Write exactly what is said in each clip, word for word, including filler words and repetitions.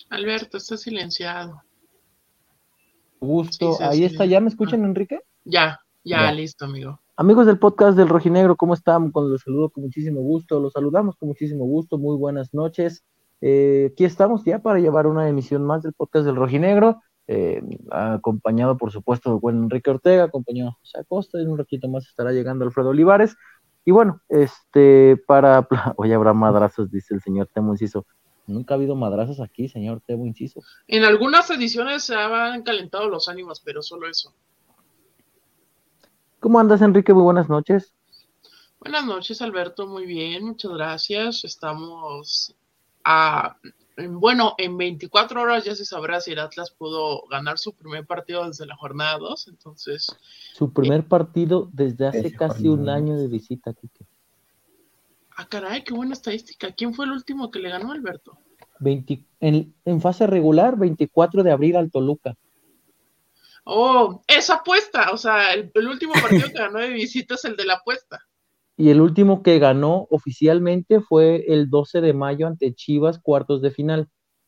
Alberto, está silenciado. Sí, Gusto. se Ahí está, silencia. ¿ya me Ah, escuchan, Enrique? ya, ya, Ya. listo, amigo. Amigos del podcast del Rojinegro, ¿cómo están? Con los saludo con muchísimo gusto, los saludamos con muchísimo gusto, muy buenas noches. Eh, aquí estamos ya para llevar una emisión más del podcast del Rojinegro, eh, acompañado por supuesto del buen Enrique Ortega, acompañado de José Acosta, y en un ratito más estará llegando Alfredo Olivares. Y bueno, este, para, hoy habrá madrazos, dice el señor Temo Inciso. Nunca ha habido madrazos aquí, señor Temo Inciso. En algunas ediciones se han calentado los ánimos, pero solo eso. ¿Cómo andas, Enrique? Muy buenas noches. Buenas noches, Alberto. Muy bien, muchas gracias. Estamos a, bueno, en veinticuatro horas ya se sabrá si el Atlas pudo ganar su primer partido desde la jornada dos. Entonces, Su eh, primer partido desde hace Ese casi un jornada. año de visita, Kike. ah, caray, qué buena estadística. ¿Quién fue el último que le ganó, Alberto? veinte, en, en fase regular, veinticuatro de abril al Toluca. Oh, esa apuesta. O sea, el, el último partido que ganó de visita es el de la apuesta. Y el último que ganó oficialmente fue el doce de mayo ante Chivas, cuartos de final.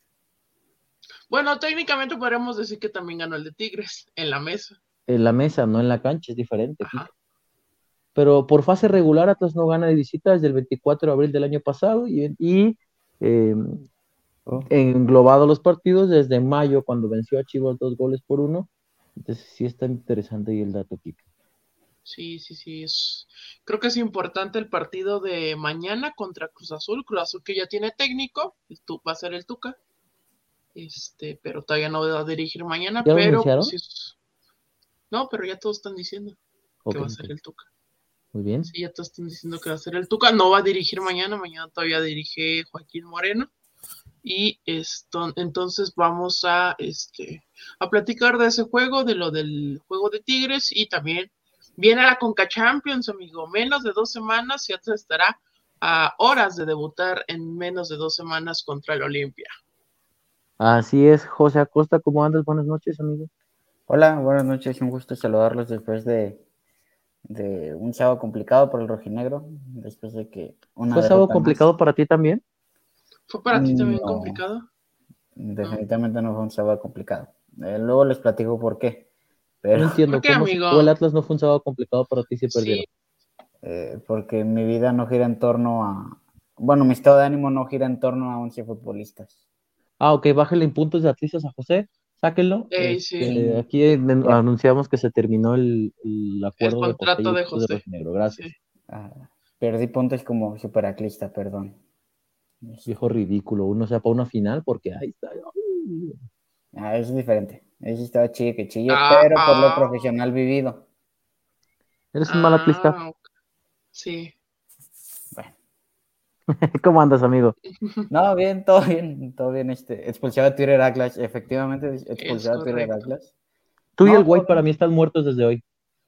Bueno, técnicamente podríamos decir que también ganó el de Tigres en la mesa. En la mesa, no en la cancha, es diferente, Ajá. Kike. Pero por fase regular, Atlas no gana de visita desde el veinticuatro de abril del año pasado y, y eh, Oh, englobado los partidos desde mayo, cuando venció a Chivas dos goles por uno. Entonces sí está interesante ahí el dato, Kike. Sí, sí, sí. Es, creo que es importante el partido de mañana contra Cruz Azul. Cruz Azul que ya tiene técnico, tú, va a ser el Tuca. Este, pero todavía no va a dirigir mañana, ¿Ya lo pero pues anunciaron? sí. No, pero ya todos están diciendo que Ok, va a ser ok. el Tuca. Muy bien. Sí, ya todos están diciendo que va a ser el Tuca. No va a dirigir mañana, mañana todavía dirige Joaquín Moreno. Y esto, entonces vamos a, este, a platicar de ese juego, de lo del juego de Tigres y también viene la Conca Champions, amigo. Menos de dos semanas y Atlas estará a horas de debutar en menos de dos semanas contra el Olimpia. Así es, José Acosta, ¿cómo andas? Buenas noches, amigo. hola, buenas noches, un gusto saludarlos después de, de un sábado complicado por el rojinegro, después de que una ¿Fue sábado derrota más. complicado para ti también? ¿Fue para ti también No, complicado? No. definitivamente no fue un sábado complicado. Eh, luego les platico por qué, No pero ¿Por entiendo, qué, ¿cómo si fue el amigo? Atlas no fue un sábado complicado para ti si Sí. perdieron? eh, porque mi vida no gira en torno a, bueno, mi estado de ánimo no gira en torno a once futbolistas. Ah, ok, bájale en puntos de atlistas a José, sáquenlo. Ey, sí. Este, Y aquí en- anunciamos que se terminó el, el El acuerdo de José y contrato el de club de José. Rojinegro. Sí. Gracias. ah, perdí puntos como superaclista, perdón. Viejo ridículo, uno sea para una final porque ahí está. Ah, es diferente. Ese estaba chille que chille, Ah, pero por lo ah, profesional vivido. Eres un mal atlista. ah, sí. Bueno. ¿Cómo andas, amigo? No, bien, todo bien, todo bien. Este, expulsado a Twitter Atlas, efectivamente, Es expulsado a Twitter correcto. Atlas. Tú y No, el todo White para bien. mí están muertos desde hoy.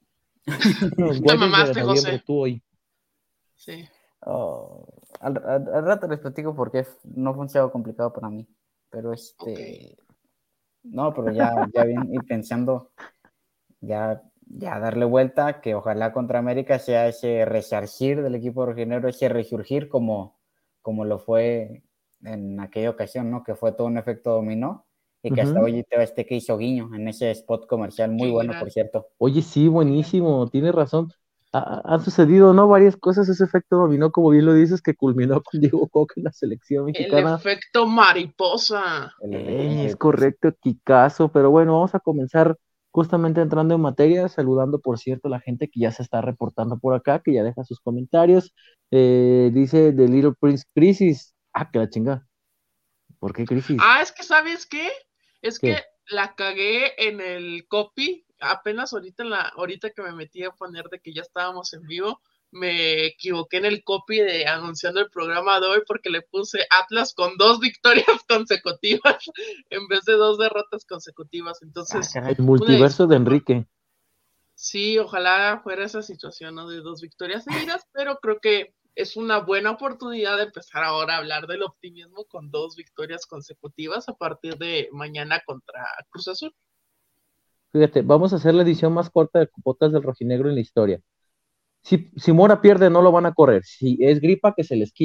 Te White desde mamaste, noviembre, José. tú hoy. Sí. Oh, al, al- al rato les platico por qué no fue un sábado complicado para mí. Pero Ok. este, no, pero ya, ya bien, y pensando, ya, ya darle vuelta, que ojalá contra América sea ese resarcir del equipo rojinegro, ese resurgir como, como lo fue en aquella ocasión, ¿no? Que fue todo un efecto dominó y que hasta Ujú. hoy T V Azteca hizo guiño en ese spot comercial muy Qué bueno, por gran. cierto. Oye, sí, buenísimo, tienes razón. Ha- han sucedido, ¿no? Varias cosas, ese efecto dominó, como bien lo dices, que culminó con Diego Coca en la selección El mexicana. efecto mariposa. El efecto Eh, es mariposa. correcto, Kikazo, pero bueno, vamos a comenzar justamente entrando en materia, saludando, por cierto, a la gente que ya se está reportando por acá, que ya deja sus comentarios. Eh, dice The Little Prince Crisis. Ah, que la chinga. ¿Por qué crisis? Ah, es que, ¿sabes qué? Es que ¿Qué? la cagué en el copy. Apenas ahorita, en la, ahorita que me metí a poner de que ya estábamos en vivo, me equivoqué en el copy de anunciando el programa de hoy porque le puse Atlas con dos victorias consecutivas en vez de dos derrotas consecutivas. Ah, Entonces, caray. El una multiverso de disculpa. Enrique. Sí, ojalá fuera esa situación, ¿no? De dos victorias seguidas, pero creo que es una buena oportunidad de empezar ahora a hablar del optimismo con dos victorias consecutivas a partir de mañana contra Cruz Azul. Fíjate, vamos a hacer la edición más corta de Podcast del Rojinegro en la historia. Si, si Mora pierde, no lo van a correr. Si es gripa, que se les quite.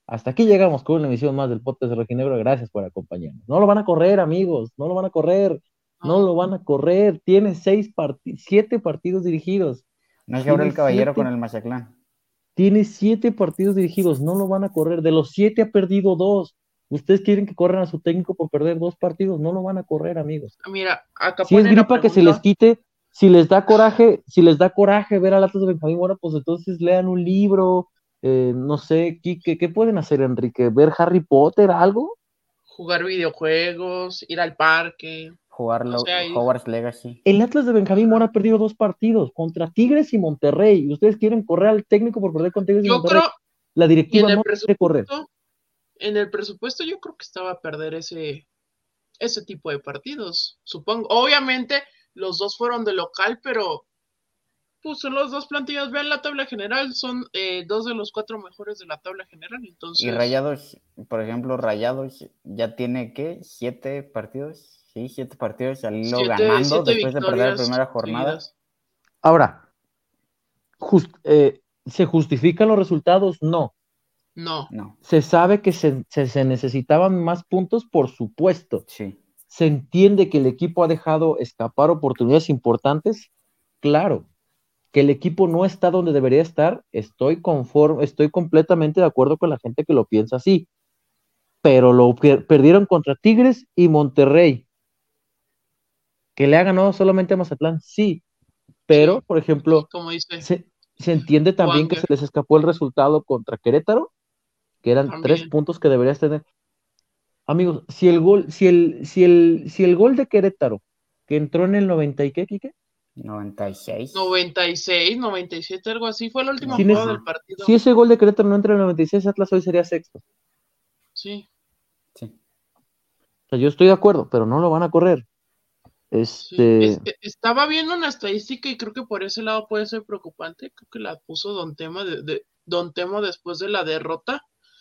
Hasta aquí llegamos con una emisión más del podcast de Rojinegro. Gracias por acompañarnos. No lo van a correr, amigos. No lo van a correr. No No, lo van a correr. Tiene seis parti- siete partidos dirigidos. No es Tiene Gabriel Caballero con siete, el Mazatlán. tiene siete partidos dirigidos. No lo van a correr. De los siete ha perdido dos. ¿Ustedes quieren que corran a su técnico por perder dos partidos? No lo van a correr, amigos. mira, acá Si es pone la gripa que se les pregunta. quite, si les da coraje, si les da coraje ver al Atlas de Benjamín Mora, pues entonces lean un libro, eh, no sé, ¿qué, qué, qué pueden hacer, Enrique? ¿Ver Harry Potter, algo? Jugar videojuegos, ir al parque, Jugar o lo- sea, ir- Hogwarts Legacy. El Atlas de Benjamín Mora ajá. ha perdido dos partidos contra Tigres y Monterrey. Y ustedes quieren correr al técnico por perder con Tigres y Yo Monterrey. creo, La y en directiva el no quiere correr. presupuesto, en el presupuesto yo creo que estaba a perder ese, ese tipo de partidos, supongo. Obviamente los dos fueron de local, pero pues son los dos plantillas. Vean la tabla general, son eh, dos de los cuatro mejores de la tabla general, Y entonces Rayados, por ejemplo, Rayados ya tiene, ¿qué? ¿Siete partidos? Sí, siete partidos, salió siete, ganando siete después de perder la victorias primera jornada. seguidas. Ahora, just- eh, ¿se justifican los resultados? No. No, No, Se sabe que se, se, se necesitaban más puntos, por supuesto. sí. ¿Se entiende que el equipo ha dejado escapar oportunidades importantes? Claro. Que el equipo no está donde debería estar, estoy conforme, estoy completamente de acuerdo con la gente que lo piensa así. Pero lo per- perdieron contra Tigres y Monterrey. Que le ha ganado solamente a Mazatlán, sí. Pero, sí, por y ejemplo, como dice se, se entiende también que se Wanger, les escapó el resultado contra Querétaro, que eran tres también. puntos que deberías tener. Amigos, si el gol, si el, si el, si el gol de Querétaro, que entró en el noventa y qué, Quique, noventa y seis. noventa y seis, noventa y siete, algo así, fue la última si, No, jugada nes- del ajá, partido. si ese gol de Querétaro no entra en el noventa y seis, Atlas hoy sería sexto. Sí, sí. O sea, yo estoy de acuerdo, pero no lo van a correr. sí. Este, Es- e- estaba viendo una estadística y creo que por ese lado puede ser preocupante. Creo que la puso Don Tema de, de- Don Temo después de la derrota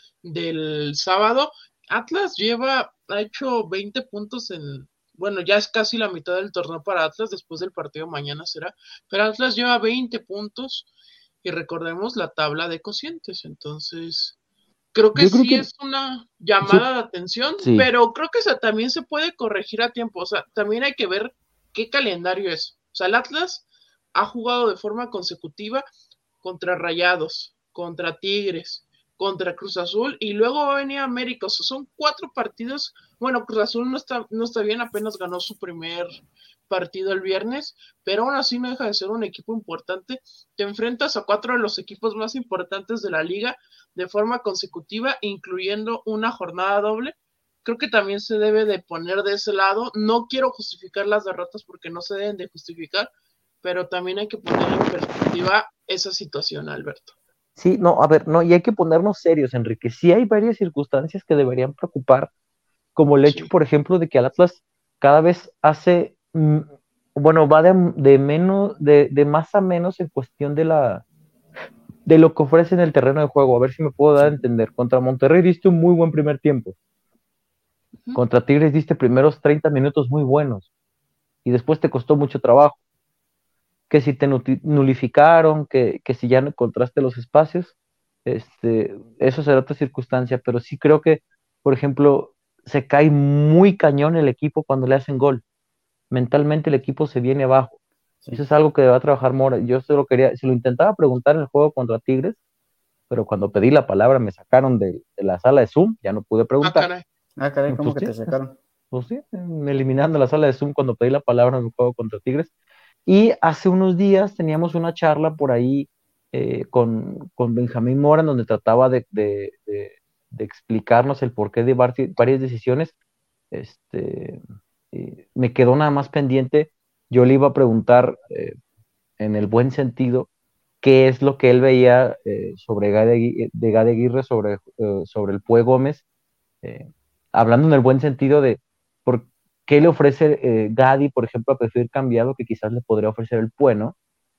del sábado. Atlas lleva, ha hecho veinte puntos en, bueno, ya es casi la mitad del torneo para Atlas, después del partido mañana será, pero Atlas lleva veinte puntos y recordemos la tabla de cocientes, entonces creo que yo creo sí que es una yo, llamada de atención, sí, pero creo que se, también se puede corregir a tiempo, o sea, también hay que ver qué calendario es, o sea, el Atlas ha jugado de forma consecutiva contra Rayados, contra Tigres, contra Cruz Azul y luego va a venir América. O sea, son cuatro partidos. Bueno, Cruz Azul no está, no está bien, apenas ganó su primer partido el viernes, pero aún así no deja de ser un equipo importante. Te enfrentas a cuatro de los equipos más importantes de la liga de forma consecutiva, incluyendo una jornada doble. Creo que también se debe de poner de ese lado. No quiero justificar las derrotas porque no se deben de justificar, pero también hay que poner en perspectiva esa situación, Alberto. sí, no, a ver, no, y hay que ponernos serios, Enrique. Sí hay varias circunstancias que deberían preocupar, como el hecho, Sí, por ejemplo, de que el Atlas cada vez hace, mm, bueno, va de, de menos, de, de más a menos en cuestión de la, de lo que ofrece en el terreno de juego. A ver si me puedo dar a Sí. entender. Contra Monterrey diste un muy buen primer tiempo. uh-huh. Contra Tigres diste primeros treinta minutos muy buenos. Y después te costó mucho trabajo. Que si te nulificaron, que, que si ya no encontraste los espacios, este, eso será otra circunstancia. Pero sí creo que, por ejemplo, se cae muy cañón el equipo cuando le hacen gol. Mentalmente el equipo se viene abajo. Eso Sí. es algo que va a trabajar Mora. Yo se lo quería, se lo intentaba preguntar en el juego contra Tigres, pero cuando pedí la palabra me sacaron de, de la sala de Zoom, ya no pude Ah, preguntar. caray. Ah, caray, ¿cómo Pues que sí, te sacaron? pues sí, me eliminaron de la sala de Zoom cuando pedí la palabra en el juego contra Tigres. Y hace unos días teníamos una charla por ahí eh, con, con Benjamín Mora, en donde trataba de, de, de, de explicarnos el porqué de var- varias decisiones. Este, eh, me quedó nada más pendiente. Yo le iba a preguntar, eh, en el buen sentido, qué es lo que él veía eh, sobre Gade, de Gade Aguirre, sobre, eh, sobre el Pue Gómez, eh, hablando en el buen sentido de por qué le ofrece eh, Gadi, por ejemplo, a perfil cambiado que quizás le podría ofrecer el Pue, ¿no?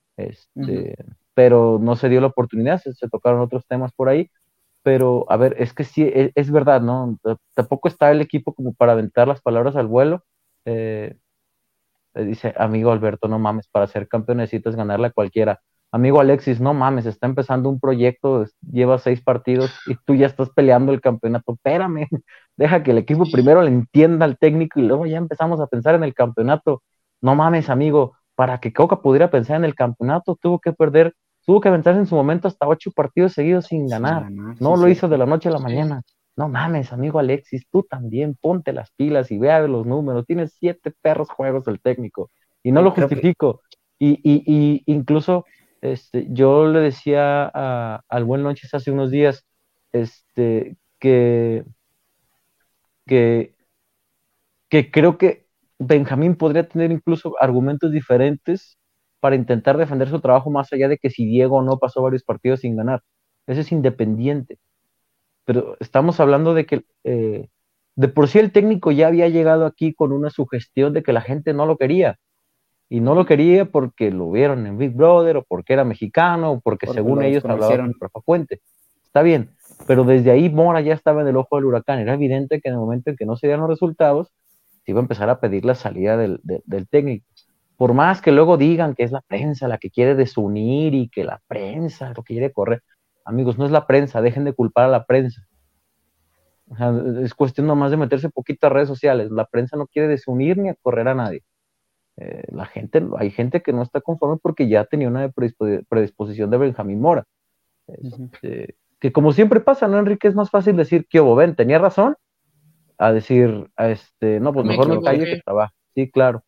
Ujú. Este, pero no se dio la oportunidad, se, se tocaron otros temas por ahí, pero a ver, es que sí, es, es verdad, ¿no? T- Tampoco está el equipo como para aventar las palabras al vuelo. Eh, dice, amigo Alberto, no mames, para ser campeón necesitas ganarle a cualquiera. amigo Alexis, no mames, está empezando un proyecto, lleva seis partidos y tú ya estás peleando el campeonato. Espérame, deja que el equipo primero le entienda al técnico y luego ya empezamos a pensar en el campeonato. No mames, amigo, para que Coca pudiera pensar en el campeonato, tuvo que perder, tuvo que aventarse en su momento hasta ocho partidos seguidos sin Sin ganar. ganar, No sí, lo hizo cierto. de la noche a la Sí. mañana. No mames, amigo Alexis, tú también, ponte las pilas y vea los números. Tienes siete perros juegos del técnico y no Y lo creo que- justifico. Y, y, y incluso este, yo le decía a- al buen Lonches hace unos días este, que, que, que creo que Benjamín podría tener incluso argumentos diferentes para intentar defender su trabajo más allá de que si Diego no pasó varios partidos sin ganar. Eso es independiente. Pero estamos hablando de que eh, de por sí el técnico ya había llegado aquí con una sugestión de que la gente no lo quería. Y no lo quería porque lo vieron en Big Brother o porque era mexicano o porque, Porque según lo ellos hablaba con desconocieron. Rafa Puente. Está bien, pero desde ahí Mora ya estaba en el ojo del huracán. Era evidente que en el momento en que no se dieran los resultados, se iba a empezar a pedir la salida del, de- del técnico. Por más que luego digan que es la prensa la que quiere desunir y que la prensa lo que quiere correr. Amigos, no es la prensa, dejen de culpar a la prensa. O sea, es cuestión nomás de meterse poquito a redes sociales. La prensa no quiere desunir ni a correr a nadie. Eh, la gente, hay gente que no está conforme porque ya tenía una predispo- predisposición de Benjamín Mora. Ujú. Este, que como siempre pasa, ¿no, Enrique? Es más fácil decir que Ven, tenía razón, a decir, a este, no, pues Me mejor me callo que equivoqué. trabaje. Sí, claro.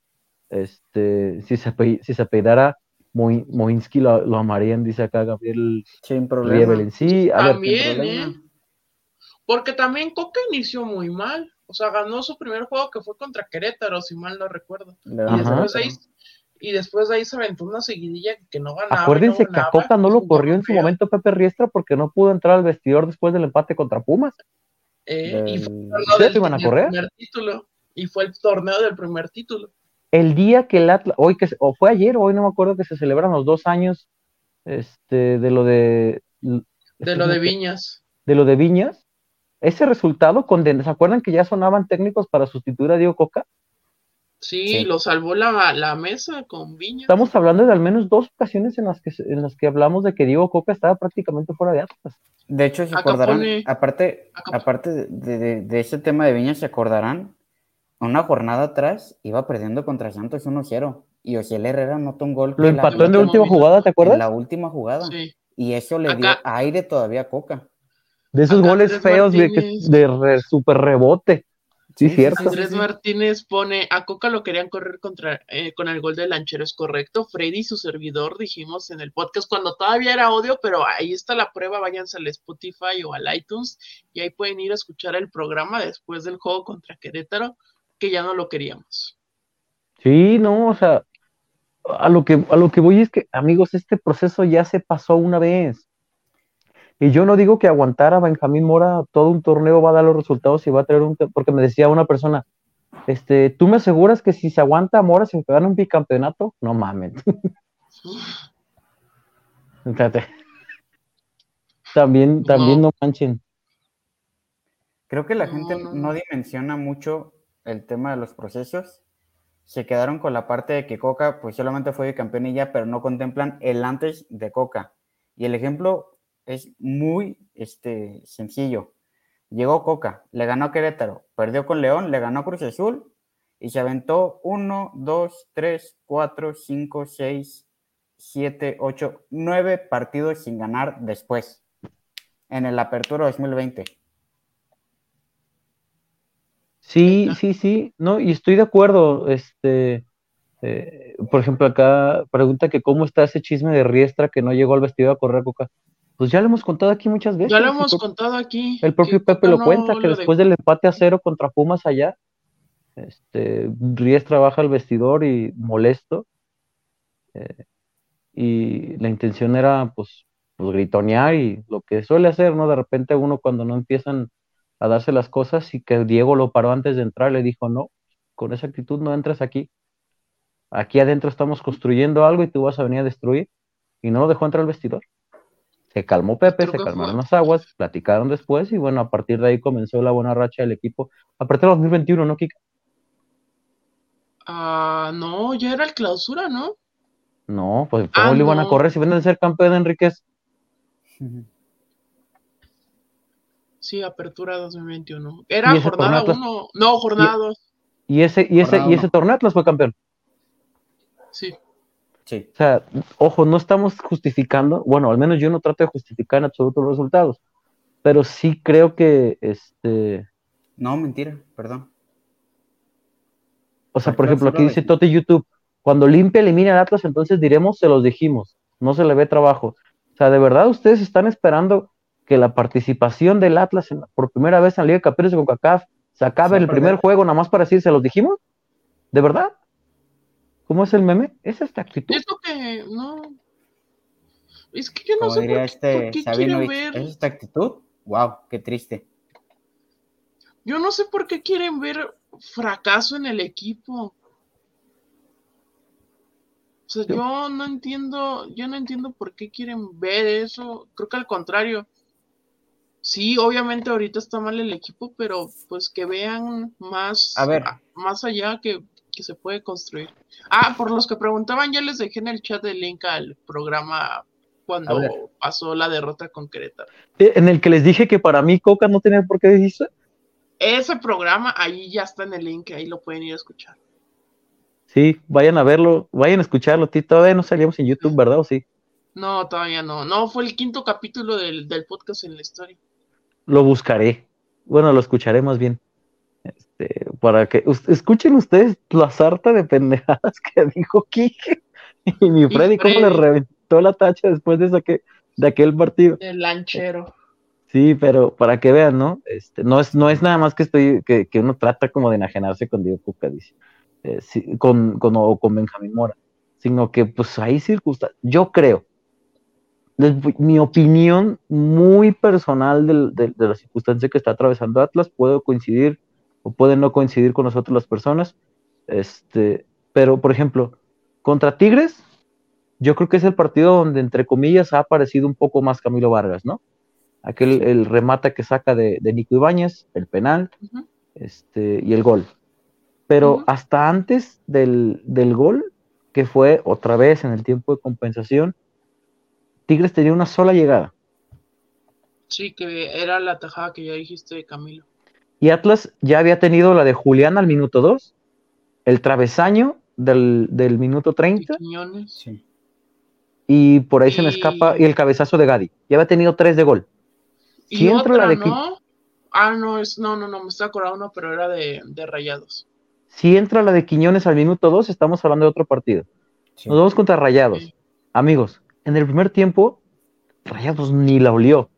Este, si se, ape- si se apellidara Moin- Moinsky, lo, lo amarían, dice acá Gabriel Sin problema. Rievelin. Sí, a ver, Sin También, problema. ¿eh? Porque también Coca inició muy mal. O sea, ganó su primer juego que fue contra Querétaro, si mal no recuerdo. Le Y ganó Ajá. después, de ahí, Querétaro. y después de ahí se aventó una seguidilla que no ganaba y no acuérdense que a ganaba. Coca no y lo jugaba corrió en su feo, momento Pepe Riestra porque no pudo entrar al vestidor después del empate contra Pumas. ¿eh? Y fue el Del- torneo ¿Ustedes lo del, iban a del correr? primer título. Y fue el torneo del primer título. El día que el Atlas, hoy que, se- o fue ayer, o hoy no me acuerdo que se celebran los dos años este, de lo de, De este, lo de ¿cómo que? Viñas. De lo de Viñas, ese resultado, conden- ¿se acuerdan que ya sonaban técnicos para sustituir a Diego Coca? Sí, Sí. lo salvó la, la mesa con Viñas. Estamos hablando de al menos dos ocasiones en las que, se- en las que hablamos de que Diego Coca estaba prácticamente fuera de Atlas. De hecho, se Acá acordarán, pone- aparte, acá- aparte de, de- de ese tema de Viñas, se acordarán, una jornada atrás iba perdiendo contra Santos uno cero y Ociel Herrera anotó un gol Lo que la empató en la meta última minuto. jugada, ¿te en acuerdas? la última jugada. Sí. Y eso le Acá- dio aire todavía a Coca. De esos Acá goles Andrés feos de, que- Martínez. de re- super rebote. Sí, Sí, sí, cierto. sí, sí, Andrés sí. Martínez pone, a Coca lo querían correr contra, eh, con el gol de Lanchero, es correcto. Freddy, su servidor, dijimos en el podcast cuando todavía era audio, pero ahí está la prueba, váyanse al Spotify o al iTunes y ahí pueden ir a escuchar el programa después del juego contra Querétaro, que ya no lo queríamos. Sí, no, o sea, a lo que, a lo que voy es que, amigos, este proceso ya se pasó una vez. Y yo no digo que aguantar a Benjamín Mora todo un torneo va a dar los resultados y va a traer un... Porque me decía una persona, este, ¿tú me aseguras que si se aguanta a Mora se gana un bicampeonato? No mames. Fíjate. También, también No, no manchen. Creo que la no, gente no, no no. dimensiona mucho el tema de los procesos. Se quedaron con la parte de que Coca pues solamente fue campeón y ya, pero no contemplan el antes de Coca. Y el ejemplo es muy este, sencillo. Llegó Coca, le ganó a Querétaro, perdió con León, le ganó a Cruz Azul y se aventó uno, dos, tres, cuatro, cinco, seis, siete, ocho, nueve partidos sin ganar después, en el Apertura dos mil veinte. Sí, sí, sí, no, y estoy de acuerdo. Este, eh, por ejemplo, acá pregunta que cómo está ese chisme de Riestra que no llegó al vestido a correr a Coca. Pues ya lo hemos contado aquí muchas veces. Ya lo El hemos pro- contado aquí, el que propio Pepe Coca lo cuenta, no que lo después dejó. del empate a cero contra Pumas allá, este, Riestra baja al vestidor y molesto, eh, y la intención era, pues, pues, gritonear y lo que suele hacer, ¿no? De repente uno cuando no empiezan a darse las cosas y que Diego lo paró antes de entrar, le dijo, no, con esa actitud no entras aquí. Aquí adentro estamos construyendo algo y tú vas a venir a destruir. Y no lo dejó entrar al vestidor. Se calmó Pepe, Creo se que calmaron fue. las aguas, platicaron después y bueno, a partir de ahí comenzó la buena racha del equipo. A partir de dos mil veintiuno, ¿no, Kika? Ah, no, ya era el clausura, ¿no? No, pues ¿cómo Ah, le iban a no. correr si vienen de ser campeón, Enríquez? Sí, apertura dos mil veintiuno. Y Era ese torneo jornada Atlas, uno. No, y, jornada dos. y ese, y ese, Jornada y ese uno. torneo Atlas fue campeón. Sí. Sí. O sea, ojo, no estamos justificando, bueno, al menos yo no trato de justificar en absoluto los resultados, pero sí creo que, este, No, mentira, perdón. o sea, por Porque ejemplo, solo aquí dice regi- Tote YouTube, cuando limpia elimina al Atlas, entonces diremos, se los dijimos, no se le ve trabajo. O sea, ¿de verdad ustedes están esperando que la participación del Atlas en- por primera vez en la Liga de Campeones de CONCACAF se se acabe va en a el primer perder. juego nada más para decir, se los dijimos? ¿De verdad? ¿Cómo es el meme? ¿Es esta actitud? Es lo que. No. Es que yo no Como sé por diría qué, por este qué quieren Sabinovich, ver. ¿es esta actitud? Wow, qué triste. Yo no sé por qué quieren ver fracaso en el equipo. O sea, Yo, yo no entiendo, yo no entiendo por qué quieren ver eso. Creo que al contrario. Sí, obviamente ahorita está mal el equipo, pero pues que vean A más, ver, a- más allá que, que se puede construir. Ah, por los que preguntaban, ya les dejé en el chat el link al programa a ver, cuando pasó la derrota con Querétaro. eh, en el que les dije que para mí Coca no tenía por qué decirse. Ese programa, ahí ya está en el link, ahí lo pueden ir a escuchar. Sí, vayan a verlo, vayan a escucharlo. Tí, todavía no salíamos en YouTube, ¿verdad? ¿O sí? No, todavía no. No, fue el quinto capítulo del, del podcast en la historia. Lo buscaré. Bueno, lo escucharé más bien. Este, para que us- escuchen ustedes la sarta de pendejadas que dijo Kike y mi Y Freddy, cómo le Freddy, reventó la tacha después de, esa que, de aquel partido. el lanchero. Sí, pero para que vean, ¿no? Este, no es, no es nada más que estoy, que, que uno trata como de enajenarse con Diego Cuca, dice, eh, sí, con, con, o con Benjamín Mora, sino que pues hay circunstancias. Yo creo, desde mi opinión muy personal del- del- de la circunstancia que está atravesando Atlas, puedo coincidir o pueden no coincidir con nosotros las personas, este, pero por ejemplo, contra Tigres, yo creo que es el partido donde entre comillas ha aparecido un poco más Camilo Vargas, ¿no? Aquel sí. el remate que saca de, de Nico Ibáñez, el penal, Ujú, este, y el gol. Pero ujú. hasta antes del, del gol, que fue otra vez en el tiempo de compensación, Tigres tenía una sola llegada. Sí, que era la tajada que ya dijiste de Camilo. Y Atlas ya había tenido la de Julián al minuto dos, el travesaño del, del minuto De treinta, Quiñones. Sí. y por ahí se me escapa, y Y, el cabezazo de Gadi. Ya había tenido tres de gol. Si y entra la otra, de, Qui- ¿no? Ah, no, es, no, no, no, me estaba acordando, pero era de, de Rayados. si entra la de Quiñones al minuto dos, estamos hablando de otro partido. Nos Sí. vamos contra Rayados. Sí. Amigos, en el primer tiempo, Rayados ni la olió.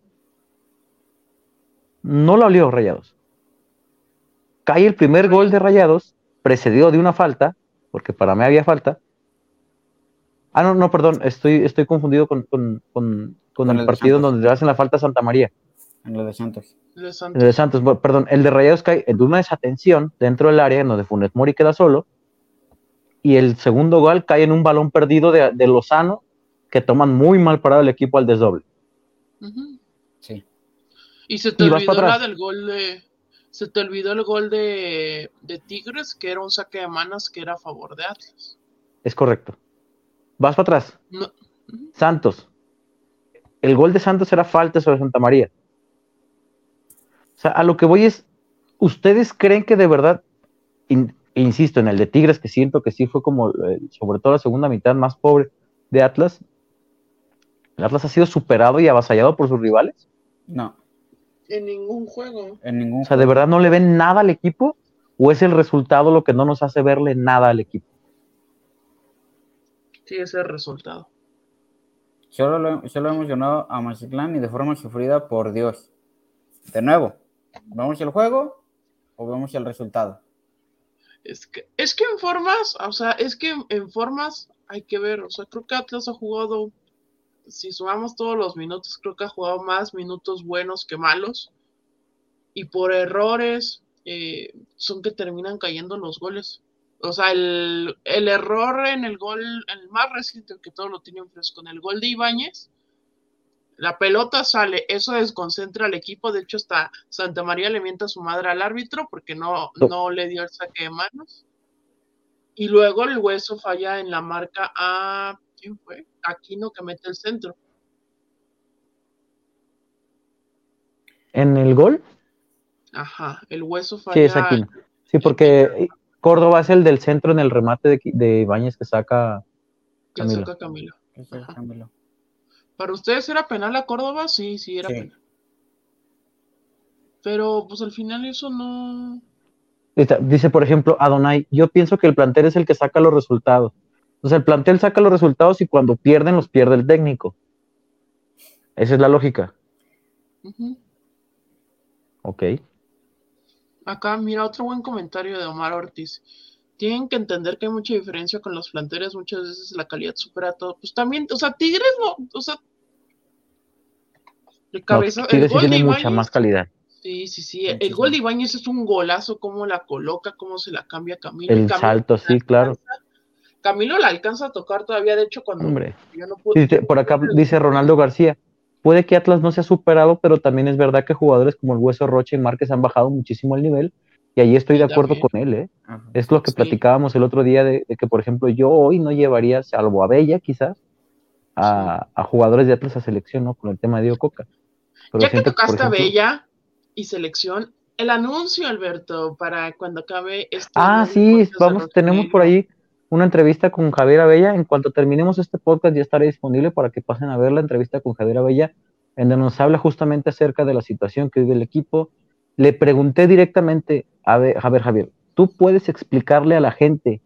No la olió Rayados. Cae el primer gol de Rayados, precedido de una falta, porque para mí había falta. Ah, no, no, perdón, estoy, estoy confundido con, con, con, con Con el el de partido en Santos. donde le hacen la falta a Santa María. En lo de Santos. De El de Santos. Santos, bueno, perdón, el de Rayados cae en una desatención dentro del área en donde Funes Mori queda solo. Y el segundo gol cae en un balón perdido de, de Lozano, que toman muy mal parado el equipo al desdoble. Ujú. Sí. Y se te Y vas olvidó para la atrás. del gol de. Se te olvidó el gol de, de Tigres, que era un saque de manos que era a favor de Atlas. Es correcto. Vas para atrás. No. Ujú. Santos. El gol de Santos era falta sobre Santa María. O sea, a lo que voy es, ¿ustedes creen que de verdad, in, insisto, en el de Tigres, que siento que sí fue como, eh, sobre todo la segunda mitad más pobre de Atlas, el Atlas ha sido superado y avasallado por sus rivales? No, En ningún juego. en O ningún sea, ¿de juego. verdad no le ven nada al equipo? ¿O es el resultado lo que no nos hace verle nada al equipo? Sí, ese es el resultado. Solo, lo, solo hemos ganado a Mazatlán y de forma sufrida, por Dios. De nuevo, ¿vamos el juego o vemos el resultado? Es que, es que en formas, o sea, es que en formas hay que ver, o sea, creo que Atlas ha jugado, si sumamos todos los minutos, creo que ha jugado más minutos buenos que malos, y por errores eh, son que terminan cayendo los goles. O sea, el, el error en el gol, el más reciente, que todos lo tienen fresco, en el gol de Ibáñez, la pelota sale, eso desconcentra al equipo, de hecho hasta Santa María le mienta a su madre al árbitro porque no, No. no le dio el saque de manos. Y luego el hueso falla en la marca a, ¿Quién fue? Aquino que mete el centro. ¿En el gol? Ajá, el Hueso Sí, es falla Aquino. Sí, el penal porque Córdoba es el del centro en el remate de, de Ibáñez que saca que Camilo. saca Camilo. Ese es Ajá. Camilo. ¿Para ustedes era penal a Córdoba? Sí, sí, era Sí. penal. Pero pues al final eso no... Está- Dice, por ejemplo, Adonai, yo pienso que el plantel es el que saca los resultados. O sea, el plantel saca los resultados y cuando pierden, los pierde el técnico. Esa es la lógica. Ujú. Ok. Acá, mira, otro buen comentario de Omar Ortiz. Tienen que entender que hay mucha diferencia con los planteles, muchas veces la calidad supera todo. Pues también, o sea, Tigres no, o sea, de No, cabeza, el Tigres sí gol de tiene mucha más Ibáñez, calidad. sí, sí, sí, el gol Muchísimo. de Ibáñez es un golazo, cómo la coloca, cómo se la cambia a Camilo, y El Camilo salto, la sí, claro. alcanza, Camilo la alcanza a tocar todavía, de hecho, cuando Hombre. yo no pude, yo Dice, por acá dice Ronaldo García, puede que Atlas no se ha superado, pero también es verdad que jugadores como el Hueso Rocha y Márquez han bajado muchísimo el nivel, y ahí estoy sí, de acuerdo también, con él, ¿eh? Ajá. Es lo que sí, platicábamos el otro día de, de que, por ejemplo, yo hoy no llevaría, salvo a Bella quizás, sí. a, a jugadores de Atlas a selección, ¿no? Con el tema de Diego Coca. Pero Ya que siento que, por tocaste a ejemplo... Bella y selección, el anuncio, Alberto, para cuando acabe este Ah, mes de sí, podcast de vamos, tenemos por Rojinegro. ahí una entrevista con Javier Abella. En cuanto terminemos este podcast ya estará disponible para que pasen a ver la entrevista con Javier Abella, en donde nos habla justamente acerca de la situación que vive el equipo. Le pregunté directamente, a ver, a ver, Javier, ¿tú puedes explicarle a la gente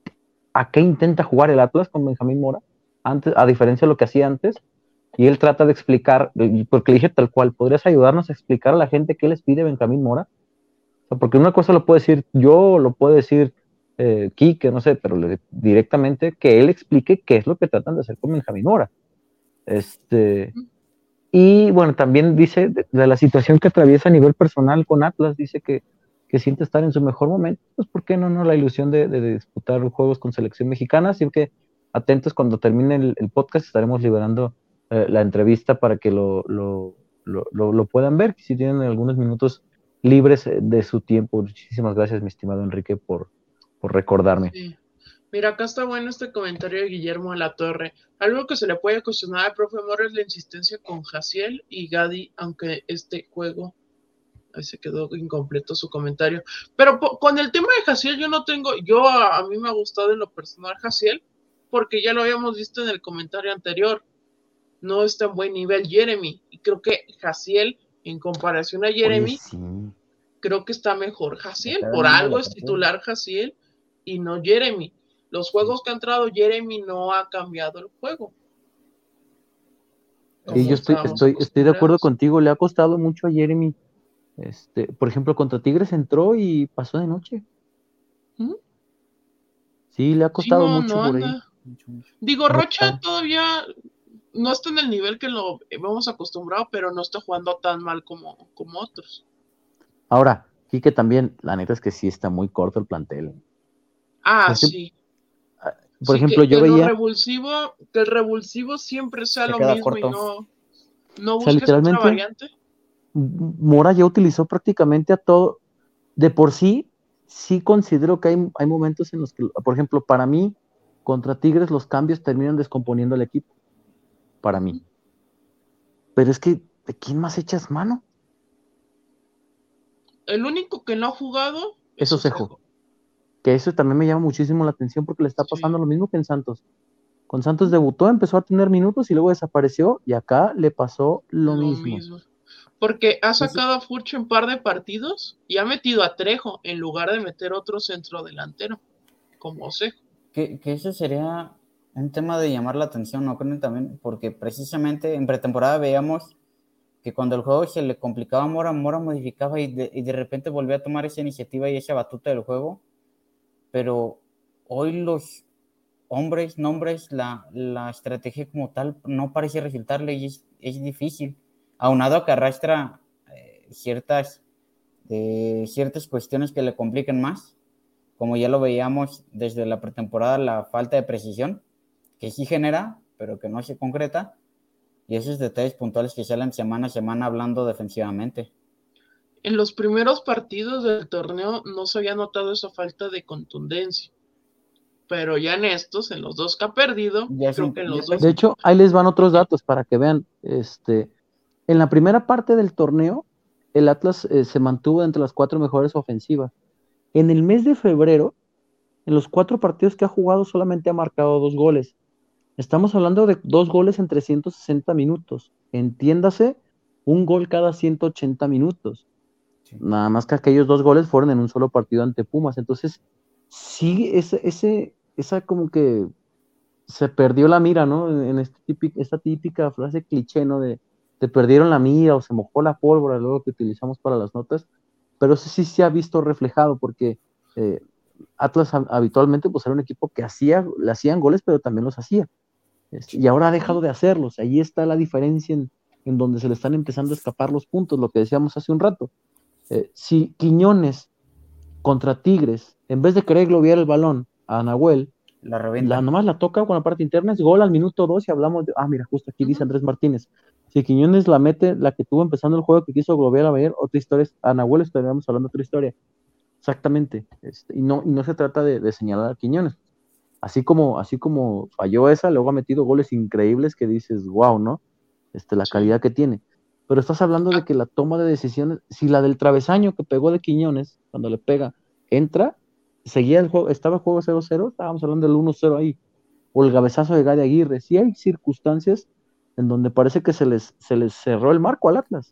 a qué intenta jugar el Atlas con Benjamín Mora, antes, a diferencia de lo que hacía antes? Y él trata de explicar, porque le dije tal cual, ¿podrías ayudarnos a explicar a la gente qué les pide Benjamín Mora? O sea, porque una cosa lo puede decir yo, lo puede decir eh, Quique, no sé, pero le, directamente que él explique qué es lo que tratan de hacer con Benjamín Mora. Este, y bueno, también dice de, de la situación que atraviesa a nivel personal con Atlas, dice que, que siente estar en su mejor momento, pues ¿por qué no? no la ilusión de, de, de disputar juegos con selección mexicana, así que atentos cuando termine el, el podcast, estaremos liberando eh, la entrevista para que lo, lo, lo, lo, lo puedan ver, si tienen algunos minutos libres eh, de su tiempo. Muchísimas gracias, mi estimado Enrique, por, por recordarme. Sí. Mira, acá está bueno este comentario de Guillermo Alatorre. Algo que se le puede cuestionar al profe Mora es la insistencia con Jaciel y Gadi, aunque este juego, ahí se quedó incompleto su comentario. Pero po, con el tema de Jaciel yo no tengo, yo a, a mí me ha gustado en lo personal Jaciel, porque ya lo habíamos visto en el comentario anterior. No está en buen nivel Jeremy, y creo que Jaciel, en comparación a Jeremy, Oye, sí. creo que está mejor Jaciel, Está por ganando la algo es partida. titular Jaciel y no Jeremy. Los juegos que ha entrado Jeremy no ha cambiado el juego. Sí, yo estoy, estoy, estoy de acuerdo contigo, le ha costado mucho a Jeremy. Este, por ejemplo, contra Tigres entró y pasó de noche. ¿Mm? Sí, le ha Sí, costado no, mucho no por ahí. anda. Mucho, mucho. Digo, No Rocha está. todavía no está en el nivel que lo hemos acostumbrado, pero no está jugando tan mal como, como otros. Ahora, Quique también, la neta es que sí está muy corto el plantel. Ah, Por ejemplo, sí. por Sí, ejemplo que, yo que lo veía, revulsivo, que el revulsivo siempre sea Se lo queda mismo y corto. no, no o sea, busques otra literalmente, variante. Mora ya utilizó prácticamente a todo. De por sí, sí considero que hay, hay momentos en los que, por ejemplo, para mí, contra Tigres los cambios terminan descomponiendo el equipo. Para mí. Pero es que, ¿de quién más echas mano? El único que no ha jugado es Eso Osejo. Osejo. Que eso también me llama muchísimo la atención porque le está pasando Sí. lo mismo que en Santos. Con Santos debutó, empezó a tener minutos y luego desapareció y acá le pasó lo, Lo mismo. mismo. Porque ha Ese- sacado a Furch en par de partidos y ha metido a Trejo en lugar de meter otro centro delantero, como Osejo. Que, que ese sería un tema de llamar la atención, ¿no creen también? Porque precisamente en pretemporada veíamos que cuando el juego se le complicaba a Mora, Mora modificaba y de, y de repente volvía a tomar esa iniciativa y esa batuta del juego. Pero hoy los hombres, nombres, la, la estrategia como tal no parece resultarle y es, es difícil. Aunado a que arrastra eh, ciertas, eh, ciertas cuestiones que le complican más, como ya lo veíamos desde la pretemporada, la falta de precisión, que sí genera, pero que no se concreta, y esos detalles puntuales que salen semana a semana hablando defensivamente. En los primeros partidos del torneo no se había notado esa falta de contundencia. pero ya en estos, en los dos que ha perdido, Ya es creo un- que en ya los es dos... De hecho, ahí les van otros datos para que vean. Este, en la primera parte del torneo, el Atlas eh, se mantuvo entre las cuatro mejores ofensivas. En el mes de febrero, en los cuatro partidos que ha jugado, solamente ha marcado dos goles. Estamos hablando de dos goles en trescientos sesenta minutos. Entiéndase, un gol cada ciento ochenta minutos. Sí. Nada más que aquellos dos goles fueron en un solo partido ante Pumas. Entonces, sí, ese, ese, esa como que se perdió la mira, ¿no? En, en este típico, esta típica frase cliché, ¿no? De te perdieron la mira o se mojó la pólvora, luego que utilizamos para las notas. Pero eso sí se ha visto reflejado porque eh, Atlas ha- habitualmente pues era un equipo que hacía, le hacían goles, pero también los hacía. Este, y ahora ha dejado de hacerlos. Ahí está la diferencia en, en donde se le están empezando a escapar los puntos, lo que decíamos hace un rato. Eh, si Quiñones contra Tigres, en vez de querer globear el balón a Nahuel, La la, revienta. nomás la toca con la parte interna, es gol al minuto dos y hablamos de, ah, mira, justo aquí dice Ujú. Andrés Martínez. Si Quiñones la mete, la que tuvo empezando el juego que quiso globear a Bayer, otra historia, es- a Nahuel estaríamos hablando de otra historia. Exactamente. Este, y, no, y no se trata de, de señalar a Quiñones. Así como, así como falló esa, luego ha metido goles increíbles que dices, wow, ¿no? Este, la Sí. calidad que tiene. Pero estás hablando de Ah, que la toma de decisiones, si la del travesaño que pegó de Quiñones, cuando le pega, entra, seguía el juego, estaba el juego cero cero, estábamos hablando del uno cero ahí, o el cabezazo de Gary Aguirre. Sí hay circunstancias en donde parece que se les, se les cerró el marco al Atlas.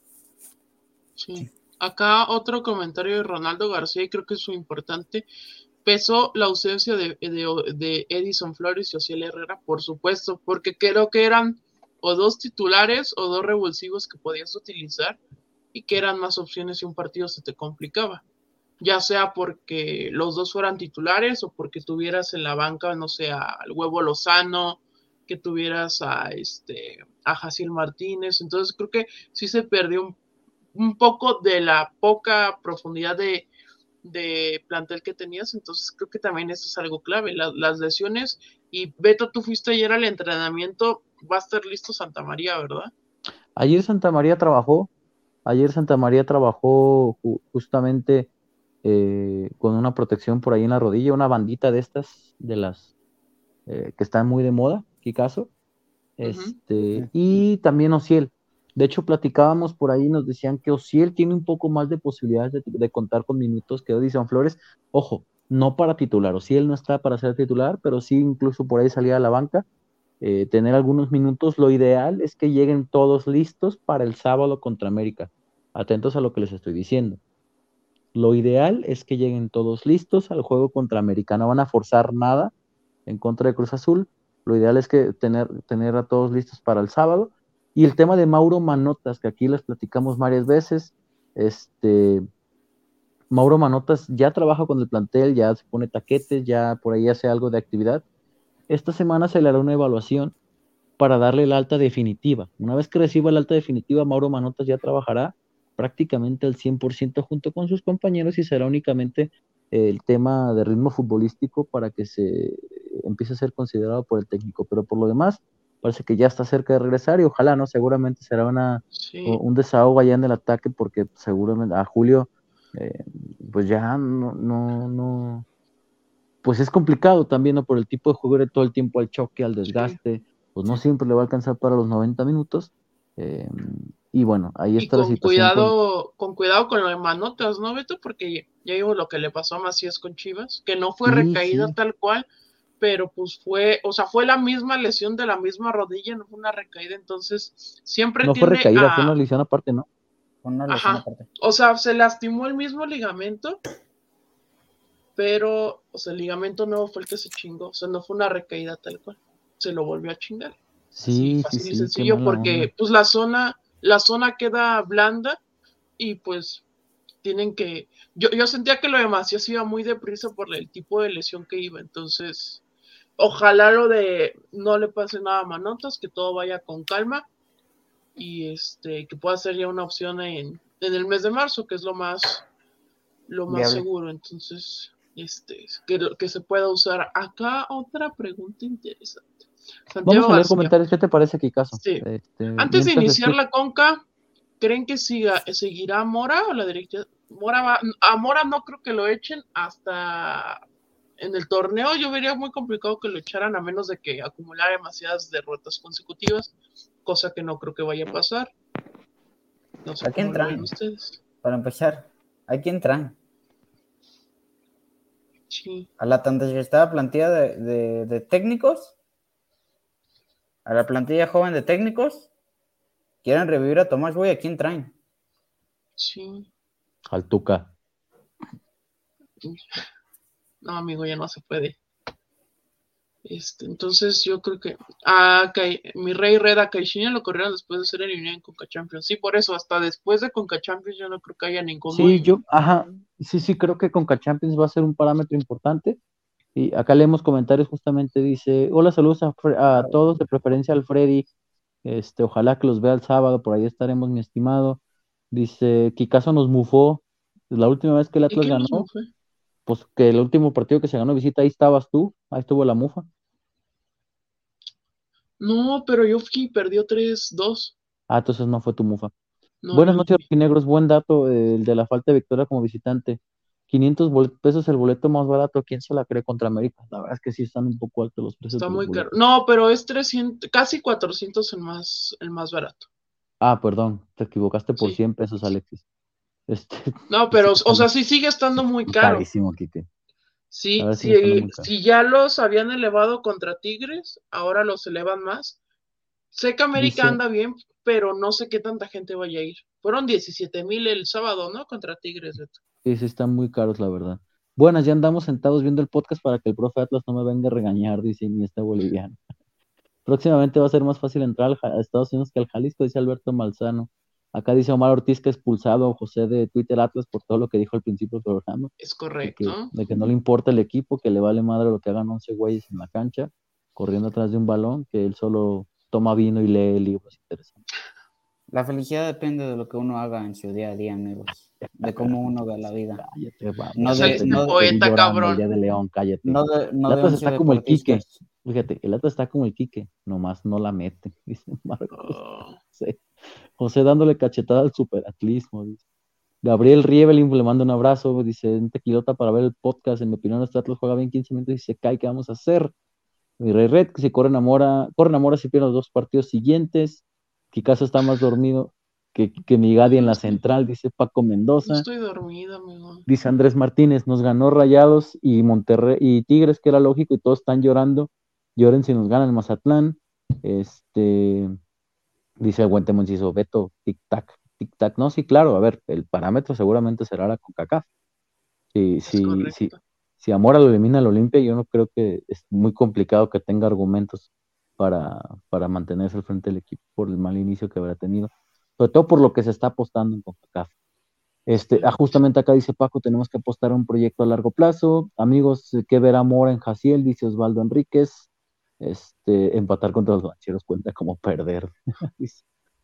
sí. Acá otro comentario de Ronaldo García, y creo que es muy importante. Pesó la ausencia de, de, de Edison Flores y Ociel Herrera, por supuesto, porque creo que eran o dos titulares o dos revulsivos que podías utilizar y que eran más opciones si un partido se te complicaba. Ya sea porque los dos fueran titulares o porque tuvieras en la banca, no sé, al Huevo Lozano, que tuvieras a este a Jaciel Martínez. Entonces creo que sí se perdió un, un poco de la poca profundidad de, de plantel que tenías, entonces creo que también eso es algo clave, la, las lesiones. Y Beto, tú fuiste ayer al entrenamiento, va a estar listo Santa María, ¿verdad? Ayer Santa María trabajó, ayer Santa María trabajó ju- justamente eh, con una protección por ahí en la rodilla, una bandita de estas, de las eh, que están muy de moda, Kikazo, Uh-huh. este, y también Ociel. De hecho, platicábamos por ahí, nos decían que Ociel tiene un poco más de posibilidades de, de contar con minutos que Edison Flores. Ojo, no para titular, Ociel no está para ser titular, pero sí incluso por ahí salir a la banca, eh, tener algunos minutos. Lo ideal es que lleguen todos listos para el sábado contra América. Atentos a lo que les estoy diciendo. Lo ideal es que lleguen todos listos al juego contra América. No van a forzar nada en contra de Cruz Azul. Lo ideal es que tener, tener a todos listos para el sábado. Y el tema de Mauro Manotas, que aquí les platicamos varias veces. Este, Mauro Manotas ya trabaja con el plantel, ya se pone taquetes, ya por ahí hace algo de actividad. Esta semana se le hará una evaluación para darle el alta definitiva. Una vez que reciba el alta definitiva, Mauro Manotas ya trabajará prácticamente al cien por ciento junto con sus compañeros y será únicamente el tema de ritmo futbolístico para que se empiece a ser considerado por el técnico. Pero por lo demás, parece que ya está cerca de regresar y ojalá, ¿no? Seguramente será una, Sí. un desahogo allá en el ataque porque seguramente a Julio, eh, pues ya no, no, no, pues es complicado también, ¿no? Por el tipo de juego de todo el tiempo al choque, al Sí. desgaste, pues no siempre le va a alcanzar para los noventa minutos. eh, y bueno, ahí Y está la con situación con... cuidado, con cuidado con lo de Manotas, ¿no, Beto? Porque ya vimos lo que le pasó a Macías con Chivas, que no fue Sí, recaída sí, tal cual, pero pues fue, o sea, fue la misma lesión de la misma rodilla, no fue una recaída, entonces siempre no fue tiende recaída, fue a, una lesión aparte, ¿no? Una lesión ajá, aparte. o sea, se lastimó el mismo ligamento, pero, o sea, el ligamento nuevo fue el que se chingó, o sea, no fue una recaída tal cual, se lo volvió a chingar. Así Sí, sí, fácil y sí, qué sencillo, mala onda. porque pues la zona, la zona queda blanda y pues tienen que, yo, yo sentía que lo de Macías iba muy deprisa por el tipo de lesión que iba, entonces ojalá lo de no le pase nada a Manotas, que todo vaya con calma y este que pueda ser ya una opción en, en el mes de marzo, que es lo más lo más Viable. seguro, entonces este que, que se pueda usar. Acá otra pregunta interesante. Vamos Santiago a leer García, comentarios, ¿qué te parece, Kikazo? sí. Este, Antes de mientras iniciar escucho... la Conca, ¿creen que siga, seguirá Mora o la directiva? Mora va, a Mora no creo que lo echen hasta en el torneo yo vería muy complicado que lo echaran a menos de que acumulara demasiadas derrotas consecutivas, cosa que no creo que vaya a pasar. No sé ¿A quién cómo lo ven traen? ustedes. Para empezar, ¿a quién traen? Sí. ¿A la tan desgastada plantilla de, de, de técnicos? ¿A la plantilla joven de técnicos? ¿Quieren revivir a Tomás Boy? ¿A quién traen? Sí. Al Tuca. No, amigo, ya no se puede. Este, entonces yo creo que a Kai- mi rey Red a Caixinha lo corrieron después de ser eliminado en Conca Champions. Sí, por eso, hasta después de Conca Champions yo no creo que haya ningún Sí, yo, movimiento. ajá, sí, sí, creo que Conca Champions va a ser un parámetro importante. Y acá leemos comentarios, justamente dice, hola, saludos a, Fre- a Ah, todos, de preferencia al Freddy, este, ojalá que los vea el sábado, por ahí estaremos, mi estimado. Dice, Kikazo nos mufó, la última vez que el ¿Y Atlas qué nos ganó, fue? pues que el último partido que se ganó visita, ahí estabas tú, ahí estuvo la mufa. No, pero yo fui, perdió tres dos. Ah, entonces no fue tu mufa. No, Buenas yo noches, fui. Rojinegros, buen dato, eh, el de la falta de victoria como visitante. quinientos bol- pesos el boleto más barato, ¿quién se la cree contra América? La verdad es que sí están un poco altos los precios Está de los muy caro. boletos. No, pero es trescientos, casi cuatrocientos el más, el más barato. Ah, perdón, te equivocaste por Sí. cien pesos, Alexis. Este, No, sí, pero, o están sea, sí sigue estando muy caro. carísimo, Kike. La Sí, verdad sigue estando sí, muy caro. si ya los habían elevado contra Tigres, ahora los elevan más. Sé que América Dice, anda bien, pero no sé qué tanta gente vaya a ir. Fueron diecisiete mil el sábado, ¿no? Contra Tigres, Beto. sí, sí, están muy caros, la verdad. Buenas, ya andamos sentados viendo el podcast para que el profe Atlas no me venga a regañar, dice mi este boliviano. Próximamente va a ser más fácil entrar al Ja- a Estados Unidos que al Jalisco, dice Alberto Malzano. Acá dice Omar Ortiz que ha expulsado a José de Twitter Atlas por todo lo que dijo al principio del programa, Es de que, correcto. de que no le importa el equipo, que le vale madre lo que hagan once güeyes en la cancha, corriendo atrás de un balón, que él solo toma vino y lee libros interesantes. la felicidad depende de lo que uno haga en su día a día, amigos. De cómo uno ve la vida. Cállate, vamos. No Ya de, saliste no, Te vi poeta, llorando el cabrón. día de León, cállate. no de, no El de Atlas once está como el Quique. deportistas. Fíjate, el Atlas está como el Quique, nomás no la mete, dice Marcos. Oh, José, José dándole cachetada al superatlismo, dice. Gabriel Rievelin le manda un abrazo, dice, un tequilota para ver el podcast, en mi opinión, este Atlas juega bien quince minutos y se cae, ¿qué vamos a hacer? Mi Rey Red, que si corre enamora, corre enamora si pierde los dos partidos siguientes, Kikazo está más dormido que, que mi Gadi yo en no la estoy, central, dice Paco no Mendoza. estoy dormida, amigo. Dice Andrés Martínez, nos ganó Rayados y Monterrey y Tigres, que era lógico, y todos están llorando. Lloren si nos gana el Mazatlán. Este, dice el Güente Monciso, Beto, tic-tac, tic-tac. No, sí, claro, a ver, el parámetro seguramente será la CONCACAF. Si, Es si, si, correcto. si Amora lo elimina al Olimpia, yo no creo que es muy complicado que tenga argumentos para, para mantenerse al frente del equipo por el mal inicio que habrá tenido. Sobre todo por lo que se está apostando en CONCACAF. Este, ah, justamente acá dice Paco, tenemos que apostar a un proyecto a largo plazo. Amigos, eh, ¿qué verá Mora en Jaciel? Dice Osvaldo Enríquez. Este, empatar contra los Lancheros cuenta como perder. Dice,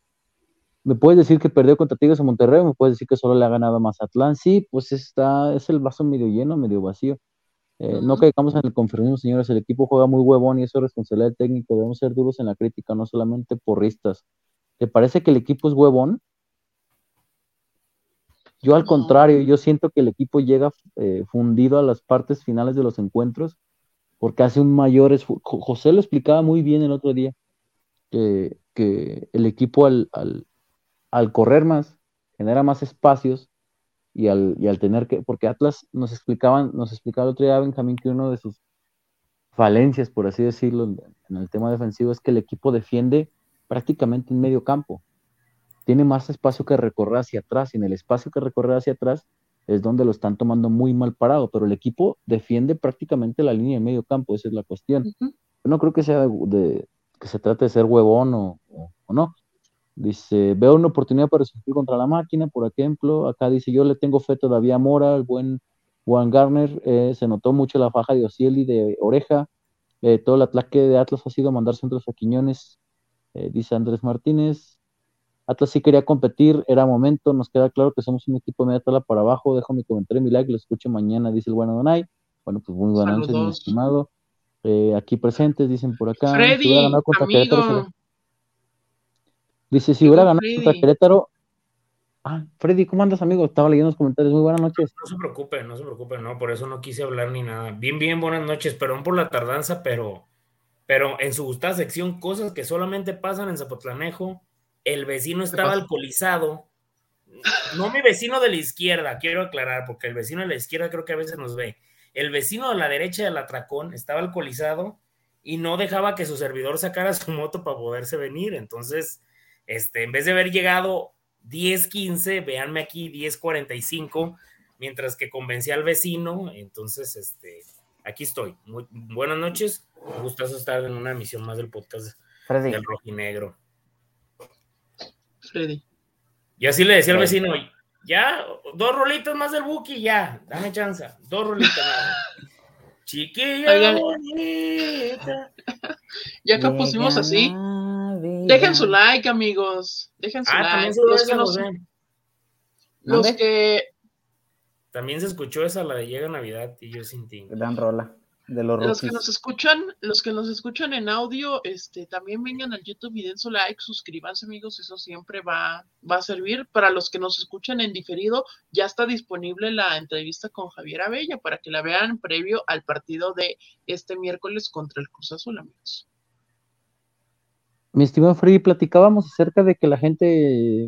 ¿me puedes decir que perdió contra Tigres o Monterrey? ¿O me puedes decir que solo le ha ganado a Mazatlán? Sí, pues está, es el vaso medio lleno, medio vacío. Eh, no Ujú. caigamos en el conformismo, señores. El equipo juega muy huevón y eso es responsabilidad del técnico. Debemos ser duros en la crítica, no solamente porristas. ¿Te parece que el equipo es huevón? Yo al No, contrario, yo siento que el equipo llega eh, fundido a las partes finales de los encuentros porque hace un mayor esfuerzo. José lo explicaba muy bien el otro día, que, que el equipo al, al, al correr más genera más espacios y al, y al tener que, porque Atlas nos explicaban, nos explicaba el otro día Benjamín que uno de sus falencias, por así decirlo, en, en el tema defensivo es que el equipo defiende prácticamente en medio campo, tiene más espacio que recorrer hacia atrás y en el espacio que recorrer hacia atrás es donde lo están tomando muy mal parado, pero el equipo defiende prácticamente la línea de medio campo, esa es la cuestión. ujú. Yo no creo que sea de, de- que se trate de ser huevón o, o- o no. Dice, veo una oportunidad para resurgir contra la máquina, por ejemplo. Acá dice, yo le tengo fe todavía a Mora, el buen Juan Garner. Eh, se notó mucho la faja de Ociel y de Oreja. Eh, todo el ataque de Atlas ha sido mandar centros a Quiñones, eh, dice Andrés Martínez. Atlas sí quería competir, era momento, nos queda claro que somos un equipo media tabla para abajo. Dejo mi comentario, mi like, lo escucho mañana, dice el bueno Donay. Bueno, pues muy buenas noches, mi Saludos. estimado. Eh, aquí presentes, dicen por acá, si hubiera Freddy, ganado contra Querétaro, se... amigo. dice, si hubiera Llegó ganado contra Freddy. Querétaro, Ah, Freddy, ¿cómo andas, amigo? Estaba leyendo los comentarios. Muy buenas noches. No se preocupe, no se preocupe, no, por eso no quise hablar ni nada. Bien, bien, buenas noches, perdón por la tardanza, pero, pero en su gustada sección, cosas que solamente pasan en Zapotlanejo, el vecino estaba alcoholizado. No mi vecino de la izquierda, quiero aclarar, porque el vecino de la izquierda creo que a veces nos ve. El vecino de la derecha del atracón estaba alcoholizado y no dejaba que su servidor sacara su moto para poderse venir. Entonces, este, en vez de haber llegado diez quince, véanme aquí diez cuarenta y cinco, mientras que convencí al vecino. Entonces, este, aquí estoy. Muy, buenas noches. Me gusta estar en una emisión más del podcast Freddy. del Rojinegro. Freddy. Y así le decía al vecino, ya, dos rolitas más del Buki, ya, dame chance, dos rolitas más. Chiquilla bonita. Ya acá pusimos así. Dejen su like, amigos. Dejen su ah, like. También se los, que nos, nos, los que También se escuchó esa, la de Llega Navidad y yo sin ti. Gran rola. De los, los que nos escuchan, los que nos escuchan en audio, este, también vengan al YouTube y den su like, suscríbanse, amigos, eso siempre va, va a servir. Para los que nos escuchan en diferido, ya está disponible la entrevista con Javier Abella para que la vean previo al partido de este miércoles contra el Cruz Azul, amigos. Mi estimado Freddy, platicábamos acerca de que la gente,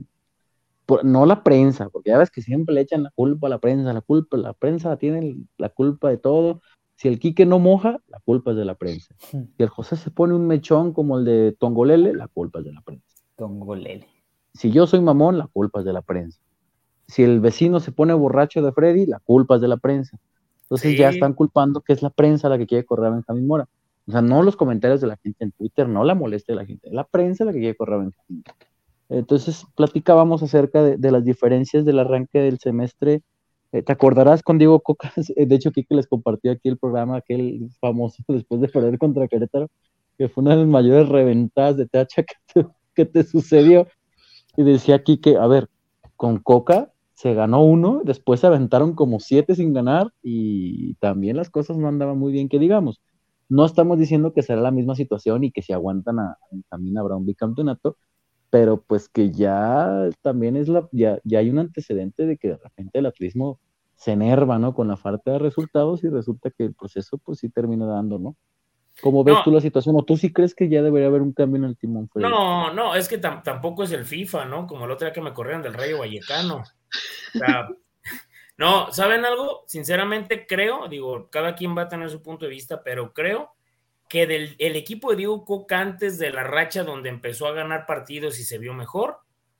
no la prensa, porque ya ves que siempre le echan la culpa a la prensa, la culpa, la prensa tiene la culpa de todo. Si el Quique no moja, la culpa es de la prensa. Si el José se pone un mechón como el de Tongolele, la culpa es de la prensa. Tongolele. Si yo soy mamón, la culpa es de la prensa. Si el vecino se pone borracho de Freddy, la culpa es de la prensa. Entonces sí. Ya están culpando que es la prensa la que quiere correr a Benjamín Mora. O sea, no los comentarios de la gente en Twitter, no la moleste de la gente, es la prensa la que quiere correr a Benjamín Mora. Entonces platicábamos acerca de, de las diferencias del arranque del semestre. ¿Te acordarás con Diego Coca? De hecho, Kike les compartió aquí el programa, aquel famoso después de perder contra Querétaro, que fue una de las mayores reventadas de tacha que te, que te sucedió. Y decía Kike, a ver, con Coca se ganó uno, después se aventaron como siete sin ganar y también las cosas no andaban muy bien, que digamos. No estamos diciendo que será la misma situación y que si aguantan a Benjamín habrá un bicampeonato, pero pues que ya también es la, ya, ya hay un antecedente de que de repente el atletismo se enerva, ¿no? Con la falta de resultados y resulta que el proceso pues sí termina dando, ¿no? ¿Cómo ves no, tú la situación? ¿O tú sí crees que ya debería haber un cambio en el timón? Freddy? No, no, es que tam- tampoco es el FIFA, ¿no? Como el otro día que me corrieron del Rayo Vallecano. O sea, no, ¿saben algo? Sinceramente creo, digo, cada quien va a tener su punto de vista, pero creo que del el equipo de Diego Coca antes de la racha donde empezó a ganar partidos y se vio mejor,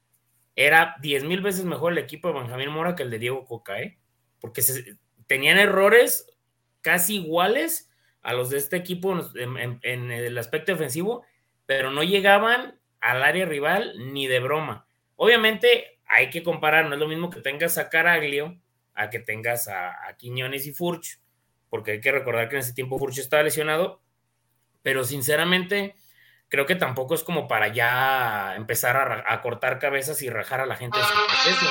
era diez mil veces mejor el equipo de Benjamín Mora que el de Diego Coca, ¿eh? Porque se, tenían errores casi iguales a los de este equipo en, en, en el aspecto defensivo, pero no llegaban al área rival ni de broma. Obviamente hay que comparar, no es lo mismo que tengas a Caraglio a que tengas a, a Quiñones y Furch, porque hay que recordar que en ese tiempo Furch estaba lesionado, pero sinceramente creo que tampoco es como para ya empezar a, a cortar cabezas y rajar a la gente de su proceso.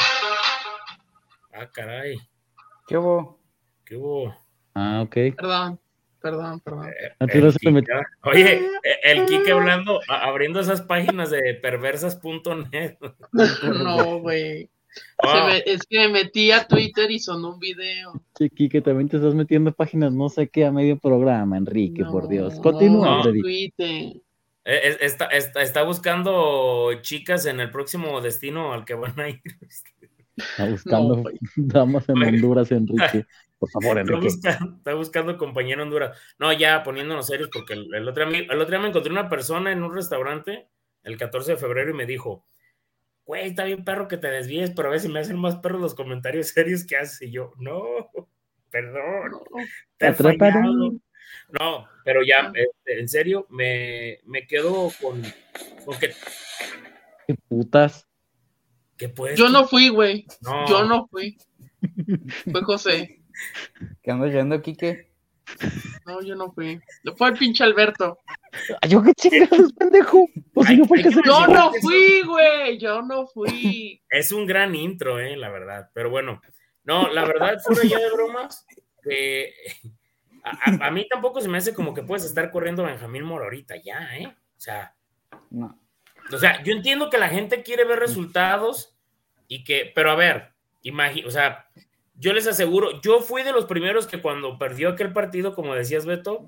Ah, caray. ¿Qué hubo? ¿Qué hubo? Ah, ok. Perdón, perdón, perdón. Eh, el Kike, oye, el Kike hablando, abriendo esas páginas de perversas punto net. No, güey. Oh. Es que me metí a Twitter y sonó un video. Sí, Kike, también te estás metiendo páginas no sé qué a medio programa, Enrique, no, por Dios. Continúa, no, Twitter. Está, está, está buscando chicas en el próximo destino al que van a ir. Está buscando no, damas en Honduras, Enrique. Por favor, Enrique. Está buscando, está buscando compañero en Honduras. No, ya poniéndonos serios, porque el, el, otro día, el otro día me encontré una persona en un restaurante el catorce de febrero y me dijo, güey, está bien perro que te desvíes, pero a veces me hacen más perros los comentarios serios que haces. Y yo, no, perdón, no, te he fallado. No, pero ya, este, en serio, me, me quedo con, con que... ¿Qué putas? ¿Qué pues? Yo no fui, güey. No. Yo no fui. Fue José. ¿Qué andas yendo, Kike? No, yo no fui. Fue el pinche Alberto. ¿Yo qué chingados, pendejo? O sea, ay, no fue ay, que se... Yo no fui, güey. Yo no fui. Es un gran intro, eh, la verdad. Pero bueno, no, la verdad, fuera ya de bromas, eh, a, a, a mí tampoco se me hace como que puedes estar corriendo Benjamín Mora ahorita ya, ¿eh? O sea, no. O sea, yo entiendo que la gente quiere ver resultados, y que, pero a ver, imagínate, o sea, yo les aseguro, yo fui de los primeros que cuando perdió aquel partido, como decías, Beto,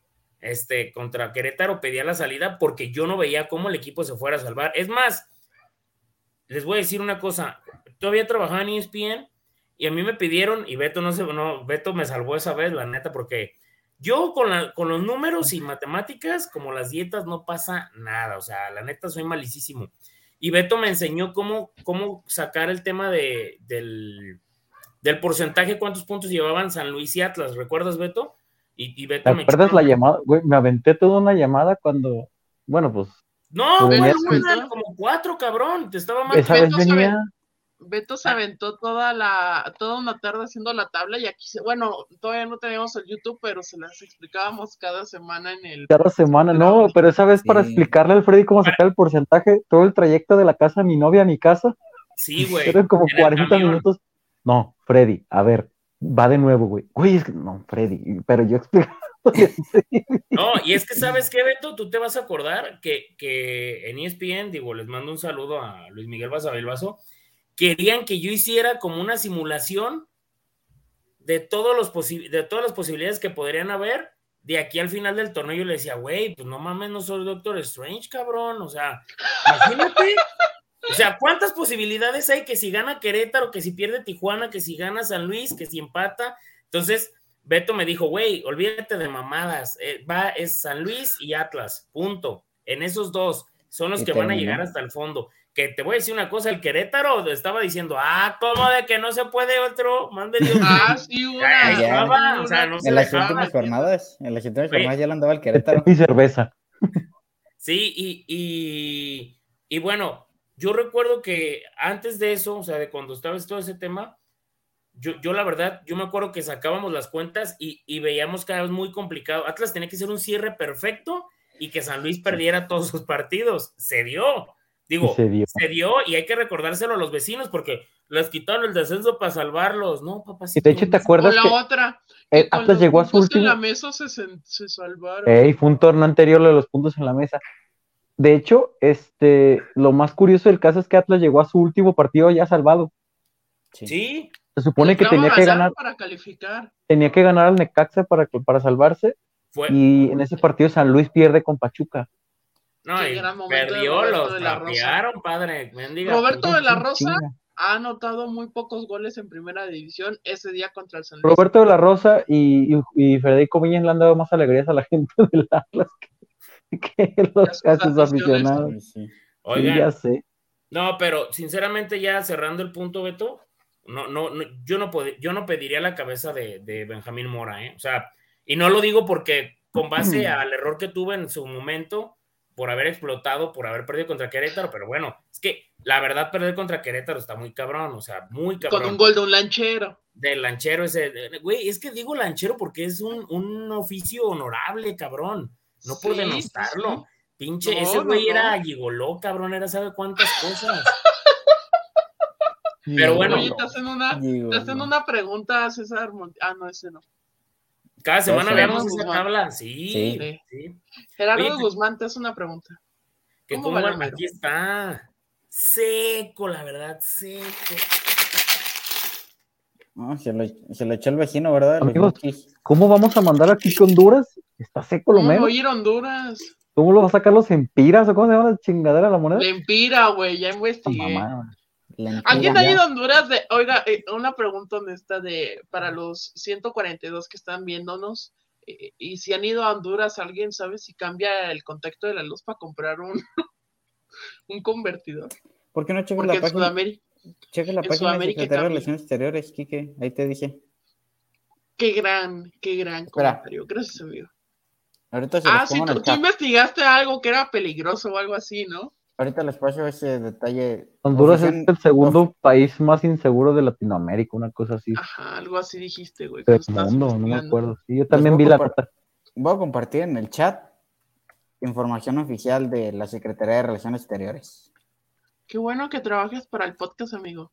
este, contra Querétaro, pedía la salida porque yo no veía cómo el equipo se fuera a salvar. Es más, les voy a decir una cosa, todavía trabajaba en E S P N y a mí me pidieron, y Beto no se, no, Beto me salvó esa vez, la neta, porque yo con, la, con los números y matemáticas, como las dietas, no pasa nada, o sea, la neta soy malicísimo. Y Beto me enseñó cómo, cómo sacar el tema de, del, del porcentaje, cuántos puntos llevaban San Luis y Atlas, ¿recuerdas, Beto? Y, y Beto ¿Te me acuerdas echó, la llamada? Güey, me aventé toda una llamada cuando, bueno, pues... No, pues, güey, venía- una, como cuatro, cabrón, te estaba mal. esa vez Beto se venía... Beto se aventó toda la, toda una tarde haciendo la tabla y aquí, se, bueno, todavía no teníamos el YouTube, pero se las explicábamos cada semana en el... Cada semana, no, pero esa vez para Sí. explicarle al Freddy cómo sacar el porcentaje, todo el trayecto de la casa de mi novia a mi casa, Sí, güey. eran como en el cuarenta camión. minutos. No, Freddy, a ver, va de nuevo, güey. Güey, es que no, Freddy, pero yo explicándole así. No, y es que sabes qué, Beto, tú te vas a acordar que, que en E S P N, digo, les mando un saludo a Luis Miguel Basavilbaso, querían que yo hiciera como una simulación de, todos los posi- de todas las posibilidades que podrían haber de aquí al final del torneo. Yo le decía, güey, pues no mames, no soy Doctor Strange, cabrón, o sea, imagínate, o sea, ¿cuántas posibilidades hay que si gana Querétaro, que si pierde Tijuana, que si gana San Luis, que si empata? Entonces, Beto me dijo, güey, olvídate de mamadas, eh, va, es San Luis y Atlas, punto, en esos dos, son los Y que van a terminó. llegar hasta el fondo. Que te voy a decir una cosa, el Querétaro estaba diciendo, ah, ¿cómo de que no se puede otro? Mande Dios. Ah, sí, una. Ahí Ya. estaba, o sea, no se En las dejaba. últimas jornadas, en las últimas Oye. jornadas ya le andaba el Querétaro. Mi cerveza. Sí, y, y, y bueno, yo recuerdo que antes de eso, o sea, de cuando estaba todo ese tema, yo, yo la verdad, yo me acuerdo que sacábamos las cuentas y, y veíamos cada vez muy complicado. Atlas tenía que ser un cierre perfecto y que San Luis perdiera todos sus partidos. Se dio. Digo, Y se dio. se dio y hay que recordárselo a los vecinos porque les quitaron el descenso para salvarlos. No, Y papacito. de hecho, ¿te O acuerdas la que otra. eh, Que con Atlas los llegó a su puntos en último... la mesa se, se, se salvaron. Ey, fue un torneo anterior de los puntos en la mesa. De hecho, este, lo más curioso del caso es que Atlas llegó a su último partido ya salvado. Sí. Sí, Se supone que Lograba tenía que ganar ganar, para calificar. tenía que ganar al Necaxa para, para salvarse. fue. Y en ese partido San Luis pierde con Pachuca. No, Qué y gran momento de perdió, Roberto los de la Rosa. trapearon, padre. Mendiga, Roberto pues. de la Rosa Chinga. ha anotado muy pocos goles en primera división ese día contra el San Luis. Roberto de la Rosa y, y, y Federico Viñas le han dado más alegrías a la gente del Atlas que, que los, A a sus sus aficionados. Sí, sí. Oigan, Sí, ya sé. no, pero sinceramente ya cerrando el punto, Beto, no, no, no yo no pod- yo no pediría la cabeza de, de Benjamín Mora, ¿eh? O sea, y no lo digo porque con base al error que tuve en su momento por haber explotado, por haber perdido contra Querétaro, pero bueno, es que la verdad perder contra Querétaro está muy cabrón, o sea, muy cabrón. Con un gol de un lanchero. Del lanchero ese, de- güey, es que digo lanchero porque es un, un oficio honorable, cabrón, no por Sí, denostarlo. sí, sí. Pinche, No, ese no, güey no. era gigoló, cabrón, era sabe cuántas cosas. Pero bueno, Oye, te hacen una, Digo, te hacen no. una pregunta, César Monti- Ah, no, ese no. cada semana Eso. veamos Gerardo esa Guzmán. tabla, sí, Sí. sí. Gerardo Oye, que- Guzmán te hace una pregunta. Que ¿Cómo cómo va el van, Homero? aquí está, seco, la verdad, seco. No, se lo, se lo echó el vecino, ¿verdad? Los Amigos, Bukis. ¿cómo vamos a mandar aquí con Honduras? Está seco lo ¿Cómo menos. no ir a Honduras? ¿Cómo lo va a sacar los empiras o cómo se llama la chingadera de la moneda? Lempira, güey, ya Esta investigué. mamada. Lempira. ¿Alguien ha ya. ido a Honduras? De, oiga, eh, una pregunta honesta de para los ciento cuarenta y dos que están viéndonos. eh, y si han ido a Honduras, ¿alguien sabe si cambia el contacto de la luz para comprar un, un convertidor? ¿Por qué no checas Porque la en página? Sudamérica, Checa la en página de Sudamérica Secretaría de cambia. Relaciones Exteriores, Quique. Ahí te dice. qué gran, qué gran Espera. comentario. Gracias, amigo. Ahorita se Ah, los sí, pongo en tú, el tú chat. investigaste algo que era peligroso o algo así, ¿no? Ahorita les paso ese detalle. Honduras Oficial- es el segundo país más inseguro de Latinoamérica, una cosa así. Ajá, algo así dijiste, güey. que Del lo estabas mundo, no me investigando. acuerdo. Sí, yo también voy vi a la compar- nota. Voy a compartir en el chat información oficial de la Secretaría de Relaciones Exteriores. Qué bueno que trabajes para el podcast, amigo.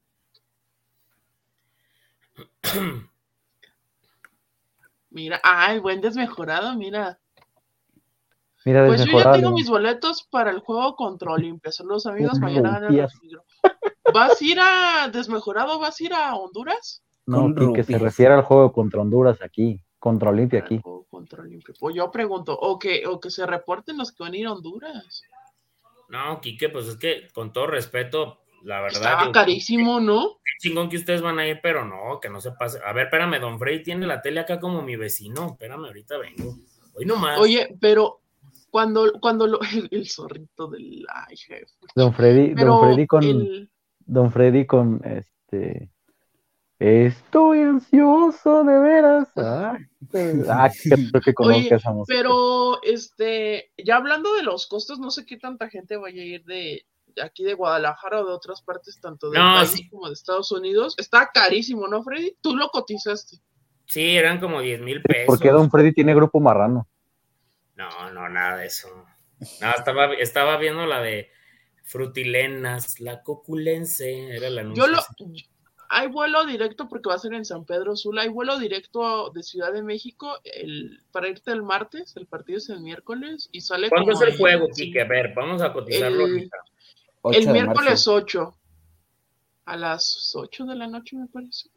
Mira, ah, el buen desmejorado, mira. Mira, Pues yo ya desmejorable. tengo mis boletos para el juego contra Olimpia. Saludos, amigos. Uy, Mañana ganan Olimpia. los Tigres. ¿Vas a ir a desmejorado? ¿Vas a ir a Honduras? No, y que se refiere al juego contra Honduras aquí, contra Olimpia aquí. O contra Olimpia. Pues yo pregunto, o que, o que se reporten los que van a ir a Honduras. No, Quique, pues es que con todo respeto, la verdad. Estaba digo, carísimo, ¿no? Qué chingón que ustedes van a ir, pero no, que no se pase. A ver, espérame, Don Freddy tiene la tele acá como mi vecino. Espérame, ahorita vengo. Hoy nomás. Oye, pero cuando, cuando lo, el, el zorrito del ay, jefe. Don Freddy, pero Don Freddy con el... Don Freddy con este estoy ansioso de veras. Ah, ah creo que conozco esa música. Pero este, ya hablando de los costos, no sé qué tanta gente vaya a ir de, de aquí de Guadalajara o de otras partes, tanto del no, país sí. como de Estados Unidos. Está carísimo, ¿no, Freddy? Tú lo cotizaste. Sí, eran como diez mil pesos. ¿Por qué Don Freddy tiene grupo marrano? No, no, nada de eso. No, estaba, estaba viendo la de Frutilenas, la coculense, era la anuncio. Yo lo, hay vuelo directo porque va a ser en San Pedro Sula, hay vuelo directo de Ciudad de México el, para irte el martes, el partido es el miércoles y sale ¿Cuándo como es el en, juego, Quique? A ver, vamos a cotizarlo el, ahorita. El miércoles ocho, a las ocho de la noche me parece.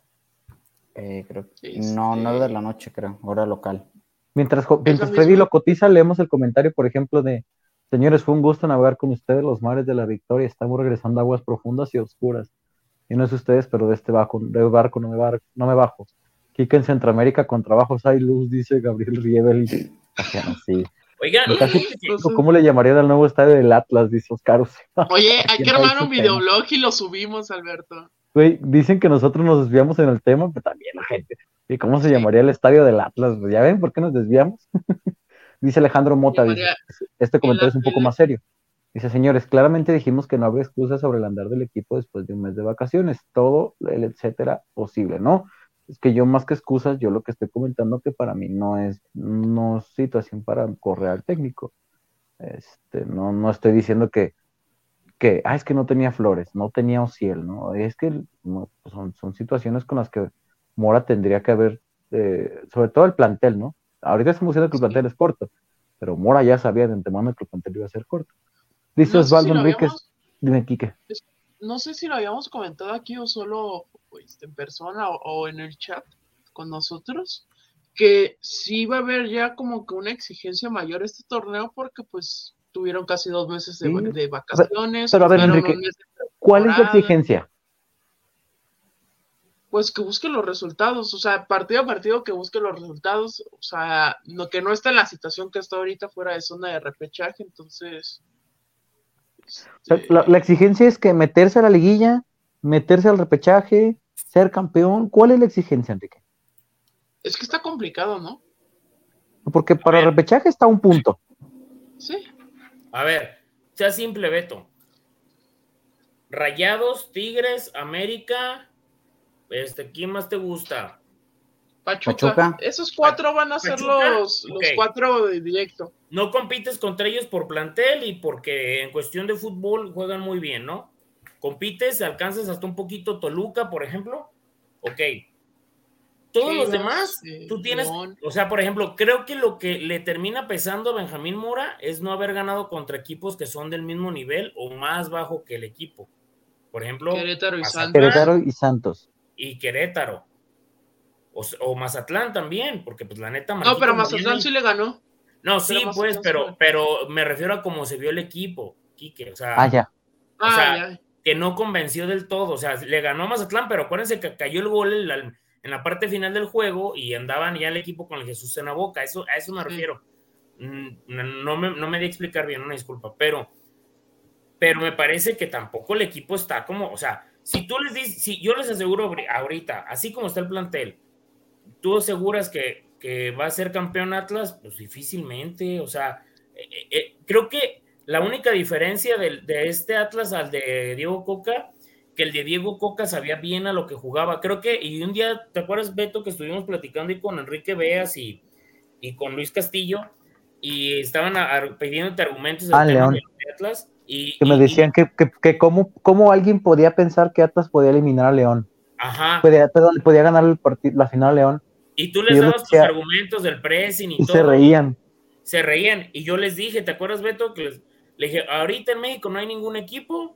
Eh, creo que este... no, nueve de la noche creo, hora local. Mientras, mientras Freddy lo cotiza, leemos el comentario, por ejemplo, de señores, fue un gusto navegar con ustedes los mares de la victoria, estamos regresando a aguas profundas y oscuras. Y no sé ustedes, pero de este barco, de barco no me, bar, no me bajo. Quique en Centroamérica con trabajos hay luz, dice Gabriel Riebel. Sí. Oigan, ¿cómo le llamarían al nuevo estadio del Atlas? Dice Oscar. Oye, hay que armar un videoblog y lo subimos, Alberto. Güey, dicen que nosotros nos desviamos en el tema, pero también la gente. ¿Y cómo se sí. llamaría el estadio del Atlas? ¿Ya ven por qué nos desviamos? Dice Alejandro Mota, dice, este comentario es un poco más serio. Dice, señores, claramente dijimos que no habría excusas sobre el andar del equipo después de un mes de vacaciones, todo el etcétera posible, ¿no? Es que yo más que excusas, yo lo que estoy comentando que para mí no es no es situación para correr al técnico. Este, no, no estoy diciendo que, que, ah, es que no tenía Flores, no tenía Ociel, ¿no? Es que no, son, son situaciones con las que Mora tendría que haber, eh, sobre todo el plantel, ¿no? Ahorita estamos diciendo que el plantel es corto, pero Mora ya sabía de antemano que el plantel iba a ser corto. Dice no Osvaldo si Enríquez, habíamos, dime, Quique. No sé si lo habíamos comentado aquí o solo pues, en persona o, o en el chat con nosotros, que sí va a haber ya como que una exigencia mayor este torneo porque pues tuvieron casi dos meses de, sí. de vacaciones. Pero a ver, Enrique, ¿cuál es la exigencia? Pues que busque los resultados, o sea, partido a partido que busque los resultados, o sea, no, que no esté en la situación que está ahorita fuera de zona de repechaje, entonces... Este... La, la exigencia es que meterse a la liguilla, meterse al repechaje, ser campeón. ¿Cuál es la exigencia, Enrique? Es que está complicado, ¿no? Porque para el repechaje está un punto. Sí. A ver, sea simple, Beto. Rayados, Tigres, América, este, ¿quién más te gusta? Pachuca. Pachuca. Esos cuatro van a ser los, los okay. cuatro de directo. No compites contra ellos por plantel y porque en cuestión de fútbol juegan muy bien, ¿no? Compites, alcanzas hasta un poquito Toluca, por ejemplo. Ok. Todos sí, los demás, sí, tú tienes, León. O sea, por ejemplo, creo que lo que le termina pesando a Benjamín Mora es no haber ganado contra equipos que son del mismo nivel o más bajo que el equipo. Por ejemplo, Querétaro y Santos. Querétaro y Santos. Y Querétaro. O, o Mazatlán también, porque pues la neta... No, pero Mazatlán sí le ganó. No, sí, pero pues, pero, pero me refiero a cómo se vio el equipo, Quique, o sea... Ah, ya. O sea, ah, ya. Que no convenció del todo, o sea, le ganó a Mazatlán, pero acuérdense que cayó el gol en la, en la parte final del juego y andaban ya el equipo con el Jesús en la boca, eso, a eso me refiero. Sí. No, me, no me di a explicar bien, una disculpa, pero, pero me parece que tampoco el equipo está como, o sea, si tú les dices, si yo les aseguro ahorita, así como está el plantel, ¿tú aseguras que, que va a ser campeón Atlas? Pues difícilmente, o sea, eh, eh, creo que la única diferencia de, de este Atlas al de Diego Coca, que el de Diego Coca sabía bien a lo que jugaba, creo que, y un día, ¿te acuerdas, Beto, que estuvimos platicando y con Enrique Beas y, y con Luis Castillo, y estaban a, a, pidiéndote argumentos del ah, tema León. de Atlas? Y, que me y, decían y, que, que, que cómo, cómo alguien podía pensar que Atlas podía eliminar a León. Ajá. Podía, perdón, podía ganar el partido, la final a León. Y tú les dabas tus argumentos del pressing y, y todo. se reían. Se reían. Y yo les dije, ¿te acuerdas, Beto? Que les, le dije, ahorita en México no hay ningún equipo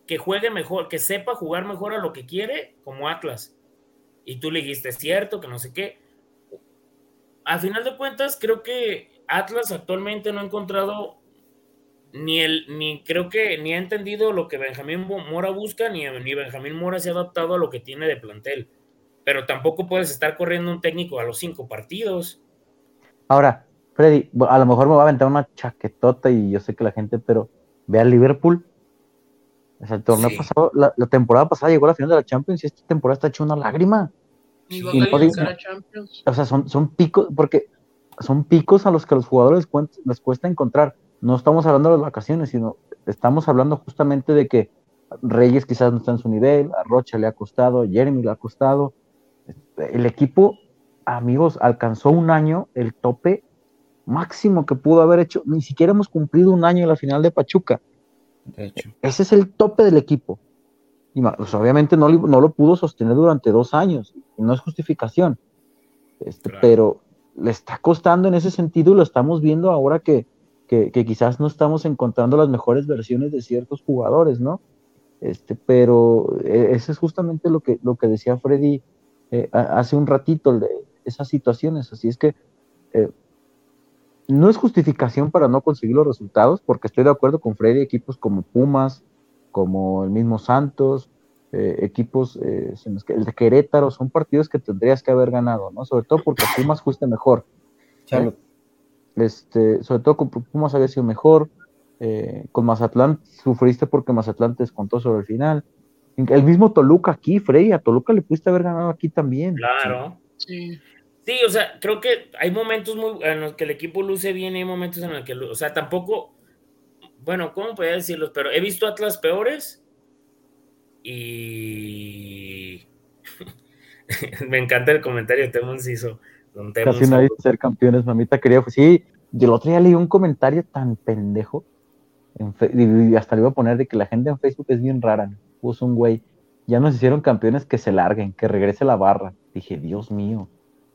que juegue mejor, que sepa jugar mejor a lo que quiere, como Atlas. Y tú le dijiste, es cierto, que no sé qué. Al final de cuentas, creo que Atlas actualmente no ha encontrado ni el, ni creo que ni ha entendido lo que Benjamín Mora busca, ni, ni Benjamín Mora se ha adaptado a lo que tiene de plantel. Pero tampoco puedes estar corriendo un técnico a los cinco partidos. Ahora, Freddy, a lo mejor me va a aventar una chaquetota y yo sé que la gente, pero ve al Liverpool. O sea, el torneo Sí. pasado, la, la temporada pasada llegó a la final de la Champions y esta temporada está hecho una lágrima. Ni Y va a no digo- calificar a Champions. O sea, son, son picos, porque son picos a los que a los jugadores les, cuen- les cuesta encontrar. No estamos hablando de las vacaciones, sino estamos hablando justamente de que Reyes quizás no está en su nivel, a Rocha le ha costado, a Jeremy le ha costado. El equipo, amigos, alcanzó un año el tope máximo que pudo haber hecho. Ni siquiera hemos cumplido un año en la final de Pachuca. De hecho. Ese es el tope del equipo. Y pues, obviamente no, no lo pudo sostener durante dos años. Y no es justificación. Este, Claro. Pero le está costando en ese sentido y lo estamos viendo ahora que, que, que quizás no estamos encontrando las mejores versiones de ciertos jugadores, ¿no? Este, pero eh, ese es justamente lo que, lo que decía Freddy eh, hace un ratito, de esas situaciones. Así es que eh, no es justificación para no conseguir los resultados, porque estoy de acuerdo con Freddy, equipos como Pumas, como el mismo Santos, eh, equipos, eh, el de Querétaro, son partidos que tendrías que haber ganado, ¿no? Sobre todo porque Pumas fuiste mejor. Salud. ¿eh? Este, sobre todo con Pumas había sido mejor, eh, con Mazatlán sufriste porque Mazatlán te descontó sobre el final. El mismo Toluca aquí, Freddy, a Toluca le pudiste haber ganado aquí también. Claro. Sí. Sí, o sea, creo que hay momentos muy, en los que el equipo luce bien y hay momentos en los que, o sea, tampoco, bueno, ¿cómo podría decirlos? Pero he visto Atlas peores y me encanta el comentario de Temo Enciso. Don Temo Casi nadie Enciso. ser campeones, mamita quería. Pues sí, yo el otro día leí un comentario tan pendejo en fe- y hasta le iba a poner de que la gente en Facebook es bien rara, ¿no? Puso un güey, ya nos hicieron campeones, que se larguen, que regrese la barra. Dije, Dios mío.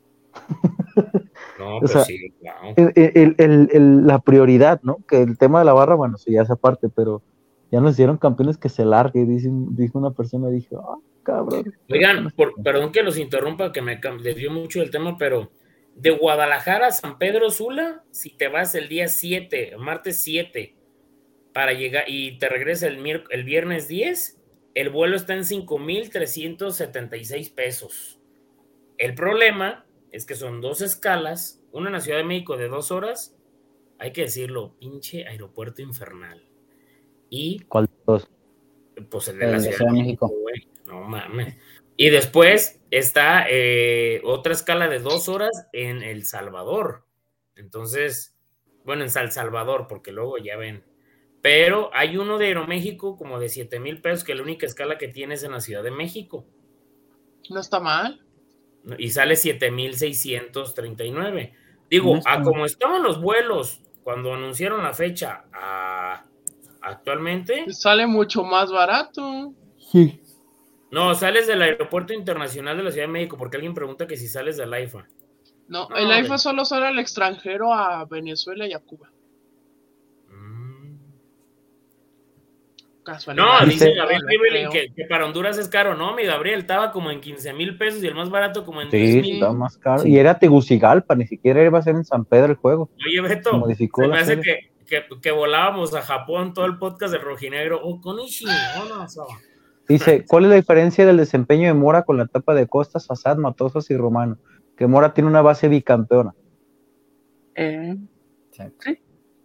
No, O pues sea, sí, wow. el, el- el- el- la prioridad, ¿no? Que el tema de la barra, bueno, sí, ya esa parte, pero ya nos hicieron campeones, que se largue, dice, dijo una persona, dije, ah, cabrón. Oigan, por, perdón que los interrumpa, que me cam- desvió mucho del tema, pero de Guadalajara a San Pedro Sula, si te vas el día siete, martes siete, para llegar y te regresa el, mier- el viernes diez, el vuelo está en cinco mil trescientos setenta y seis pesos. El problema es que son dos escalas, una en la Ciudad de México de dos horas, hay que decirlo, pinche aeropuerto infernal. Y ¿Cuál de dos? pues el de la El Ciudad de México, México. güey, no mames. Y después está eh, otra escala de dos horas en El Salvador. Entonces, bueno, en San Salvador, porque luego ya ven. Pero hay uno de Aeroméxico como de siete mil pesos, que la única escala que tiene es en la Ciudad de México. No está mal. Y sale siete mil seiscientos treinta y nueve. Digo, No está a mal. como estaban los vuelos cuando anunciaron la fecha, a actualmente, Sale mucho más barato. Sí. no, sales del Aeropuerto Internacional de la Ciudad de México, porque alguien pregunta que si sales del AIFA. No, No, el AIFA güey. solo sale al extranjero, a Venezuela y a Cuba. Mm. Casualidad. No, Dice- dice Gabriel No, Ribelin creo. que, que para Honduras es caro. No, mi Gabriel estaba como en quince mil pesos y el más barato como en diez Sí, mil. está más caro. Sí. Y era Tegucigalpa, ni siquiera iba a ser en San Pedro el juego. Oye, Se Beto, modificó se la me hace sede. que, que, que volábamos a Japón todo el podcast del rojinegro. Oh, Konishi, oh, no, so. Dice, ¿cuál es la diferencia del desempeño de Mora con la etapa de Costas, Assad, Matosas y Romano? Que Mora tiene una base bicampeona. Eh, Exacto. sí.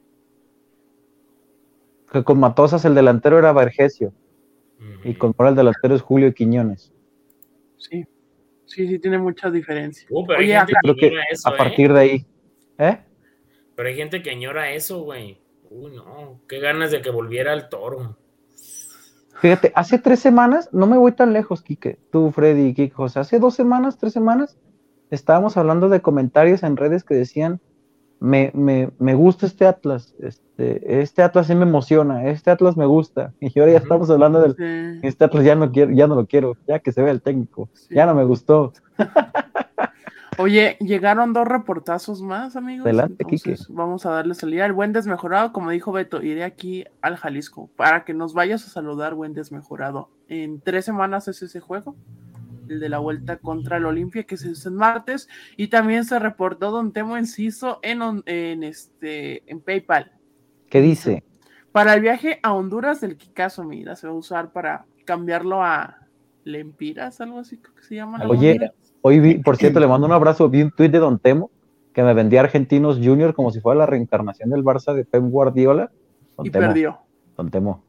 Que con Matosas el delantero era Vergesio Ujú. y con Mora el delantero es Julio Quiñones. Sí. Sí, sí, tiene muchas diferencias. Uh, pero Oye, hay gente acá- que Creo que añora eso, a partir ¿eh? de ahí, ¿eh? Pero hay gente que añora eso, güey. Uy, no, qué ganas de que volviera al Toro. Fíjate, hace tres semanas, no me voy tan lejos, Quique, tú, Freddy y Quique, José, hace dos semanas, tres semanas, estábamos hablando de comentarios en redes que decían, me, me, me gusta este Atlas, este, este Atlas sí me emociona, este Atlas me gusta, y ahora ya Ujú. estamos hablando del, Sí. este Atlas ya no quiero, ya no lo quiero, ya que se vea el técnico, Sí. ya no me gustó. Oye, llegaron dos reportazos más, amigos. Adelante, Entonces, Quique. vamos a darle salida. El buen desmejorado, como dijo Beto, iré aquí al Jalisco para que nos vayas a saludar, buen desmejorado. En tres semanas es ese juego, el de la vuelta contra el Olimpia, que se hace en martes, y también se reportó Don Temo Enciso en, en, este, en PayPal. ¿Qué dice? Para el viaje a Honduras del Kikazo, mira, se va a usar para cambiarlo a Lempiras, algo así que se llama. La Oye, moneda. hoy vi, por cierto, le mando un abrazo, vi un tuit de Don Temo que me vendía Argentinos Junior como si fuera la reencarnación del Barça de Pep Guardiola. Don y Temo, perdió. Don Temo.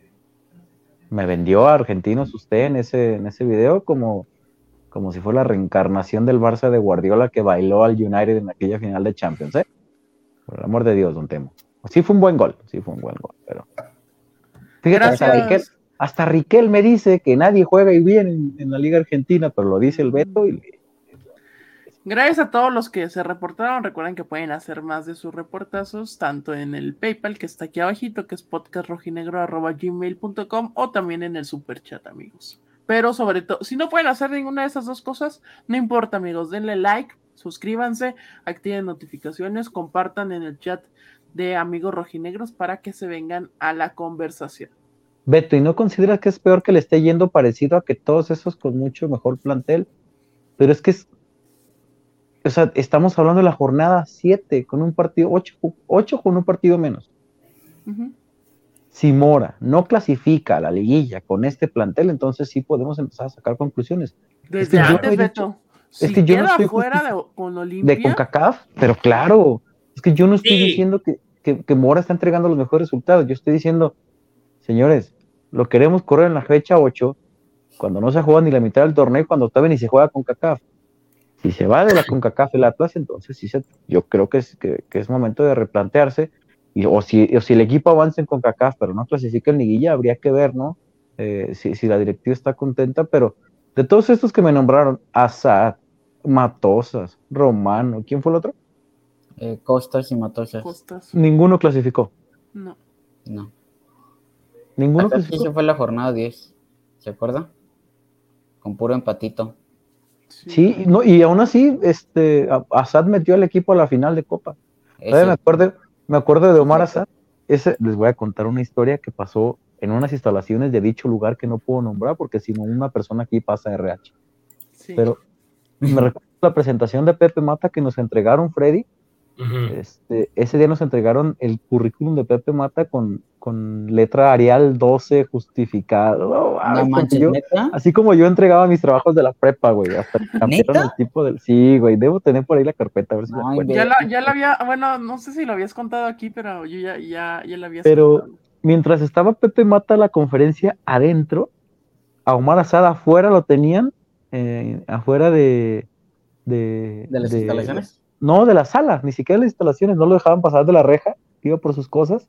Me vendió a Argentinos usted en ese, en ese video como, como si fuera la reencarnación del Barça de Guardiola que bailó al United en aquella final de Champions, ¿eh? Por el amor de Dios, Don Temo. Sí fue un buen gol, sí fue un buen gol, pero... Fíjate, hasta Riquel, hasta Riquel me dice que nadie juega y bien en, en la Liga Argentina, pero lo dice el Beto y... Gracias a todos los que se reportaron. Recuerden que pueden hacer más de sus reportazos, tanto en el PayPal, que está aquí abajito, que es podcast rojinegro arroba gmail punto com, o también en el superchat, amigos. Pero sobre todo, si no pueden hacer ninguna de esas dos cosas, no importa, amigos, denle like, suscríbanse, activen notificaciones, compartan en el chat de amigos rojinegros para que se vengan a la conversación. Beto, ¿y no consideras que es peor que le esté yendo parecido a que todos esos con mucho mejor plantel? Pero es que es, o sea, estamos hablando de la jornada siete con un partido, ocho con un partido menos. Uh-huh. Si Mora no clasifica a la liguilla con este plantel, entonces sí podemos empezar a sacar conclusiones. Desde es que antes, yo no he Beto, dicho, si es que yo queda no estoy fuera de, con Olimpia, de CONCACAF, pero claro, es que yo no estoy sí. diciendo que, que, que Mora está entregando los mejores resultados, yo estoy diciendo, señores, lo queremos correr en la fecha ocho, cuando no se juega ni la mitad del torneo, cuando todavía ni se juega CONCACAF. Si se va de la CONCACAF el Atlas, entonces sí se, yo creo que es, que, que es momento de replantearse, y, o, si, o si el equipo avanza en CONCACAF, pero no clasifica en liguilla, habría que ver, ¿no? Eh, si, si la directiva está contenta, pero de todos estos que me nombraron, Azad, Matosas, Romano, ¿quién fue el otro? Eh, Costas y Matosas. Costas. Ninguno clasificó. No. No. Ninguno Acá clasificó. sí se fue la jornada diez, ¿se acuerda? Con puro empatito. Sí, sí, no, y aún así, este, Azad metió al equipo a la final de Copa. Me acuerdo, me acuerdo de Omar Azad. Ese, les voy a contar una historia que pasó en unas instalaciones de dicho lugar que no puedo nombrar porque si no una persona aquí pasa R H. Sí. Pero me recuerdo la presentación de Pepe Mata que nos entregaron, Freddy. Uh-huh. Este, ese día nos entregaron el currículum de Pepe Mata con, con letra Arial doce justificado. Oh, no manches, yo, ¿neta? así como yo entregaba mis trabajos de la prepa, güey, hasta que cambiaron el tipo del... Sí, güey, debo tener por ahí la carpeta, a ver si no, la ya, la, ya la había, bueno, no sé si lo habías contado aquí, pero yo ya, ya, ya la había Pero contado. Mientras estaba Pepe Mata la conferencia adentro, a Omar Azad afuera lo tenían, eh, afuera de... ¿De, ¿De las de, instalaciones? No, de la sala, ni siquiera de las instalaciones, no lo dejaban pasar de la reja, iba por sus cosas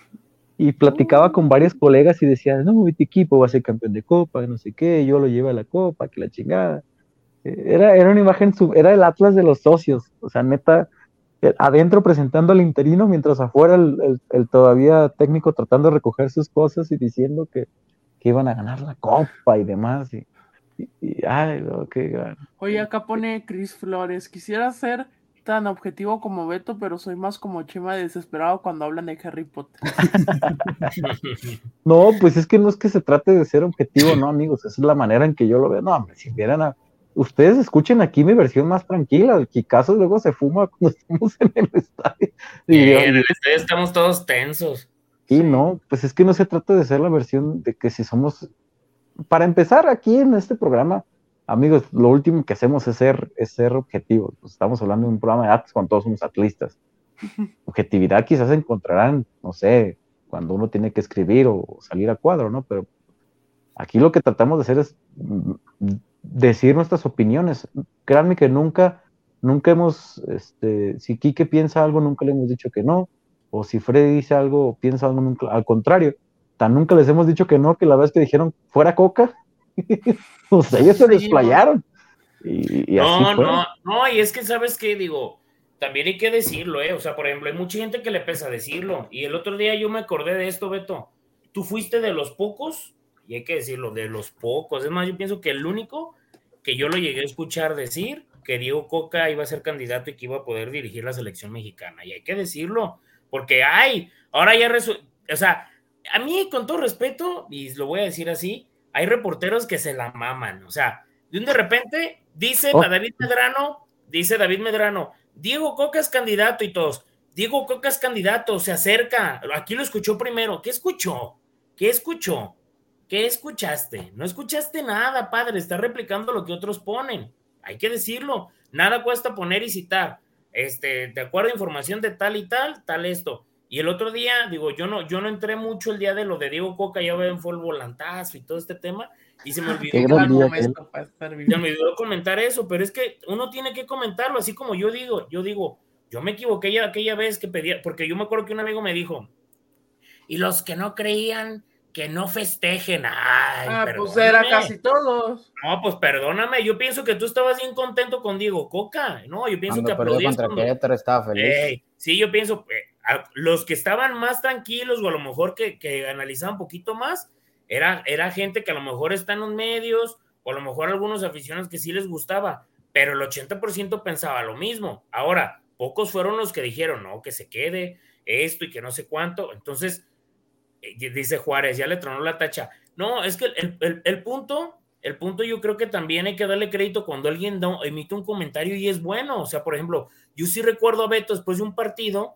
y platicaba con varios colegas y decía, no, mi equipo va a ser campeón de Copa, no sé qué, yo lo llevo a la Copa, que la chingada. Era, era una imagen, sub, era el Atlas de los socios, o sea, neta, adentro presentando al interino, mientras afuera el, el, el todavía técnico tratando de recoger sus cosas y diciendo que, que iban a ganar la Copa y demás. Y, y, y ay, no, qué... Oye, acá pone Cris Flores, quisiera ser tan objetivo como Beto, pero soy más como Chema desesperado cuando hablan de Harry Potter. No, pues es que no es que se trate de ser objetivo, no, amigos, esa es la manera en que yo lo veo. No, hombre, si vieran a... Ustedes escuchen aquí mi versión más tranquila, el Kikazo luego se fuma cuando estamos en el estadio. Y yeah, en el estadio estamos todos tensos. Y sí. No, pues es que no se trata de ser la versión de que si somos... Para empezar, aquí en este programa, amigos, lo último que hacemos es ser, es ser objetivos. Pues estamos hablando de un programa de datos cuando todos somos atlistas. Objetividad quizás encontrarán, no sé, cuando uno tiene que escribir o salir a cuadro, ¿no? Pero aquí lo que tratamos de hacer es decir nuestras opiniones. Créanme que nunca, nunca hemos, este, si Quique piensa algo, nunca le hemos dicho que no, o si Freddy dice algo, piensa algo, nunca, al contrario, tan nunca les hemos dicho que no, que la vez que dijeron fuera Coca, o sea, ellos se sí, desplayaron. Y, y no, así fue. no, no, y es que, ¿sabes qué? Digo, también hay que decirlo, ¿eh? O sea, por ejemplo, hay mucha gente que le pesa decirlo, y el otro día yo me acordé de esto, Beto, tú fuiste de los pocos, y hay que decirlo, de los pocos, es más, yo pienso que el único que yo lo llegué a escuchar decir que Diego Coca iba a ser candidato y que iba a poder dirigir la selección mexicana, y hay que decirlo, porque hay, ahora ya resulta, o sea, a mí con todo respeto, y lo voy a decir así, hay reporteros que se la maman, o sea, de un de repente dice Oh. a David Medrano, dice David Medrano, Diego Coca es candidato y todos, Diego Coca es candidato, se acerca, aquí lo escuchó primero, ¿qué escuchó? ¿Qué escuchó? ¿Qué escuchaste? No escuchaste nada, padre, está replicando lo que otros ponen, hay que decirlo, nada cuesta poner y citar, este, de acuerdo a información de tal y tal, tal esto, y el otro día, digo, yo no, yo no entré mucho el día de lo de Diego Coca, ya ven, fue el volantazo y todo este tema, y se me olvidó, Qué Qué gran gran día momento para estar se me vivo. olvidó comentar eso, pero es que uno tiene que comentarlo, así como yo digo, yo digo, yo me equivoqué ya aquella vez que pedía, porque yo me acuerdo que un amigo me dijo, y los que no creían, que no festejen, ay, Ah, pues perdóname. era casi todos. No, pues perdóname, yo pienso que tú estabas bien contento con Diego Coca, no, yo pienso Cuando que perdió aplaudías contra cuando... Querétaro estaba feliz. Ey, sí, yo pienso, eh, a, los que estaban más tranquilos o a lo mejor que, que analizaban un poquito más, era, era gente que a lo mejor está en los medios o a lo mejor algunos aficionados que sí les gustaba, pero el ochenta por ciento pensaba lo mismo. Ahora, pocos fueron los que dijeron, no, que se quede esto y que no sé cuánto. Entonces, eh, dice Juárez, ya le tronó la tacha. No, es que el, el, el punto... El punto yo creo que también hay que darle crédito cuando alguien da, emite un comentario y es bueno. O sea, por ejemplo, yo sí recuerdo a Beto después de un partido,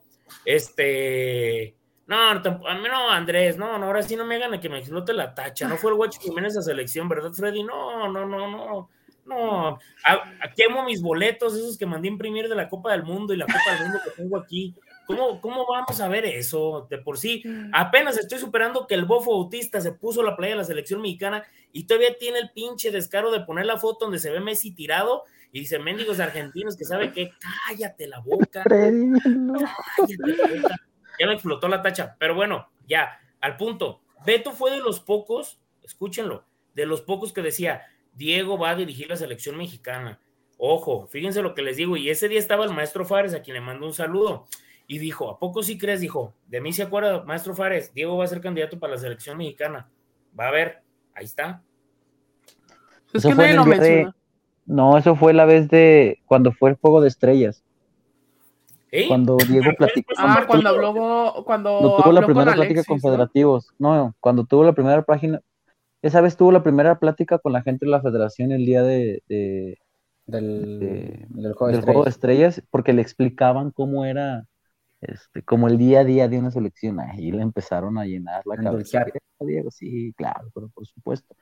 este, no, a mí no, Andrés, no, no, ahora sí no me hagan a que me explote la tacha. No fue el Guacho Jiménez a selección, ¿verdad, Freddy? No, no, no, no, no. A, a, quemo mis boletos, esos que mandé a imprimir de la Copa del Mundo y la Copa del Mundo que tengo aquí. ¿Cómo, ¿Cómo vamos a ver eso? De por sí, apenas estoy superando que el Bofo Bautista se puso la playa de la selección mexicana y todavía tiene el pinche descaro de poner la foto donde se ve Messi tirado y dice, mendigos argentinos que sabe que cállate la boca, Freddy, no. cállate la boca. Ya me explotó la tacha, pero bueno, ya, al punto. Beto fue de los pocos, escúchenlo, de los pocos que decía, Diego va a dirigir la selección mexicana. Ojo, fíjense lo que les digo, y ese día estaba el maestro Fares, a quien le mando un saludo. Y dijo, ¿a poco sí crees? Dijo, de mí se acuerda, maestro Fares, Diego va a ser candidato para la selección mexicana. Va a ver, ahí está. Es Eso que fue nadie en lo el día de- menciona. No, eso fue la vez de cuando fue el Juego de Estrellas. ¿Eh? Cuando Diego Pero fue platicó, después de un Ah, cuando, cuando partido. habló, cuando cuando tuvo la habló con primera plática con Alexis, ¿no? federativos. No, cuando tuvo la primera página, esa vez tuvo la primera plática con la gente de la federación el día de, de- Del, de- del juego de del Juego de estrellas. Estrellas, porque le explicaban cómo era, este, como el día a día de una selección. Ahí le empezaron a llenar la cabeza. Endulzar. Diego, sí, claro, pero por supuesto.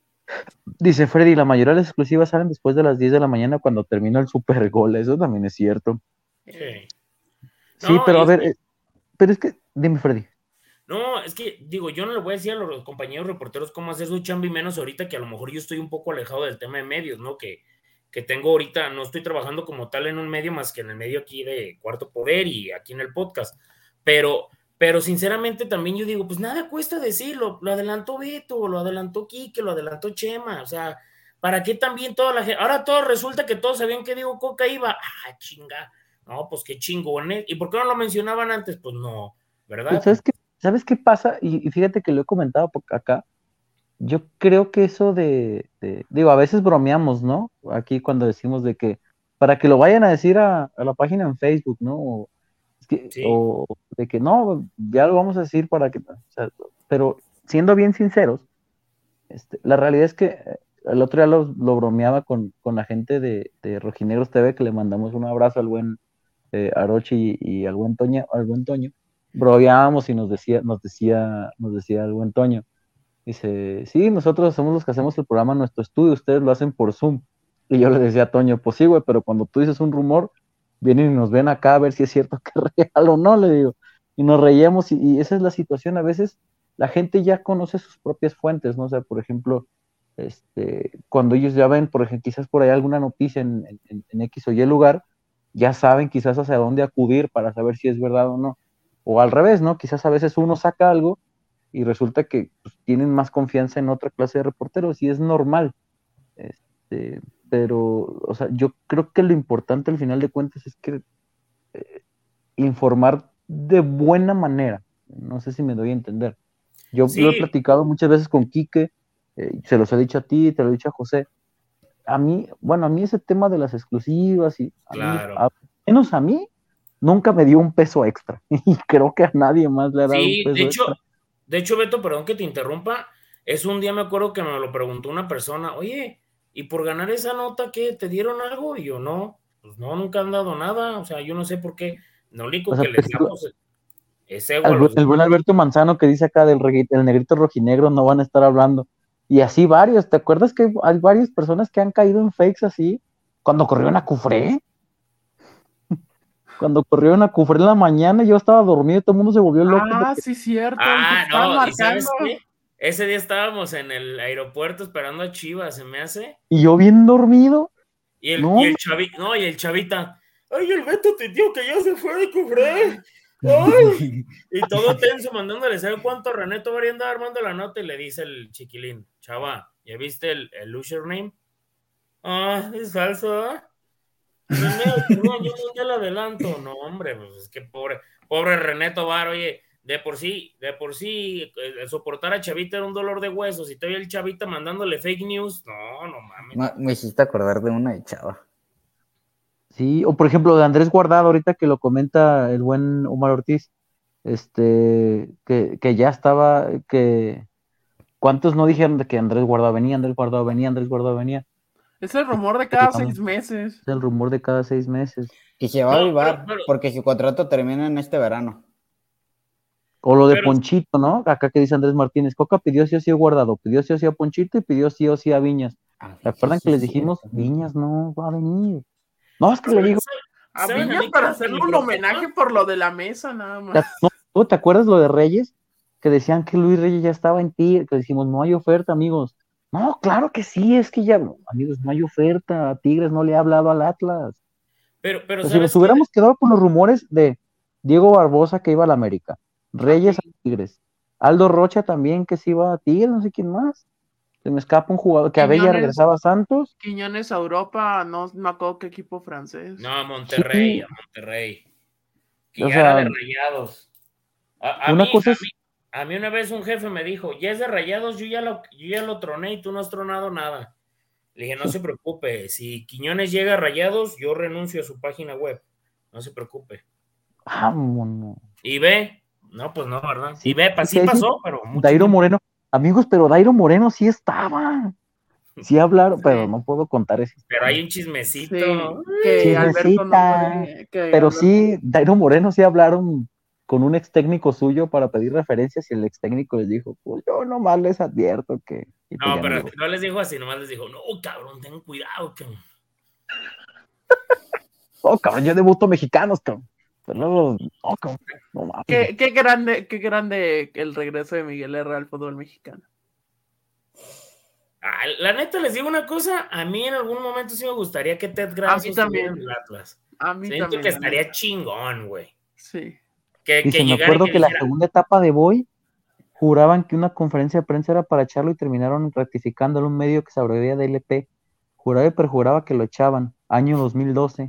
Dice Freddy, la mayoría de las exclusivas salen después de las diez de la mañana cuando termina el Super Gol. Eso también es cierto. Sí. Sí, No, pero y a es ver, que, eh, pero es que, dime Freddy. no, es que digo, yo no le voy a decir a los compañeros reporteros cómo hacer su chamba y menos ahorita que a lo mejor yo estoy un poco alejado del tema de medios, ¿no? Que, que tengo ahorita, no estoy trabajando como tal en un medio más que en el medio aquí de Cuarto Poder y aquí en el podcast. Pero, pero sinceramente también yo digo, pues nada cuesta decirlo, lo adelantó Beto, lo adelantó Quique, lo adelantó Chema, o sea, ¿para qué también toda la gente? Ahora todo resulta que todos sabían que Diego Coca iba, ah, chinga, no, pues qué chingones, ¿y por qué no lo mencionaban antes? Pues no, Pues, ¿verdad? ¿sabes qué, ¿sabes qué pasa? Y, y fíjate que lo he comentado por acá. Yo creo que eso de, de- digo, a veces bromeamos, ¿no? Aquí cuando decimos de que, para que lo vayan a decir a, a la página en Facebook, ¿no? O, es que- Sí, o de que no, ya lo vamos a decir para que, o sea, pero siendo bien sinceros, este, la realidad es que eh, el otro día lo, lo bromeaba con, con la gente de, de Rojinegros T V, que le mandamos un abrazo al buen eh, Arochi y, y al buen Toño, al buen Toño. Bromeábamos y nos decía, nos decía, nos decía el buen Toño. Dice, sí, nosotros somos los que hacemos el programa en nuestro estudio, ustedes lo hacen por Zoom. Y yo le decía a Toño, pues sí, güey, pero cuando tú dices un rumor, vienen y nos ven acá a ver si es cierto que es real o no, le digo. Y nos reíamos y, y esa es la situación. A veces la gente ya conoce sus propias fuentes, ¿no? O sea, por ejemplo, este, cuando ellos ya ven, por ejemplo, quizás por ahí alguna noticia en, en, en X o Y lugar, ya saben quizás hacia dónde acudir para saber si es verdad o no. O al revés, ¿no? Quizás a veces uno saca algo y resulta que pues, tienen más confianza en otra clase de reporteros y es normal. Este, pero, o sea, yo creo que lo importante al final de cuentas es que eh, informar de buena manera. No sé si me doy a entender. Yo lo he sí, platicado muchas veces con Quique, eh, se los he dicho a ti, te lo he dicho a José. a mí, bueno, a mí ese tema de las exclusivas y a Claro. mí, a, menos a mí, nunca me dio un peso extra. Y creo que a nadie más le ha dado un Sí, peso de hecho, extra. de hecho, Beto, perdón que te interrumpa, es un día me acuerdo que me lo preguntó una persona, oye, ¿y por ganar esa nota qué? ¿Te dieron algo? Y yo, no, pues no, nunca han dado nada, o sea, yo no sé por qué, lo único O sea, que les pues, damos es, es ego a el, bu- los... el buen Alberto Manzano que dice acá del regui- el negrito rojinegro no van a estar hablando. Y así varios, ¿te acuerdas que hay, hay varias personas que han caído en fakes así? Cuando corrió en Acufré, cuando corrió en Acufré en la mañana, yo estaba dormido y todo el mundo se volvió loco Ah, porque, sí, cierto, el que Ah, estaba no, ¿y marcando. sabes qué? Ese día estábamos en el aeropuerto esperando a Chivas, se me hace, y yo bien dormido, y el, y no, el chavita, no, y el chavita, ay, el Beto te dijo que ya se fue de Cufré, ay, y todo tenso mandándole saber cuánto René Tobar andaba armando la nota y le dice el chiquilín, chava, ¿ya viste el, el username? Ah, es falso, ¿eh? René, perdón, yo mandé el adelanto. No, hombre, pues es que pobre, pobre René Tobar, oye, de por sí, de por sí, eh, soportar a Chavita era un dolor de huesos y todavía el Chavita mandándole fake news. No, no mames. Me, me hiciste acordar de una de Chava. sí, o por ejemplo de Andrés Guardado, ahorita que lo comenta el buen Omar Ortiz, este, que, que ya estaba, que ¿cuántos no dijeron de que Andrés Guardado venía, Andrés Guardado venía, Andrés Guardado venía? Es el rumor de Que cada digamos, seis meses. es el rumor de cada seis meses. Que se va a No, pero, avivar pero, porque su contrato termina en este verano. O lo de pero, Ponchito, ¿no? Acá que dice Andrés Martínez, Coca pidió sí o sí a Guardado, pidió sí o sí a Ponchito y pidió sí o sí a Viñas. Ah, ¿Se sí, acuerdan sí, que les sí, dijimos, cierto. Viñas no va a venir? No, es que le ¿saben, digo, A saben a Viñas mí qué para es lo que hacerle me un preocupa? homenaje por lo de la mesa, nada ¿te, más. no, ¿tú te acuerdas lo de Reyes? Que decían que Luis Reyes ya estaba en ti, que decimos, no hay oferta, amigos. No, claro que sí, es que ya, no, amigos, no hay oferta. Tigres no le ha hablado al Atlas. Pero, pero, O sea, si nos ¿sabes qué? hubiéramos quedado con los rumores de Diego Barbosa que iba a la América, A Reyes a ti. Tigres, Aldo Rocha también que se iba a Tigres, no sé quién más. Se me escapa un jugador, que Abella Quiñones, regresaba a Santos. Quiñones a Europa, no me acuerdo qué equipo francés. No, a Monterrey, Sí, a Monterrey. Que o ya era de sea, Rayados. A, a una mí, cosa a es, mí, a mí una vez un jefe me dijo, ya es de Rayados, yo ya lo, yo ya lo troné y tú no has tronado nada. Le dije, no se preocupe, si Quiñones llega a Rayados, yo renuncio a su página web. No se preocupe. vámonos. Y ve, no, pues no, ¿verdad? Sí, Y ve, pues sí sí, sí, pasó, pero mucho Dairo tiempo. Moreno, amigos, pero Dairo Moreno sí estaba. Sí hablaron, pero Sí, no puedo contar esa Pero hay historia. un chismecito. sí, que Alberto no Chismecita. puede, que Pero Alberto. sí, Dairo Moreno sí hablaron con un ex técnico suyo para pedir referencias y el ex técnico les dijo, pues yo nomás les advierto que, y pues No, ya no pero llegó. no les dijo así, nomás les dijo, no, cabrón, ten cuidado, cabrón. Oh, cabrón, yo debuto mexicanos, cabrón. Pero no, no, cabrón, no mames. Qué, qué grande, qué grande el regreso de Miguel Herrera al fútbol mexicano. Ah, la neta, les digo una cosa, a mí en algún momento sí me gustaría que Ted A Grasso mí estuviera en también. el Atlas. A mí Siento también. que la estaría neta. chingón, güey. Sí. Que, que Dice, me llegara y acuerdo que que la dijera, segunda etapa de Boy juraban que una conferencia de prensa era para echarlo y terminaron rectificando en un medio que se abreviaba de L P. Juraba y perjuraba que lo echaban. Año dos mil doce.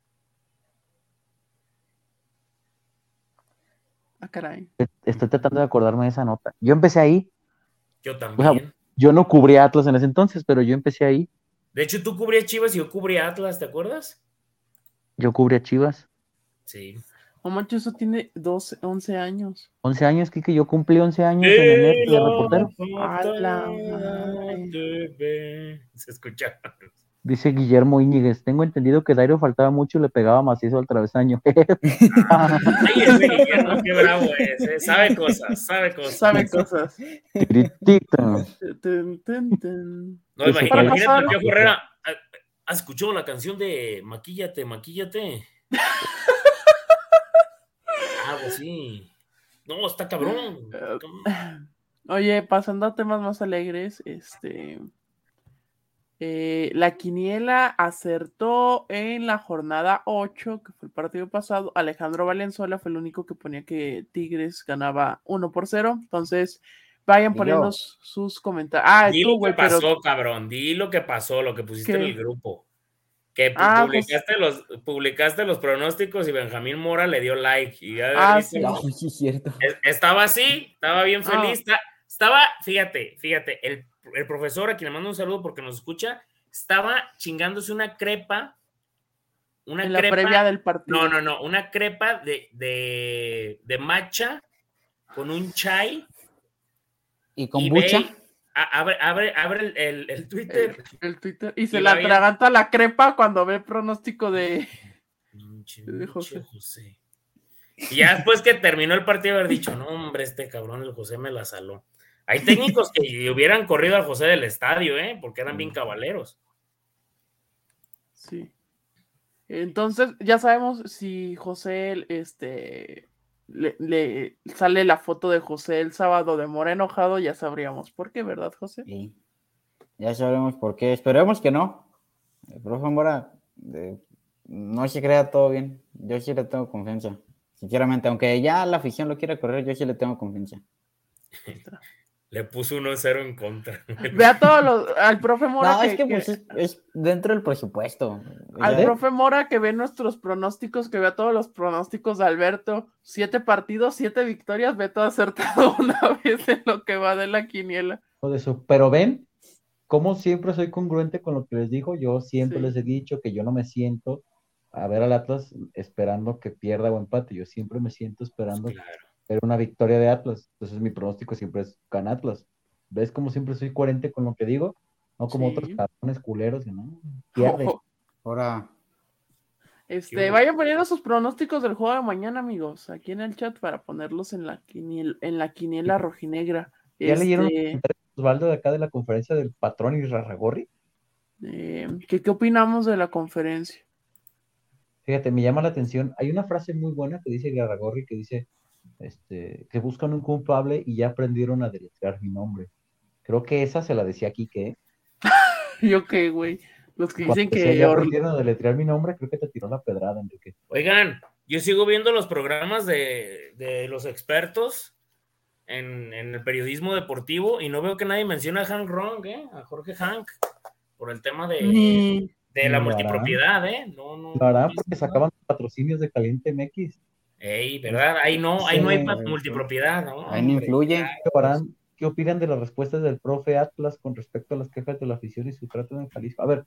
Ah, caray. Estoy tratando de acordarme de esa nota. Yo empecé ahí. yo O sea, también. yo no cubría Atlas en ese entonces, pero yo empecé ahí. De hecho, tú cubrías Chivas y yo cubría Atlas, ¿te acuerdas? Yo cubría Chivas. Sí. O mancho, eso tiene doce, once años. once años, Kike, yo cumplí once años en enero de reportero. A la madre. Se escucha. Dice Guillermo Íñiguez, tengo entendido que Dairo faltaba mucho y le pegaba macizo al travesaño. Ay, ese Guillermo, qué bravo es, ¿eh? Sabe cosas, sabe cosas. Sabe cosas. Tiritita. Tun, tun, tun. No, Que se imagínate, Para trae- pasar. imagínate, Piojo Herrera. ¿Has escuchado la canción de Maquíllate, Maquíllate? Algo así. No, está cabrón. Oye, pasando a temas más alegres, este. eh, la quiniela acertó en la jornada ocho, que fue el partido pasado. Alejandro Valenzuela fue el único que ponía que Tigres ganaba uno por cero. Entonces, vayan Y poniendo yo. sus comentarios. Ah, Di tú, lo que güey, pasó, pero. cabrón. Di lo que pasó, lo que pusiste en el ¿Qué? grupo. Que pu- Ah, pues. publicaste, los, publicaste los pronósticos y Benjamín Mora le dio like. Y ya de haber Ah, visto- sí. No, sí es cierto. es- estaba así, estaba bien Ah. feliz. ta- Estaba, fíjate, fíjate, el, el profesor a quien le mando un saludo porque nos escucha, estaba chingándose una crepa. Una en crepa, la previa del partido. No, no, no, una crepa de, de, de matcha con un chai. ¿Y kombucha? Y ve, abre, abre, abre el, el, el Twitter. El, el Twitter. Y se y la vaya... atraganta la crepa cuando ve el pronóstico de, Pinche, de José. José. Y ya después que terminó el partido, haber dicho, no, hombre, este cabrón, el José me la saló. Hay técnicos que hubieran corrido al José del estadio, ¿eh? Porque eran bien cabaleros. Sí. Entonces, ya sabemos si José, este, le, le sale la foto de José el sábado de Mora enojado, ya sabríamos por qué, ¿verdad, José? Sí, ya sabremos por qué. Esperemos que no. El profe Mora eh, no se crea todo bien. Yo sí le tengo confianza. Sinceramente, aunque ya la afición lo quiera correr, yo sí le tengo confianza. Le puso uno cero en contra. Ve a todos los, al profe Mora. No, que, es que, que pues, es, es dentro del presupuesto. O al sea, profe Mora que ve nuestros pronósticos, que vea todos los pronósticos de Alberto. Siete partidos, siete victorias, ve todo acertado una vez en lo que va de la quiniela. De eso. Pero ven, como siempre soy congruente con lo que les digo. Yo siempre Sí. les he dicho que yo no me siento a ver al Atlas esperando que pierda o empate. Yo siempre me siento esperando Claro. ver una victoria de Atlas. Entonces mi pronóstico siempre es gana Atlas. ¿Ves cómo siempre soy coherente con lo que digo? No como Sí. otros cabrones culeros que no pierde. Ojo. ahora, Este, vayan poniendo sus pronósticos del juego de mañana, amigos, aquí en el chat para ponerlos en la quiniela, en la quiniela rojinegra. ¿Ya este, leyeron los comentarios de Osvaldo de acá de la conferencia del patrón y Rarragorri? eh, ¿qué, ¿Qué opinamos de la conferencia? Fíjate, me llama la atención. Hay una frase muy buena que dice Rarragorri que dice este, que buscan un culpable y ya aprendieron a deletrear mi nombre. Creo que esa se la decía a Quique. Yo qué, güey. Los que Cuando dicen decía, que ya Or- aprendieron a deletrear mi nombre, creo que te tiró la pedrada, Enrique. Oigan, yo sigo viendo los programas de, de los expertos en, en el periodismo deportivo y no veo que nadie mencione a Hank Ronk, ¿eh? A Jorge Hank, por el tema de, Ni- de la Lo multipropiedad, ¿eh? No, no, Lo harán no porque dicen sacaban patrocinios de Caliente M X. Ey, ¿verdad? Ahí no, ahí Sí, no hay pa- eso. multipropiedad, ¿no? ahí no Hombre. influye. ¿Qué harán? ¿Qué opinan de las respuestas del profe Atlas con respecto a las quejas de la afición y su trato en Jalisco? A ver,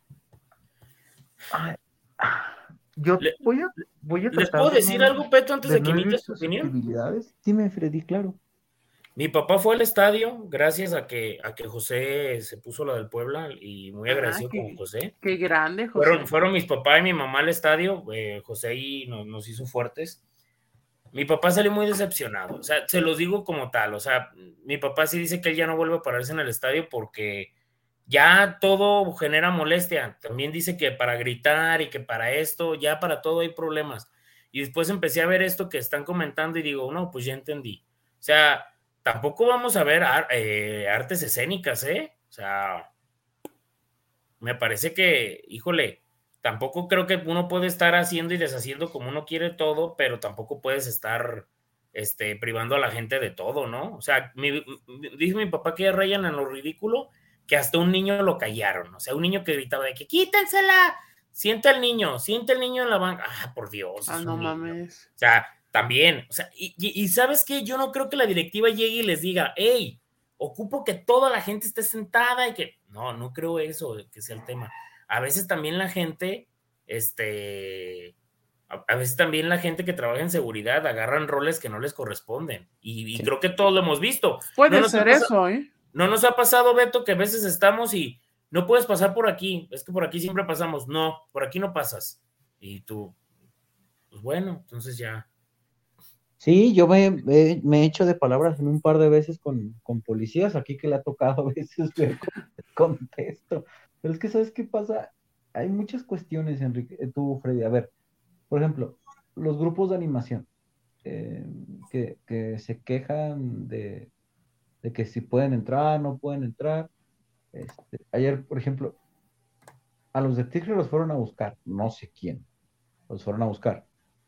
ay, yo Le- voy a, voy a ¿Les tratar puedo de decir no- algo, Peto, antes de, de que no emites herir tu opinión? susceptibilidades. Dime, Freddy, claro. Mi papá fue al estadio gracias a que, a que José se puso la del Puebla y muy Ah, agradecido qué- con José. Qué grande, José. Fueron, fueron mis papás y mi mamá al estadio, eh, José ahí nos, nos hizo fuertes. Mi papá salió muy decepcionado, o sea, se los digo como tal, o sea, mi papá sí dice que él ya no vuelve a pararse en el estadio porque ya todo genera molestia. También dice que para gritar y que para esto, ya para todo hay problemas. Y después empecé a ver esto que están comentando y digo, no, pues ya entendí. O sea, tampoco vamos a ver ar- eh, artes escénicas, ¿eh? O sea, me parece que, híjole, tampoco creo que uno puede estar haciendo y deshaciendo como uno quiere todo, pero tampoco puedes estar este, privando a la gente de todo, ¿no? O sea, mi, mi, dice mi papá que rayan en lo ridículo, que hasta un niño lo callaron, o sea, un niño que gritaba de que quítensela, siente al niño, siente al niño en la banca, ah, por Dios. Ah, es no un niño. mames. O sea, también, o sea, y, y, y ¿sabes qué? Yo no creo que la directiva llegue y les diga, hey, ocupo que toda la gente esté sentada y que, no, no creo eso, que sea el tema. A veces también la gente, este, a, a veces también la gente que trabaja en seguridad agarran roles que no les corresponden y, y Sí. creo que todos lo hemos visto. Puede No nos ha ser pasado- eso, ¿eh? No nos ha pasado, Beto, que a veces estamos y no puedes pasar por aquí, es que por aquí siempre pasamos, no, por aquí no pasas. Y tú, pues bueno, entonces ya. Sí, yo me, me- me he hecho de palabras en un par de veces con, con policías aquí que le ha tocado a veces ver con- contexto. Pero es que, ¿sabes qué pasa? Hay muchas cuestiones, Enrique, eh, tú, Freddy. A ver, por ejemplo, los grupos de animación eh, que, que se quejan de, de que si pueden entrar, no pueden entrar. Este, ayer, por ejemplo, a los de Tigre los fueron a buscar, no sé quién, los fueron a buscar.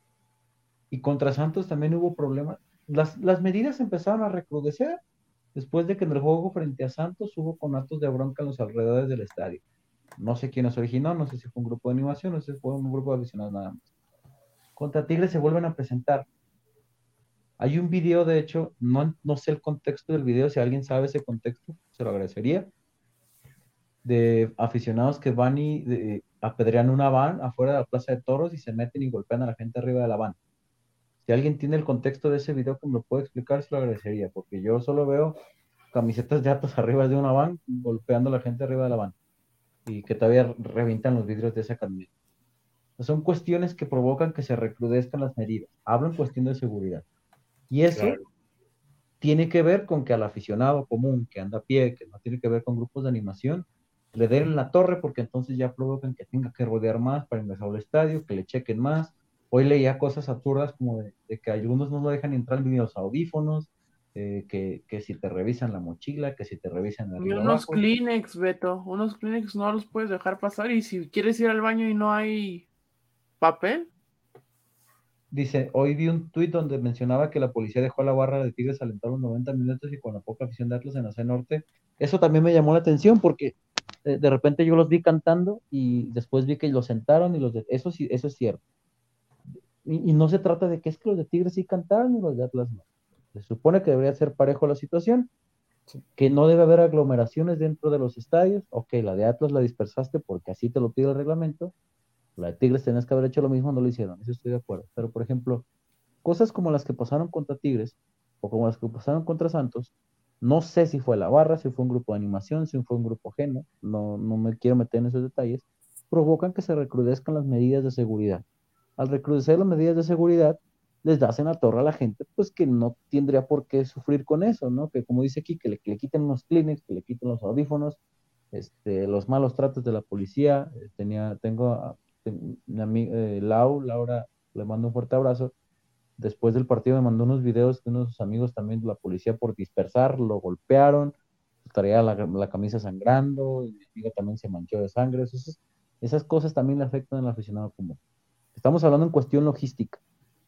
Y contra Santos también hubo problemas. Las, las medidas empezaron a recrudecer después de que en el juego frente a Santos hubo conatos de bronca en los alrededores del estadio. No sé quién los originó, no sé si fue un grupo de animación, no sé si fue un grupo de aficionados nada más. Contra Tigres se vuelven a presentar. Hay un video, de hecho, no, no sé el contexto del video, si alguien sabe ese contexto, se lo agradecería. de aficionados que van y de- apedrean una van afuera de la Plaza de Toros y se meten y golpean a la gente arriba de la van. Si alguien tiene el contexto de ese video que me lo puede explicar, se lo agradecería, porque yo solo veo camisetas de Atlas arriba de una van golpeando a la gente arriba de la van y que todavía revientan los vidrios de esa camioneta. Son cuestiones que provocan que se recrudezcan las medidas. Hablo en cuestión de seguridad. Y eso Claro. tiene que ver con que al aficionado común que anda a pie, que no tiene que ver con grupos de animación, le den en la torre porque entonces ya provocan que tenga que rodear más para ingresar al estadio, que le chequen más. Hoy leía cosas absurdas como de, de que algunos no lo dejan entrar ni los audífonos, eh, que, que si te revisan la mochila, que si te revisan de Y arriba unos abajo. Kleenex, Beto, unos Kleenex no los puedes dejar pasar y si quieres ir al baño y no hay papel, Dice, hoy vi un tuit donde mencionaba que la policía dejó a la barra de Tigres alentar los noventa minutos y con la poca afición de Atlas en la C Norte. Eso también me llamó la atención porque eh, de repente yo los vi cantando y después vi que los sentaron y los de... Eso sí, eso es cierto. Y, y no se trata de que es que los de Tigres sí cantaron y los de Atlas no. Se supone que debería ser parejo la situación, que no debe haber aglomeraciones dentro de los estadios. Ok, la de Atlas la dispersaste porque así te lo pide el reglamento. La de Tigres tenías que haber hecho lo mismo, no lo hicieron. Eso estoy de acuerdo. Pero, por ejemplo, cosas como las que pasaron contra Tigres o como las que pasaron contra Santos, no sé si fue la barra, si fue un grupo de animación, si fue un grupo ajeno, no, no me quiero meter en esos detalles, provocan que se recrudezcan las medidas de seguridad. Al recrudecer las medidas de seguridad, les das en la torre a la gente, pues que no tendría por qué sufrir con eso, ¿no? Que como dice aquí, que le, que le quiten unos Kleenex, que le quiten los audífonos, este, los malos tratos de la policía. Eh, tenía, tengo a, ten, mi amiga, eh, Lau, Laura, le mando un fuerte abrazo. Después del partido me mandó unos videos de unos amigos también de la policía por dispersar, lo golpearon, traía la, la camisa sangrando, y mi amiga también se manchó de sangre. Esas, esas cosas también le afectan al aficionado común. Estamos hablando en cuestión logística.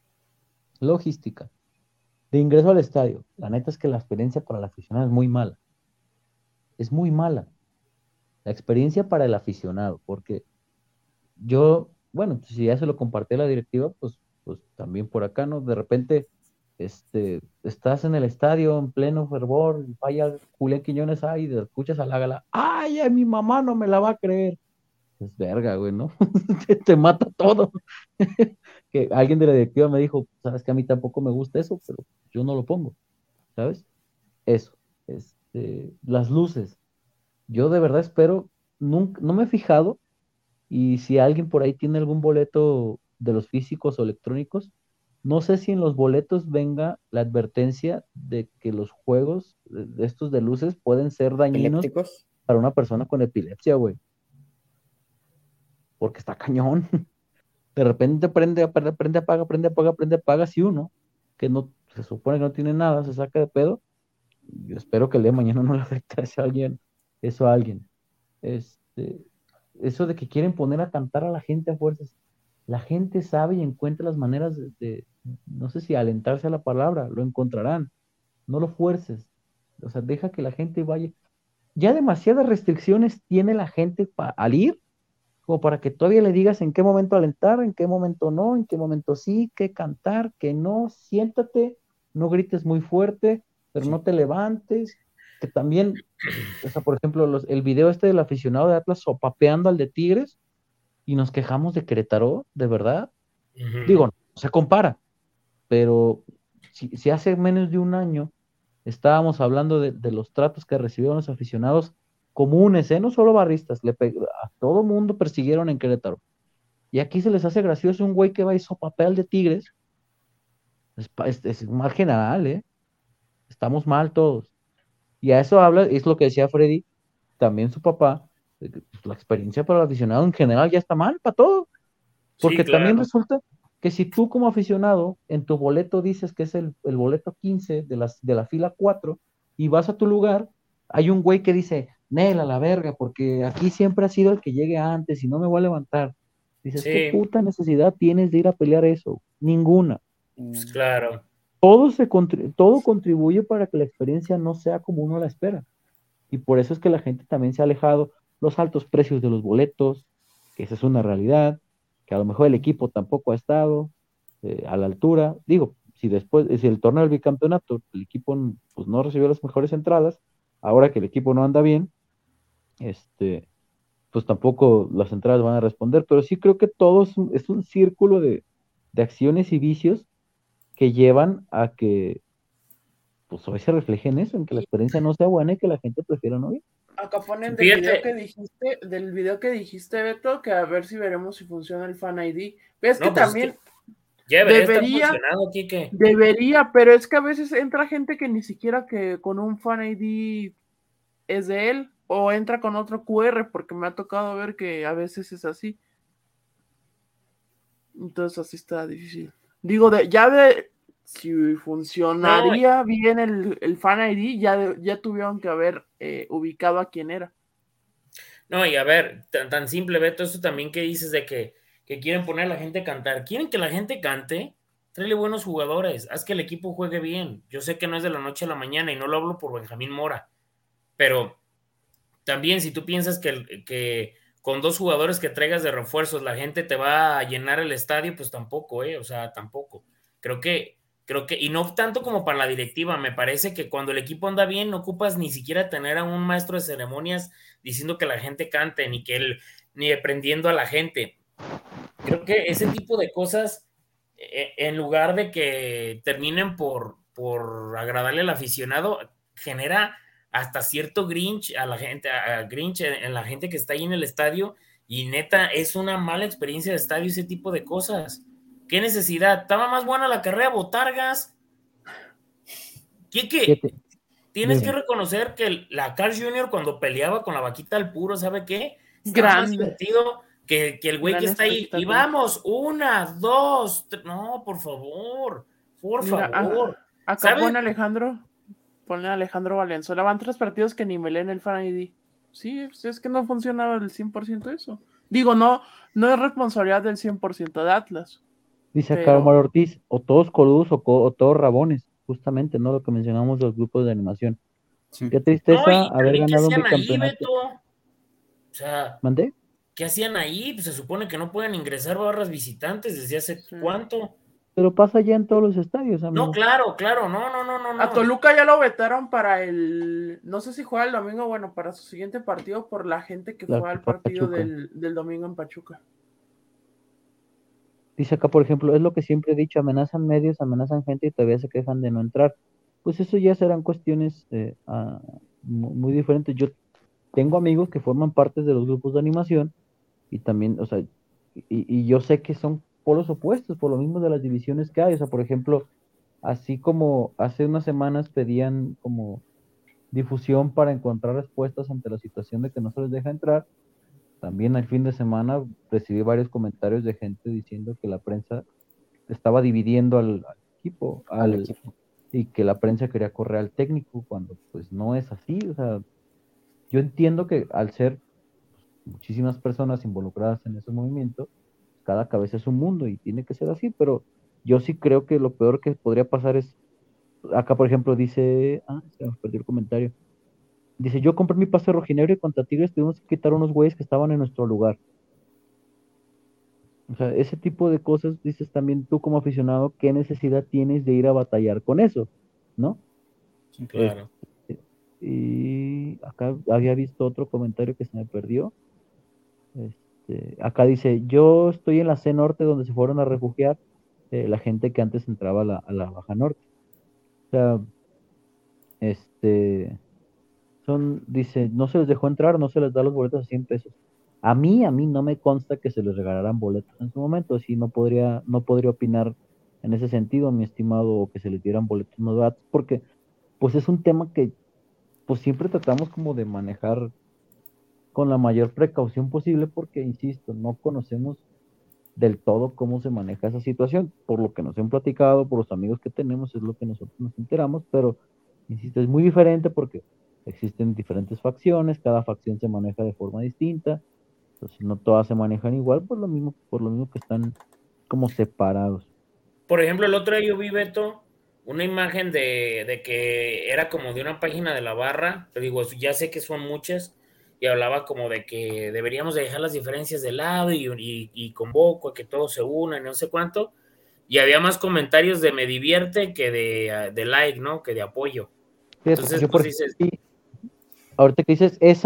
Logística. De ingreso al estadio. La neta es que la experiencia para el aficionado es muy mala. Es muy mala. La experiencia para el aficionado, porque yo, bueno, pues si ya se lo compartí a la directiva, pues, pues también por acá, ¿no? De repente, este, estás en el estadio en pleno fervor, y vaya Julián Quiñones ahí, y escuchas a la gala, ¡ay, a mi mamá no me la va a creer! Es verga, güey, ¿no? te, te mata todo. Que alguien de la directiva me dijo, sabes que a mí tampoco me gusta eso, pero yo no lo pongo, ¿sabes? Eso, este, las luces. Yo de verdad espero, nunca, no me he fijado y si alguien por ahí tiene algún boleto de los físicos o electrónicos, no sé si en los boletos venga la advertencia de que los juegos de de estos de luces pueden ser dañinos Epilépticos. para una persona con epilepsia, güey, porque está cañón. De repente prende, prende, prende, apaga, prende, apaga, prende, apaga, si uno que no se supone que no tiene nada, se saca de pedo. Yo espero que el día de mañana no le afecte a ese alguien, eso a alguien. Este, eso de que quieren poner a cantar a la gente a fuerzas. La gente sabe y encuentra las maneras de, de, no sé si alentarse a la palabra, lo encontrarán. No lo fuerces. O sea, deja que la gente vaya. Ya demasiadas restricciones tiene la gente pa- al ir, como para que todavía le digas en qué momento alentar, en qué momento no, en qué momento sí, qué cantar, qué no. Siéntate, no grites muy fuerte, pero Sí. no te levantes. Que también, o sea, por ejemplo, los- el video este del aficionado de Atlas sopapeando al de Tigres y nos quejamos de Querétaro, de verdad. Ujú. Digo, no se compara, pero si, si hace menos de un año estábamos hablando de, de los tratos que recibieron los aficionados comunes, ¿eh? No solo barristas, le pe- a todo mundo persiguieron en Querétaro. Y aquí se les hace gracioso un güey que va y sopapea al de Tigres. Es, pa- es, es mal general, ¿eh? Estamos mal todos. Y a eso habla, es lo que decía Freddy, también su papá, de que, pues, la experiencia para el aficionado en general ya está mal para todo. Sí, Porque también claro. resulta que si tú como aficionado en tu boleto dices que es el, el boleto quince de, las, de la fila cuatro y vas a tu lugar, hay un güey que dice, Nel, a la verga, porque aquí siempre ha sido el que llegue antes y no me voy a levantar. Dices, ¿qué Sí, puta necesidad tienes de ir a pelear eso? Ninguna. pues Mm, claro. Todo, se contri- todo contribuye para que la experiencia no sea como uno la espera. Y por eso es que la gente también se ha alejado, los altos precios de los boletos, que esa es una realidad, que a lo mejor el equipo tampoco ha estado eh, a la altura. Digo, si después, si el torneo del bicampeonato, el equipo pues, no recibió las mejores entradas, ahora que el equipo no anda bien, este, pues tampoco las entradas van a responder, pero sí creo que todo es un, es un círculo de, de acciones y vicios que llevan a que pues hoy se refleje en eso, en que la experiencia no sea buena y que la gente prefiera no ir. Acá ponen del Fíjate. video que dijiste, del video que dijiste, Beto, que a ver si veremos si funciona el Fan I D. Ves No, que pues es también que ya debería estar debería, funcionando, Quique. debería, pero es que a veces entra gente que ni siquiera que con un Fan I D es de él, o entra con otro Q R, porque me ha tocado ver que a veces es así. Entonces así está difícil. Digo, de, ya de si funcionaría bien el, el Fan I D, ya, de- ya tuvieron que haber eh, ubicado a quién era. No, y a ver, tan, tan simple, Beto, eso también que dices de que, que quieren poner a la gente a cantar. ¿Quieren que la gente cante? Tráele buenos jugadores, haz que el equipo juegue bien. Yo sé que no es de la noche a la mañana y no lo hablo por Benjamín Mora, pero también si tú piensas que, que con dos jugadores que traigas de refuerzos la gente te va a llenar el estadio, pues tampoco, ¿eh? O sea, tampoco. Creo que, creo que, y no tanto como para la directiva, me parece que cuando el equipo anda bien no ocupas ni siquiera tener a un maestro de ceremonias diciendo que la gente cante, ni que él, ni aprendiendo a la gente. Creo que ese tipo de cosas, eh, en lugar de que terminen por, por agradarle al aficionado, genera hasta cierto grinch a la gente, a grinch en, en la gente que está ahí en el estadio, y neta, es una mala experiencia de estadio ese tipo de cosas. ¿Qué necesidad? Estaba más buena la carrera Botargas. ¿Qué qué? Fíjate, Tienes que dime, reconocer que el- la Carl junior cuando peleaba con la vaquita al puro, ¿sabe qué? Estaba más Gran, divertido que, que el güey que gran está ahí. Y espectáculo. vamos, una, dos, tres. No, por favor, por Mira, favor. a- acá ¿Sabe? pone Alejandro, pone Alejandro Valenzuela, van tres partidos que ni me leen el Fan I D. Sí, pues es que no funcionaba el cien por ciento eso. Digo, no, no es responsabilidad del cien por ciento de Atlas, dice acá pero Omar Ortiz, o todos coludos o, co- o todos rabones, justamente, ¿no? Lo que mencionamos de los grupos de animación. Sí. Qué No, tristeza y haber también, ¿qué ganado un hacían ahí, bicampeonato. Beto? O sea, ¿Mandé? ¿qué hacían ahí? Pues se supone que no pueden ingresar barras visitantes desde hace sí. cuánto. Pero pasa ya en todos los estadios, No, amigo. claro, claro, no, no, no, no, A no. Toluca ya lo vetaron para el, no sé si juega el domingo, bueno, para su siguiente partido por la gente que La fue al Copa partido Pachuca. del, del domingo en Pachuca. Dice acá, por ejemplo, es lo que siempre he dicho, amenazan medios, amenazan gente y todavía se quejan de no entrar. Pues eso ya serán cuestiones eh, ah, mu- muy diferentes. Yo tengo amigos que forman parte de los grupos de animación y también, o sea, y, y yo sé que son polos opuestos, por lo mismo de las divisiones que hay. O sea, por ejemplo, así como hace unas semanas pedían como difusión para encontrar respuestas ante la situación de que no se les deja entrar, también el fin de semana recibí varios comentarios de gente diciendo que la prensa estaba dividiendo al, al equipo, Al al, equipo. y que la prensa quería correr al técnico, cuando pues no es así. O sea, yo entiendo que al ser muchísimas personas involucradas en ese movimiento, cada cabeza es un mundo y tiene que ser así, pero yo sí creo que lo peor que podría pasar es, acá por ejemplo dice, ah, se me perdió el comentario, dice, yo compré mi pase rojinegro y contra Tigres tuvimos que quitar unos güeyes que estaban en nuestro lugar. O sea, ese tipo de cosas, dices también tú como aficionado, ¿qué necesidad tienes de ir a batallar con eso? ¿No? Este, Claro. y acá había visto otro comentario que se me perdió. Este, acá dice, yo estoy en la C Norte donde se fueron a refugiar eh, la gente que antes entraba a la, a la Baja Norte. O sea, este, son, dice, no se les dejó entrar, no se les da los boletos a cien pesos. A mí, a mí no me consta que se les regalaran boletos en su momento, así no podría, no podría opinar en ese sentido, mi estimado, o que se les dieran boletos más baratos, porque pues es un tema que pues siempre tratamos como de manejar con la mayor precaución posible, porque, insisto, no conocemos del todo cómo se maneja esa situación, por lo que nos han platicado, por los amigos que tenemos, es lo que nosotros nos enteramos, pero, insisto, es muy diferente porque existen diferentes facciones, cada facción se maneja de forma distinta, entonces no todas se manejan igual, por lo mismo, por lo mismo que están como separados. Por ejemplo, el otro día yo vi, Beto, una imagen de, de que era como de una página de la barra, te digo, ya sé que son muchas, y hablaba como de que deberíamos de dejar las diferencias de lado y, y, y convoco a que todos se unan, no sé cuánto, y había más comentarios de me divierte que de, de like, ¿no? Que de apoyo. Fíjate, Entonces, yo por pues ejemplo, dices, sí, ahorita que dices esa,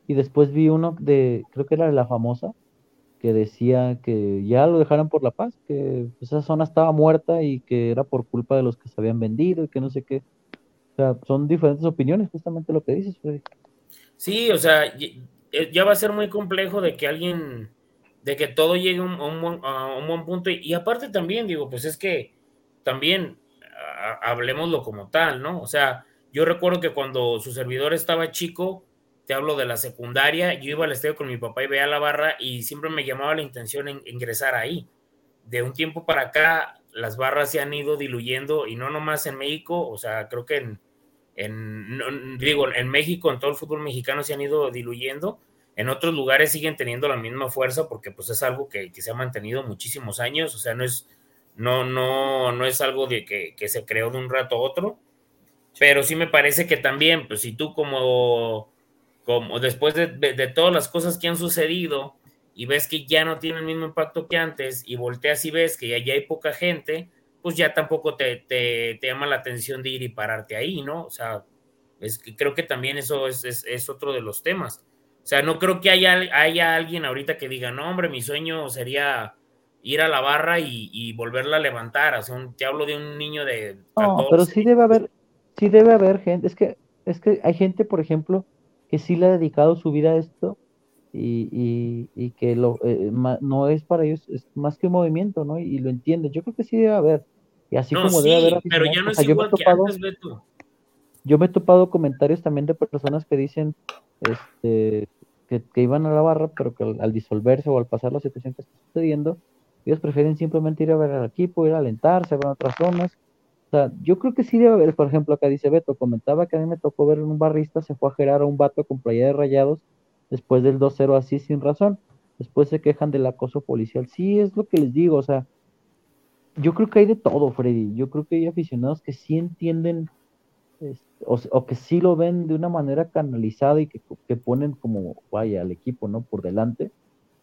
y después vi uno de, creo que era de La Famosa, que decía que ya lo dejaran por la paz, que pues, esa zona estaba muerta y que era por culpa de los que se habían vendido y que no sé qué. O sea, son diferentes opiniones, justamente lo que dices, Freddy. Sí, o sea, y- eh, ya va a ser muy complejo de que alguien, de que todo llegue a un, a un buen, a un buen punto. Y, y aparte también, digo, pues es que también a- hablemoslo como tal, ¿no? O sea, yo recuerdo que cuando su servidor estaba chico, te hablo de la secundaria, yo iba al estadio con mi papá y veía la barra y siempre me llamaba la intención en ingresar ahí. De un tiempo para acá, las barras se han ido diluyendo y no nomás en México, o sea, creo que en en, no, digo, en México, en todo el fútbol mexicano se han ido diluyendo, en otros lugares siguen teniendo la misma fuerza porque pues es algo que, que se ha mantenido muchísimos años, o sea, no es, no, no, no es algo de que, que se creó de un rato a otro, pero sí me parece que también, pues si tú como, como después de, de, de todas las cosas que han sucedido y ves que ya no tiene el mismo impacto que antes y volteas y ves que ya, ya hay poca gente, pues ya tampoco te, te, te, llama la atención de ir y pararte ahí, ¿no? O sea, es que creo que también eso es, es, es otro de los temas. O sea, no creo que haya, haya alguien ahorita que diga, no, hombre, mi sueño sería ir a la barra y, y volverla a levantar. O sea, un, te hablo de un niño de No, pero catorce. sí debe haber, sí debe haber gente, es que, es que hay gente, por ejemplo, que sí le ha dedicado su vida a esto y, y, y que lo, eh, ma- no es para ellos, es más que un movimiento, ¿no? Y, y lo entienden. Yo creo que sí debe haber. Y así No, como debe haber sí, pero aficionados, ya no o es sea, yo me he igual que topado, antes, Beto. yo me he topado comentarios también de personas que dicen, este, que, que iban a la barra, pero que al, al disolverse o al pasar la situación que está sucediendo, ellos prefieren simplemente ir a ver al equipo, ir a alentarse, a ver otras zonas. O sea, yo creo que sí debe haber, por ejemplo, acá dice Beto, comentaba que a mí me tocó ver en un barrista, se fue a gerar a un vato con playera de Rayados después del dos cero así sin razón. Después se quejan del acoso policial. Sí, es lo que les digo, o sea, yo creo que hay de todo, Freddy. Yo creo que hay aficionados que sí entienden este, o, s- o que sí lo ven de una manera canalizada y que, que ponen como, vaya, al equipo, ¿no? Por delante.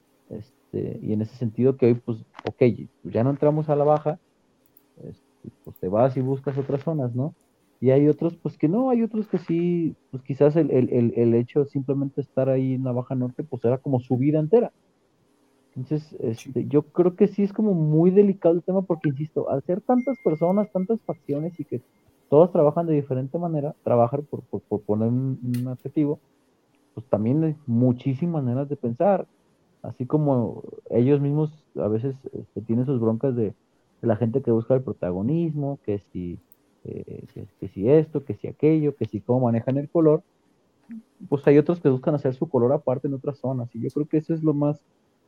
Este, y en ese sentido que hoy, pues, ok, ya no entramos a la baja, este, pues te vas y buscas otras zonas, ¿no? Y hay otros, pues que no, hay otros que sí, pues quizás el, el, el, el hecho de simplemente estar ahí en la Baja Norte, pues era como su vida entera. Entonces, este, yo creo que sí es como muy delicado el tema porque, insisto, al ser tantas personas, tantas facciones y que todos trabajan de diferente manera, trabajar por, por, por poner un, un adjetivo, pues también hay muchísimas maneras de pensar, así como ellos mismos a veces este, tienen sus broncas de, de la gente que busca el protagonismo, que si, eh, que, que si esto, que si aquello, que si cómo manejan el color, pues hay otros que buscan hacer su color aparte en otras zonas, y yo creo que eso es lo más,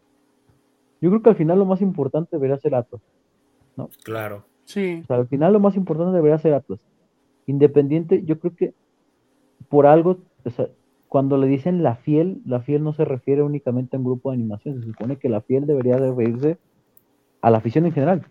yo creo que al final lo más importante debería ser Atlas, ¿no? Claro. Sí. O sea, al final lo más importante debería ser Atlas. Independiente, yo creo que por algo, o sea, cuando le dicen la fiel, la fiel no se refiere únicamente a un grupo de animación, se supone que la fiel debería de referirse a la afición en general.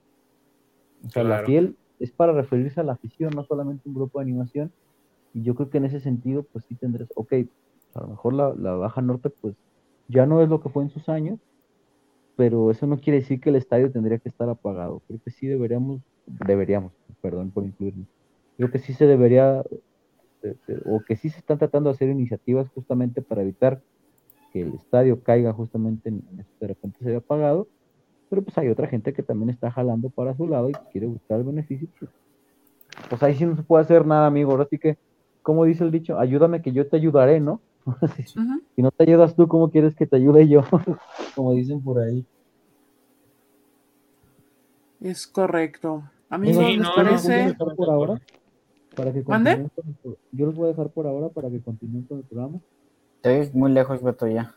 O sea, la Claro. fiel es para referirse a la afición, no solamente a un grupo de animación. Y yo creo que en ese sentido, pues sí tendrás, ok, a lo mejor la, la Baja Norte, pues ya no es lo que fue en sus años, pero eso no quiere decir que el estadio tendría que estar apagado. Creo que sí deberíamos, deberíamos, perdón por incluirme, creo que sí se debería, eh, eh, o que sí se están tratando de hacer iniciativas justamente para evitar que el estadio caiga justamente en, en eso, de repente se ve apagado, pero pues hay otra gente que también está jalando para su lado y quiere buscar el beneficio. Pues, pues ahí sí no se puede hacer nada, amigo. Ahora sí que, como dice el dicho, ayúdame que yo te ayudaré, ¿no? Si Ujú. si no te ayudas tú, ¿cómo quieres que te ayude yo? Como dicen por ahí. Es correcto. Amigos, Amigos, Sí, ¿les no, yo no, los voy a parece? dejar completamente por de ahora acuerdo. para que ¿Mande? continúen con el pro- yo los voy a dejar por ahora para que continúen con el programa. Estoy muy lejos, Beto, ya.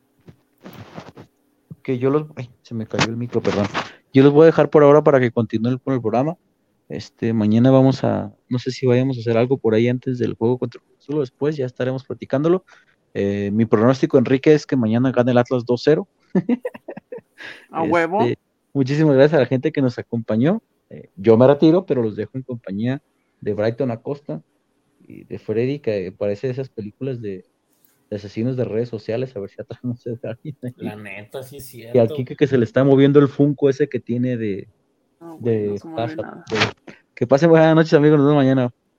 Que yo los, ay, se me cayó el micro, perdón. Yo los voy a dejar por ahora para que continúen con el programa. Este, mañana vamos a, no sé si vayamos a hacer algo por ahí antes del juego contra el Cruz Azul, después ya estaremos platicándolo. Eh, mi pronóstico, Enrique, es que mañana gane el Atlas dos cero. A Este, huevo. muchísimas gracias a la gente que nos acompañó. Eh, yo me retiro, pero los dejo en compañía de Brighton Acosta y de Freddy, que parece de esas películas de, de asesinos de redes sociales, a ver si atrás no se ve alguien La ahí. neta, sí es Y al cierto. Kike que se le está moviendo el Funko ese que tiene de, No, güey, no de se mueve Hazard. nada. de- Que pasen buenas noches, amigos. Nos vemos mañana.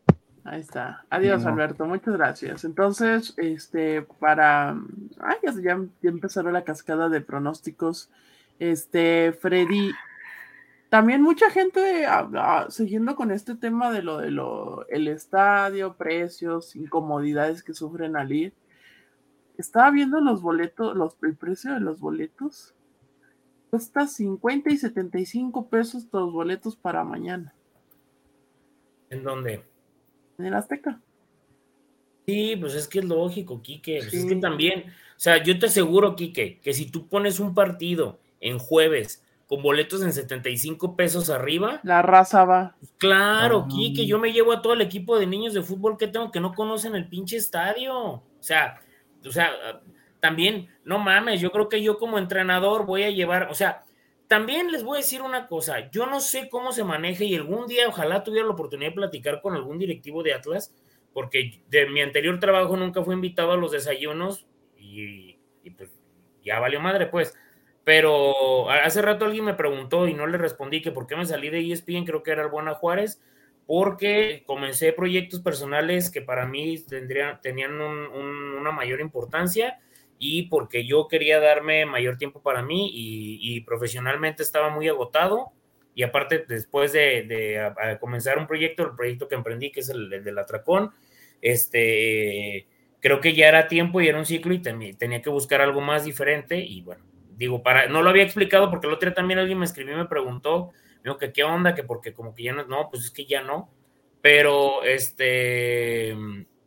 Ahí está. Adiós, No. Alberto. Muchas gracias. Entonces, este, para... Ay, ya, ya empezaron la cascada de pronósticos. Este, Freddy, también mucha gente ah, ah, siguiendo con este tema de lo de lo, el estadio, precios, incomodidades que sufren al ir. Estaba viendo los boletos, los, el precio de los boletos. Cuesta cincuenta y setenta y cinco pesos los boletos para mañana. ¿En dónde? En el Azteca. Sí, pues es que es lógico, Quique. Pues Sí. es que también, o sea, yo te aseguro, Quique, que si tú pones un partido en jueves con boletos en setenta y cinco pesos arriba, La raza va. pues claro, Ah. Quique, yo me llevo a todo el equipo de niños de fútbol que tengo que no conocen el pinche estadio. O sea, o sea, también, no mames, yo creo que yo como entrenador voy a llevar, o sea, también les voy a decir una cosa, yo no sé cómo se maneja y algún día ojalá tuviera la oportunidad de platicar con algún directivo de Atlas, porque de mi anterior trabajo nunca fui invitado a los desayunos y, y pues ya valió madre pues, pero hace rato alguien me preguntó y no le respondí que por qué me salí de E S P N, creo que era el Buena Juárez, porque comencé proyectos personales que para mí tendrían, tenían un, un, una mayor importancia y porque yo quería darme mayor tiempo para mí y, y profesionalmente estaba muy agotado y aparte después de, de a, a comenzar un proyecto, el proyecto que emprendí que es el, el del Atracón, este, creo que ya era tiempo y era un ciclo y ten, tenía que buscar algo más diferente y bueno, digo, para, no lo había explicado porque el otro día también alguien me escribió y me preguntó, digo, que qué onda, que porque como que ya no, no, pues es que ya no, pero este,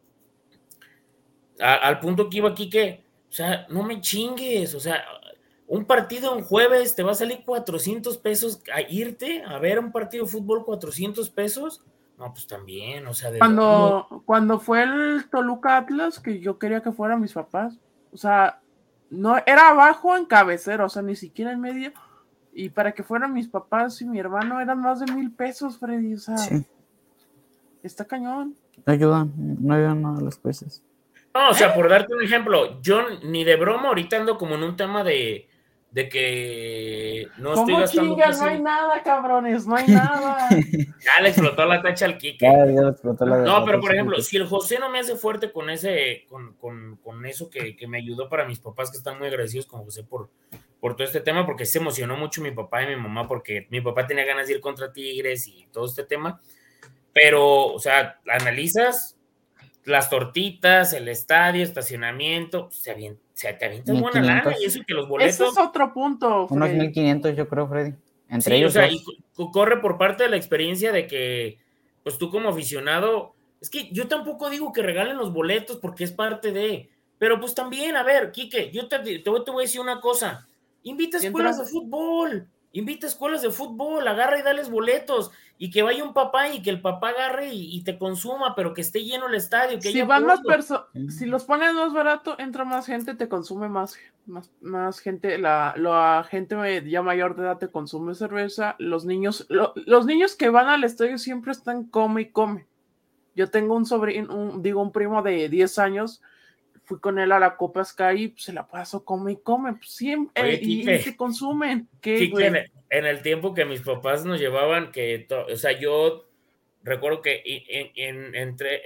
a, al punto que iba aquí que, o sea, no me chingues, o sea, un partido en jueves te va a salir cuatrocientos pesos a irte a ver un partido de fútbol, cuatrocientos pesos, no, pues también, o sea, de Cuando, no. cuando fue el Toluca Atlas, que yo quería que fueran mis papás, o sea, no, era abajo en cabecera, o sea, ni siquiera en medio, y para que fueran mis papás y mi hermano eran más de mil pesos, Freddy, o sea, sí. Está cañón. No ayudan, no ayudan a las cosas. No, o sea, por darte un ejemplo, yo ni de broma ahorita ando como en un tema de, de que no estoy gastando. ¿Cómo chingas? No hay nada, cabrones, no hay nada. Ya le explotó la tacha al Quique. Ya, ya le explotó la No, pero por ejemplo, si el José no me hace fuerte con ese, con, con, con eso que, que me ayudó para mis papás, que están muy agradecidos con José por, por todo este tema, porque se emocionó mucho mi papá y mi mamá, porque mi papá tenía ganas de ir contra Tigres y todo este tema. Pero, o sea, analizas las tortitas, el estadio, estacionamiento, se avienta, se te avienta buena lana y eso que los boletos. Ese es otro punto, Freddy. Unos mil quinientos yo creo, Freddy. Entre sí, ellos o sea, dos. y corre por parte de la experiencia de que, pues tú como aficionado, es que yo tampoco digo que regalen los boletos porque es parte de, pero pues también, a ver, Quique, yo te, te, te voy a decir una cosa, invita a escuelas de fútbol, invita a escuelas de fútbol, agarra y dales boletos, y que vaya un papá y que el papá agarre y, y te consuma, pero que esté lleno el estadio. Que si van más personas, si los pones más barato, entra más gente, te consume más, más, más gente, la, la gente ya mayor de edad te consume cerveza, los niños, lo, los niños que van al estadio siempre están come y come. Yo tengo un sobrino, un, digo un primo de diez años, fui con él a la Copa Sky, pues, se la pasó come y come, pues, siempre, Oye, eh, y, y se consumen. ¿Qué, Quique, en, el, en el tiempo que mis papás nos llevaban, que, to, o sea, yo recuerdo que en, en, entre,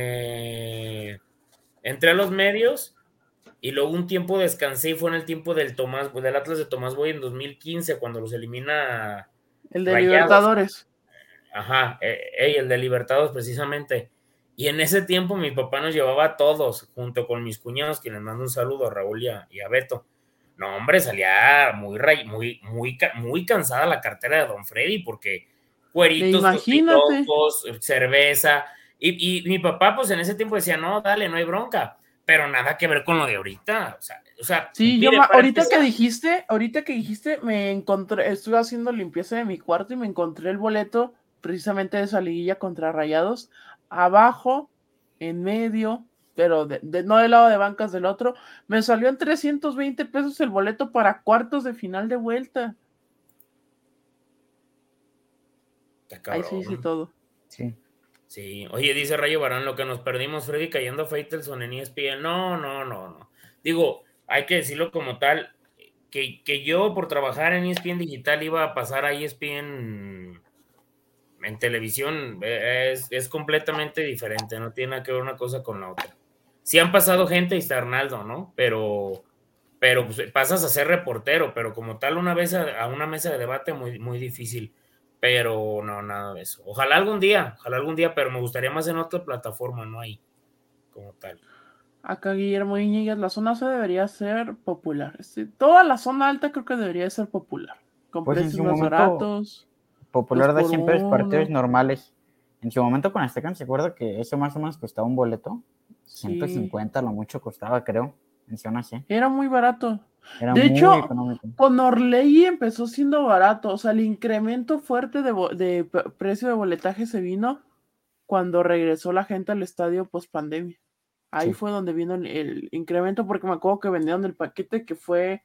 eh, entré a los medios y luego un tiempo descansé y fue en el tiempo del Tomás, del Atlas de Tomás Boy en dos mil quince, cuando los elimina el de Rayados. Libertadores. Ajá, eh, el de Libertadores precisamente. Y en ese tiempo mi papá nos llevaba a todos, junto con mis cuñados, quienes mando un saludo a Raúl y a, y a Beto. No, hombre, salía muy, muy, muy, muy cansada la cartera de Don Freddy, porque cueritos, tocos, cerveza. Y, y mi papá, pues en ese tiempo decía, no, dale, no hay bronca. Pero nada que ver con lo de ahorita. O sea, o sea sí, mire, yo ahorita empezar, que dijiste, ahorita que dijiste, me encontré, estuve haciendo limpieza de mi cuarto y me encontré el boleto precisamente de esa liguilla contra Rayados, abajo, en medio, pero de, de, no del lado de bancas del otro, me salió en trescientos veinte pesos el boleto para cuartos de final de vuelta. Ahí se dice todo. Sí. Sí, oye, dice Rayo Barán, lo que nos perdimos, Freddy cayendo a Faitelson en E S P N. No, no, no, no. Digo, hay que decirlo como tal, que, que yo por trabajar en E S P N Digital iba a pasar a E S P N en televisión es, es completamente diferente, no tiene nada que ver una cosa con la otra. Sí han pasado gente, y está Arnaldo, ¿no? Pero, pero pues, pasas a ser reportero, pero como tal una vez a, a una mesa de debate muy, muy difícil, pero no, nada de eso. Ojalá algún día, ojalá algún día, pero me gustaría más en otra plataforma, no ahí, como tal. Acá Guillermo Iñiguez, la zona C debería ser popular. Este, toda la zona alta creo que debería ser popular, con Pues en precios su más momento, baratos. popular dos da por siempre los partidos uno. normales. En su momento con Azteca, ¿se acuerda que eso más o menos costaba un boleto? ciento cincuenta Sí, lo mucho costaba, creo, en zona C. era muy barato. Era De muy hecho, económico. con Orley empezó siendo barato. O sea, el incremento fuerte de, bo- de p- precio de boletaje se vino cuando regresó la gente al estadio post pandemia. Ahí Sí. fue donde vino el, el incremento, porque me acuerdo que vendieron el paquete que fue,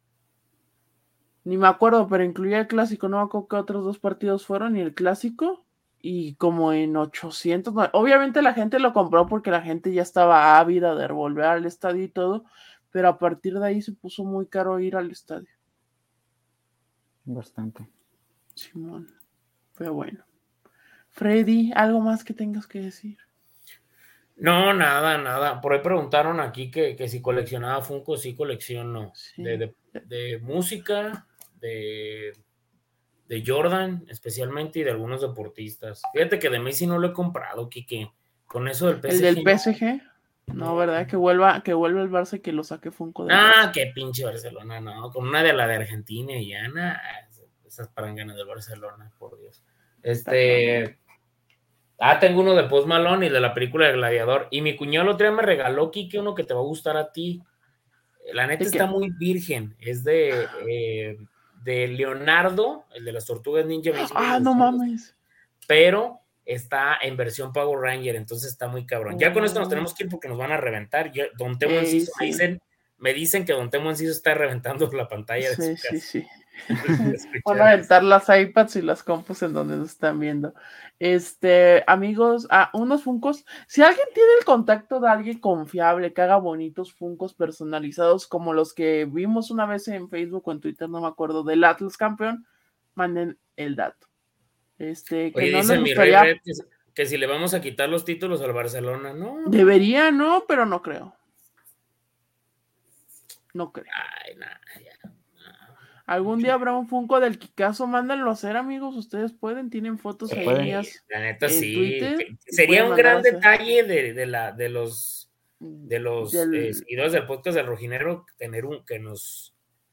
ni me acuerdo, pero incluía el clásico. No me acuerdo qué otros dos partidos fueron y el clásico. Y como en ochocientos, no, obviamente la gente lo compró porque la gente ya estaba ávida de volver al estadio y todo, pero a partir de ahí se puso muy caro ir al estadio. Bastante. Simón, pero bueno. Freddy, ¿algo más que tengas que decir? No, nada, nada. Por ahí preguntaron aquí que, que si coleccionaba Funko, sí colecciono. Sí. De, de, de música, de, de Jordan especialmente y de algunos deportistas. Fíjate que de Messi no lo he comprado, Quique. Con eso del P S G. ¿El del P S No, G? No, no. ¿verdad? Que vuelva, que vuelva el Barça y que lo saque Funko del Ah, Barça. qué pinche Barcelona, no. Con una de la de Argentina y ya, nah, esas paranganas del Barcelona, por Dios. Este... Ah, tengo uno de Post Malone y de la película de Gladiador. Y mi cuñado el otro día me regaló, Kike, uno que te va a gustar a ti. La neta ¿De está qué? muy virgen. Es de, eh, de Leonardo, el de las Tortugas Ninja. Me, Ah, me no gustó, mames. pero está en versión Power Ranger, entonces está muy cabrón. Ya con esto nos Oh. tenemos que ir porque nos van a reventar. Yo, Don Temo Ey, Enciso, me sí. dicen, me dicen que Don Temo Enciso está reventando la pantalla de Sí, su sí, casa. sí. De Van a escuchar aventar las iPads y las compus en donde nos están viendo. Este, amigos, ah, unos Funkos. Si alguien tiene el contacto de alguien confiable que haga bonitos Funkos personalizados, como los que vimos una vez en Facebook o en Twitter, no me acuerdo, del Atlas campeón, manden el dato. Este, que Oye, no dice les mi Rey gustaría. Red que, que si le vamos a quitar los títulos al Barcelona, no. no. Debería, no, pero no creo. No creo. Ay, nada, ya. Algún día habrá un Funko del Kikazo, mándenlo a hacer, amigos. Ustedes pueden, tienen fotos Se ahí puede. mías La neta en sí. Twitter. Que- y Sería pueden un mandar a gran hacer. detalle de, de, la, de los de los Del- eh, seguidores del podcast del Rojinegro tener un que nos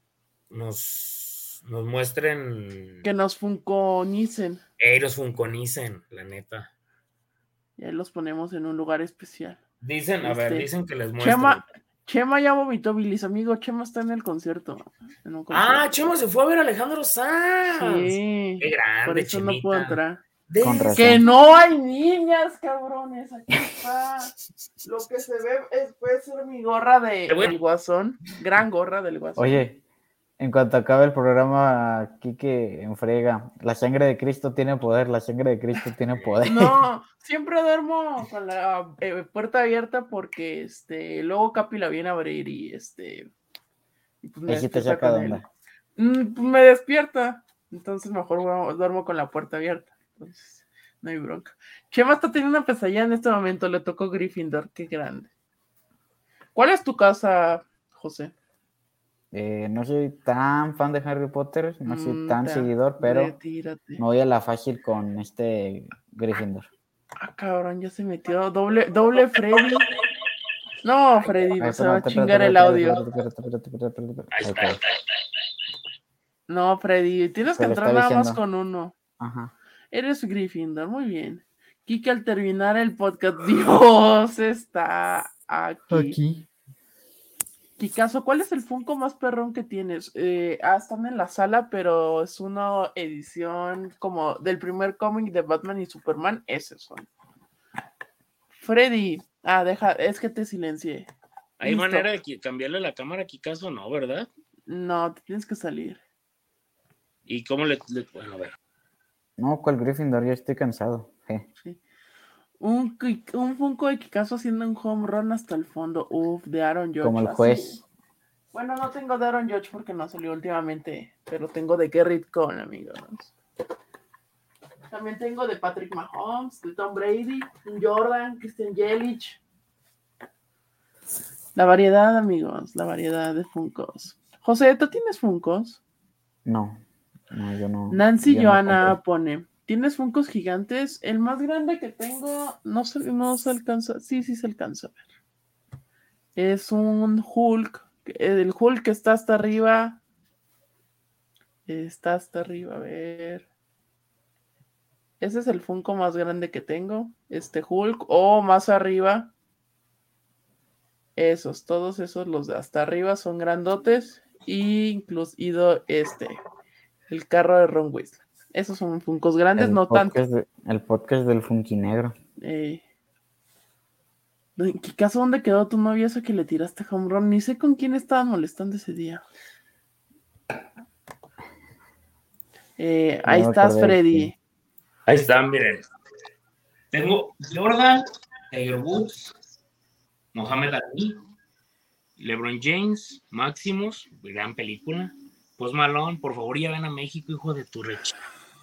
nos, nos muestren Que nos funconicen. ellos funconicen, la neta. Y ahí los ponemos en un lugar especial. Dicen, a ver, Este, dicen que les muestren. Chema, Chema ya vomitó, Bilis, amigo. Chema está en el concierto. En un concierto. Ah, Chema se fue a ver a Alejandro Sanz. Sí. Qué grande, Por eso no puedo Chemita. entrar. Con razón. Que no hay niñas, cabrones. Aquí está. Lo que se ve es, puede ser mi gorra de Te voy a- el Guasón. Gran gorra del Guasón. Oye, en cuanto acabe el programa, Quique enfrega. La sangre de Cristo tiene poder, la sangre de Cristo tiene poder. No, siempre duermo con la eh, puerta abierta porque este luego Capi la viene a abrir y este y pues me Ahí sí te despierta saca de con él. onda. Mm, pues me despierta. Entonces mejor duermo, duermo con la puerta abierta. Entonces, no hay bronca. Chema está teniendo una pesadilla en este momento, le tocó Gryffindor, qué grande. ¿Cuál es tu casa, José? Eh, no soy tan fan de Harry Potter, no soy Mm, tan ta, seguidor, pero retírate. me voy a la fácil con este Gryffindor. Ah, cabrón, ya se metió. Doble, doble Freddy. No, Freddy, Ay, se va a espérate, chingar espérate, el espérate, audio. espérate, espérate, espérate, espérate, espérate. Ahí Ahí está. está. No, Freddy, tienes que Se le entrar está nada más diciendo. con uno. Ajá. Eres Gryffindor, muy bien. Kike al terminar el podcast, Dios está aquí. Kikazo, ¿cuál es el Funko más perrón que tienes? Eh, ah, están en la sala, pero es una edición como del primer cómic de Batman y Superman, ese son. Freddy, ah, deja, es que te silencié. ¿Hay Listo. manera de qui- cambiarle la cámara a Kikazo? No, ¿verdad? No, te tienes que salir. ¿Y cómo le, le- bueno, a ver. No, ¿cuál Gryffindor? Ya estoy cansado. Je. Sí. Un, Ki- un Funko de Kikazo haciendo un home run hasta el fondo. Uf, de Aaron Judge. Como el así. juez. Bueno, no tengo de Aaron Judge porque no salió últimamente, pero tengo de Gerrit Cole, amigos. También tengo de Patrick Mahomes, de Tom Brady, Jordan, Christian Yelich. La variedad, amigos, la variedad de Funkos. José, ¿tú tienes Funkos? No, no, yo no. Nancy yo no Joana compro. pone, ¿tienes Funkos gigantes? El más grande que tengo, no se, no se alcanza, sí, sí se alcanza a ver. Es un Hulk, el Hulk que está hasta arriba, está hasta arriba, a ver. Ese es el Funko más grande que tengo, este Hulk, o más arriba. Esos, todos esos, los de hasta arriba son grandotes, y incluido este, el carro de Ron Weasley. Esos son Funkos grandes, El no tanto. podcast, de- el podcast del Funky Negro. Eh, ¿En qué caso dónde quedó tu novia esa que le tiraste home run? Ni sé con quién estaban molestando ese día. Eh, Ya ahí me estás, acordé de Freddy. quién. Ahí están, miren. Tengo Jordan, Tiger Woods, Mohamed Ali, LeBron James, Maximus, gran película. Post Malone, por favor, ya ven a México, hijo de tu recha.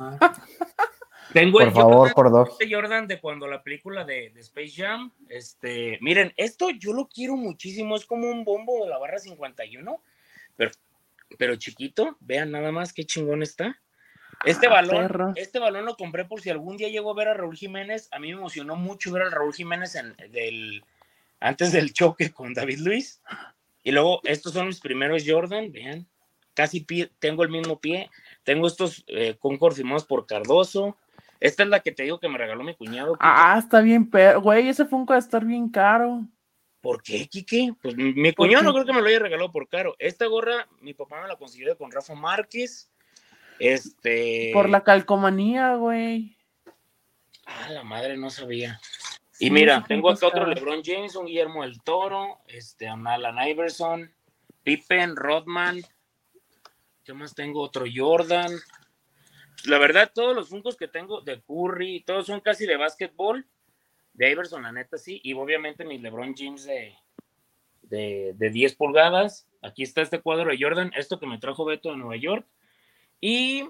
Tengo Por el favor, Jordan, por dos. este Jordan de cuando la película de, de Space Jam. Este, miren, esto yo lo quiero muchísimo, es como un bombo de la barra cincuenta y uno, pero, pero chiquito, vean nada más qué chingón está. Este Ah, balón, perro. este balón lo compré por si algún día llego a ver a Raúl Jiménez. A mí me emocionó mucho ver a Raúl Jiménez en, del, antes del choque con David Luiz. Y luego, estos son mis primeros Jordan, vean, casi pie, tengo el mismo pie. Tengo estos eh, Concord firmados por Cardoso. Esta es la que te digo que me regaló mi cuñado. Quique. Ah, está bien, perro. Güey, ese Funko va a estar bien caro. ¿Por qué, Quique? Pues mi cuñado no creo que me lo haya regalado por caro. Esta gorra, mi papá me la consiguió con Rafa Márquez. Este. Por la calcomanía, güey. Ah, la madre, no sabía. Sí, Y mira, ese tengo Funko acá otro está- LeBron James, un Guillermo del Toro, este, un Allen Iverson, Pippen, Rodman. ¿Qué más tengo? Otro Jordan. La verdad, todos los Funkos que tengo de Curry, todos son casi de básquetbol. De Iverson, la neta, sí. Y obviamente mis LeBron James de, de, de diez pulgadas. Aquí está este cuadro de Jordan, esto que me trajo Beto de Nueva York. Y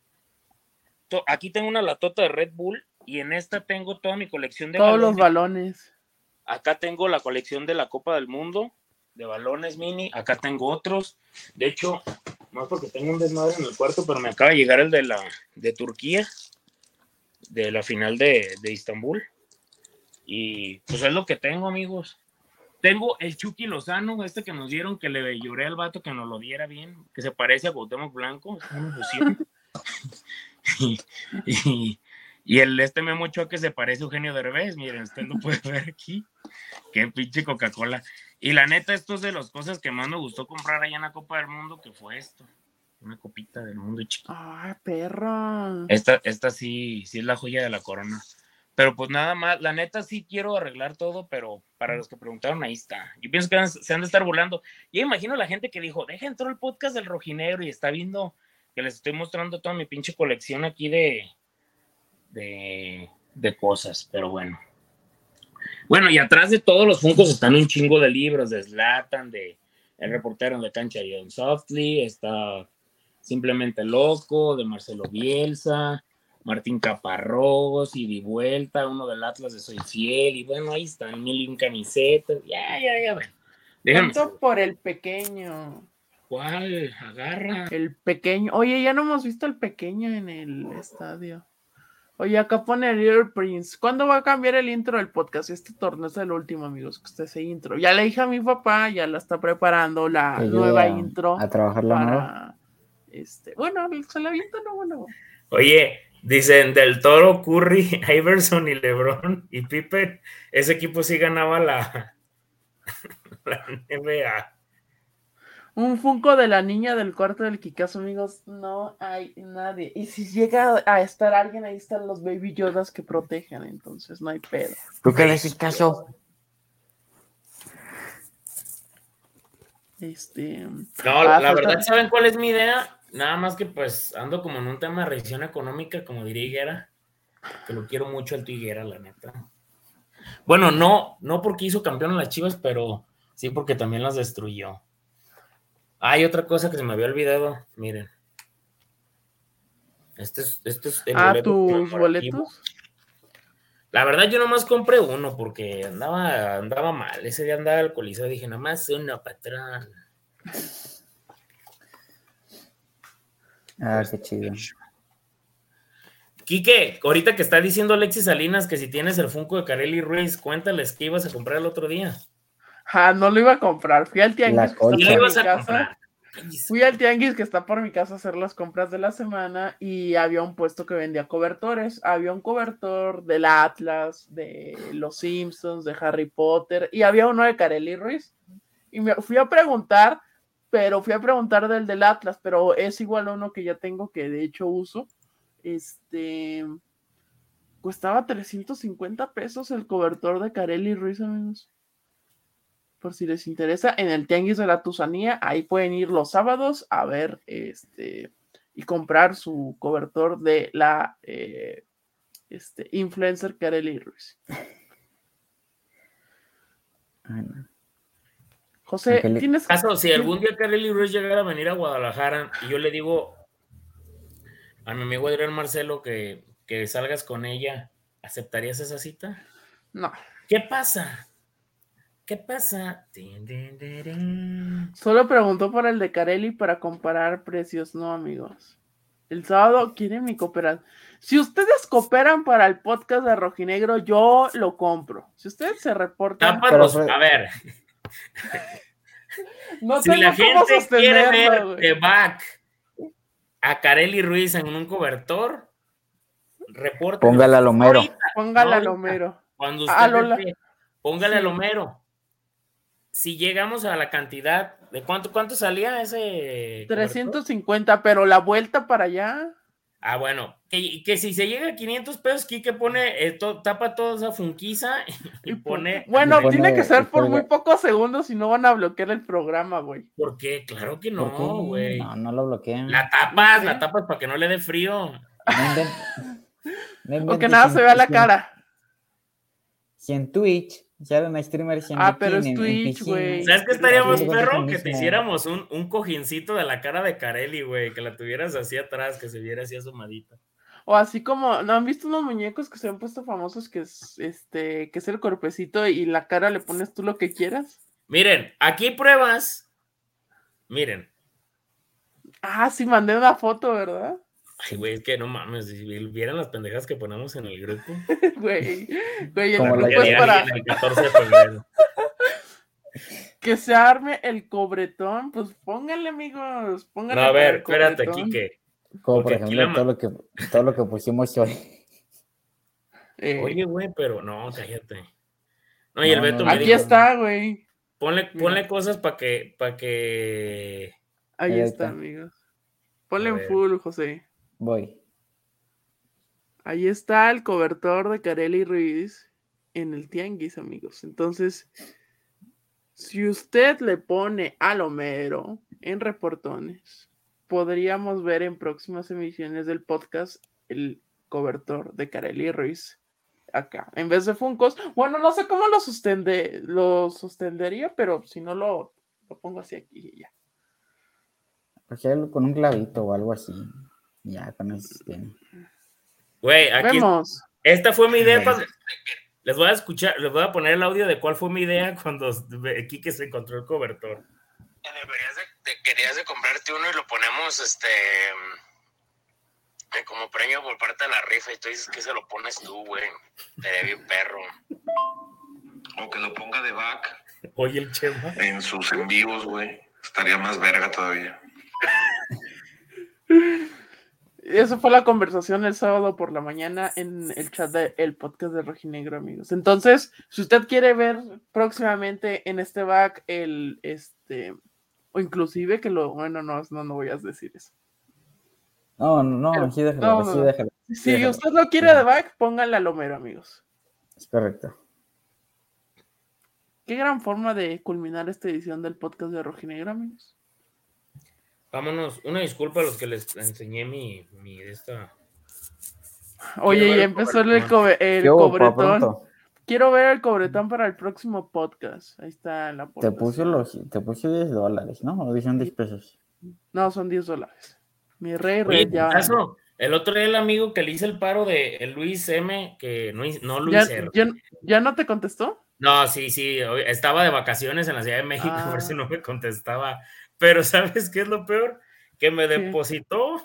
to, aquí tengo una latota de Red Bull. Y en esta tengo toda mi colección de Todos balones. los balones. Acá tengo la colección de la Copa del Mundo, de balones mini. Acá tengo otros. De hecho, no es porque tengo un desmadre en el cuarto, pero me acaba de llegar el de la de Turquía, de la final de, de Istambul. Y pues es lo que tengo, amigos. Tengo el Chucky Lozano, este que nos dieron, que le lloré al vato que nos lo diera bien, que se parece a Cuauhtémoc Blanco, es una fusión. y, y, y el este Memo Ochoa que se parece a Eugenio Derbez, miren, usted lo puede ver aquí. Qué pinche Coca-Cola. Y la neta, esto es de las cosas que más me gustó comprar allá en la Copa del Mundo, que fue esto. Una copita del mundo chiquita. Ay, perro. Esta, esta sí, sí es la joya de la corona. Pero pues nada más, la neta sí quiero arreglar todo, pero para los que preguntaron, ahí está. Yo pienso que van, se han de estar volando. Yo imagino la gente que dijo, deja entrar el podcast del Rojinegro y está viendo que les estoy mostrando toda mi pinche colección aquí de, de, de cosas, pero bueno. Bueno, y atrás de todos los Funkos están un chingo de libros, de Zlatan, de El reportero de cancha de John Softly, está Simplemente Loco, de Marcelo Bielsa, Martín Caparrós, y de vuelta, uno del Atlas de Soy Fiel, y bueno, ahí están mil y un camisetas, ya, ya, ya, ven. Déjame. ¿Cuánto por el pequeño? ¿Cuál? Agarra. El pequeño. Oye, ya no hemos visto el pequeño en el estadio. Oye, acá pone Little Prince. ¿Cuándo va a cambiar el intro del podcast? Este torneo es el último, amigos, que está ese intro. Ya le dije a mi papá, ya la está preparando la Que nueva a, intro. a trabajar la para, nueva. Este, bueno, se la avienta, no, bueno. Oye, dicen Del Toro, Curry, Iverson y LeBron y Pippen. Ese equipo sí ganaba la, la N B A. Un Funko de la niña del cuarto del Kikazo, amigos. No hay nadie. Y si llega a estar alguien, ahí están los Baby Yodas que protegen, entonces no hay pedo. ¿Tú qué le haces caso? Este. No, ah, la falta... verdad, ¿saben cuál es mi idea? Nada más que pues ando como en un tema de revisión económica, como diría Higuera, que lo quiero mucho al Higuera, la neta. Bueno, no, no porque hizo campeón a las Chivas, pero sí porque también las destruyó. Hay otra cosa que se me había olvidado, miren. Este es, este es el Ah, boleto tus conmemorativo. boletos. La verdad, yo nomás compré uno porque andaba, andaba mal. Ese día andaba alcoholizado. Dije, nomás uno, patrón. Ah, qué chido. Quique, ahorita que está diciendo Alexis Salinas que si tienes el Funko de Kareli Ruiz, cuéntales que ibas a comprar el otro día. Ah, no lo iba a comprar. Fui al tianguis La que está colcha. ¿Y lo por mi ibas a casa. comprar? Fui al tianguis que está por mi casa a hacer las compras de la semana y había un puesto que vendía cobertores. Había un cobertor del Atlas, de Los Simpsons, de Harry Potter y había uno de Kareli Ruiz. Y me fui a preguntar, pero fui a preguntar del del Atlas, pero es igual a uno que ya tengo que de hecho uso. Este costaba trescientos cincuenta pesos el cobertor de Kareli Ruiz, amigos. Por si les interesa, en el Tianguis de la Tusanía, ahí pueden ir los sábados a ver este y comprar su cobertor de la eh, este, influencer Kareli Ruiz. Ay, no. José, Angeli- tienes Caso, si algún día Kareli Ruiz llegara a venir a Guadalajara y yo le digo a mi amigo Adrián Marcelo que, que salgas con ella, ¿aceptarías esa cita? No, ¿Qué pasa? ¿Qué pasa? Tin, tin, tin, tin. solo preguntó por el de Kareli para comparar precios, no, amigos. El sábado quieren mi cooperación. Si ustedes cooperan para el podcast de Rojinegro, yo lo compro. Si ustedes se reportan, Tápalos, Pero, Fred- a ver, no si tengo la cómo gente quiere ver sostenerlo, güey. de back a Kareli Ruiz en un cobertor, reporten. Póngala a Lomero. Ahorita, Póngale no a ahorita. Lomero. Cuando A usted Lola. desee, póngale Sí. a Lomero. Si llegamos a la cantidad, ¿de cuánto, cuánto salía ese cobertor? trescientos cincuenta, pero la vuelta para allá. Ah, bueno, que, que si se llega a quinientos pesos, Quique pone, eh, to, tapa toda esa funquiza y, y pone... Bueno, y pone- tiene que ser y por cuelga- muy pocos segundos si no van a bloquear el programa, güey. ¿Por qué? Claro que ¿Por qué? no, güey. No, no lo bloquean. La tapas, ¿Sí? la tapas para que no le dé frío. No inventen- no O que inventes nada si se en- vea la si en- cara. Si en Twitch salen a streamers en Ah, pero es bikini, en- en Twitch, piscina, güey. ¿Sabes qué Pero estaría sí. más Haciendo perro? lo Que te mismo. hiciéramos un, un cojincito de la cara de Kareli, güey. Que la tuvieras así atrás, que se viera así asomadita. O así como, ¿no han visto unos muñecos que se han puesto famosos que es este, que es el cuerpecito y la cara le pones tú lo que quieras? Miren, aquí pruebas. Miren. Ah, sí, mandé una foto, ¿verdad? Ay, güey, es que no mames, si vieran las pendejas que ponemos en el grupo. Güey, güey, el Como la grupo es que- para El catorce de febrero. que se arme el cobretón. Pues pónganle, amigos, pónganle. No, a para ver, el espérate, cobretón. Quique. como por Porque aquí ejemplo la todo ma- lo que todo lo que pusimos hoy. Eh, Oye, güey, pero no, cállate. No, y el No, Beto no, me aquí dijo, está, güey. ponle, Mira. ponle cosas para que, para que... Ahí Ahí está, está. amigos. Ponle A en ver. full, José. Voy. Ahí está el cobertor de Kareli Ruiz en el tianguis, amigos. Entonces, si usted le pone a Lomero en reportones, podríamos ver en próximas emisiones del podcast el cobertor de Kareli Ruiz acá, en vez de Funkos. Bueno, no sé cómo lo, sostende, lo sostendría, pero si no lo, lo pongo así aquí y ya. Hacerlo con un clavito o algo así. Ya, con eso se tiene. Güey, aquí... Vemos. Esta fue mi idea cuando... Les voy a escuchar, les voy a poner el audio de cuál fue mi idea cuando Quique se encontró el cobertor. Deberías de, de- querías de comprarte uno y lo ponemos este eh, como premio por parte de la rifa y tú dices que se lo pones tú, güey. Te ve bien perro. O que lo ponga de back Oye, el Chema. en sus en vivos, güey. Estaría más verga todavía. Esa fue la conversación el sábado por la mañana en el chat del podcast de Rojinegro, amigos. Entonces, si usted quiere ver próximamente en este back el, este, o inclusive que lo, bueno, no, no, no voy a decir eso. No, no, no, Pero- sí déjalo, no, sí no. déjalo. Si déjalo. usted lo quiere de back, póngale a Lomero, amigos. Es correcto. Qué gran forma de culminar esta edición del podcast de Rojinegro, amigos. Vámonos. Una disculpa a los que les enseñé mi, mi esta. Oye, Quiero ver ya el empezó el, cobretón. cobe- el ¿Qué hubo, pa' cobretón. pronto? Quiero ver el cobretón para el próximo podcast. Ahí está en la Te portada. puso los, te puso diez dólares, ¿no? O dicen diez pesos. No, son diez dólares. Mi rey, Oye, rey, ya. caso, El otro día el amigo que le hice el paro de el Luis M, que no, no Luis ¿Ya, R. ya, ¿Ya no te contestó? No, sí, sí, estaba de vacaciones en la Ciudad de México, Ah. por eso no me contestaba. Pero ¿sabes qué es lo peor? Que me ¿Qué? depositó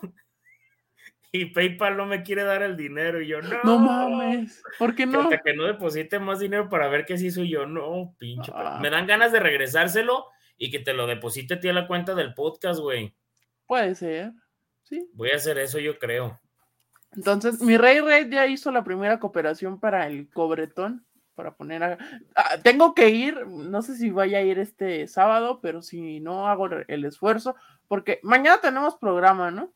y PayPal no me quiere dar el dinero. Y yo, no. No mames. ¿Por qué Que no? hasta que no deposite más dinero para ver qué sí soy yo. No, pinche. Ah. Me dan ganas de regresárselo y que te lo deposite a ti a la cuenta del podcast, güey. Puede ser, sí. Voy a hacer eso, yo creo. Entonces, mi Rey Red ya hizo la primera cooperación para el cobretón, para poner a... Ah, tengo que ir, no sé si vaya a ir este sábado, pero si no hago el esfuerzo, porque mañana tenemos programa, ¿no?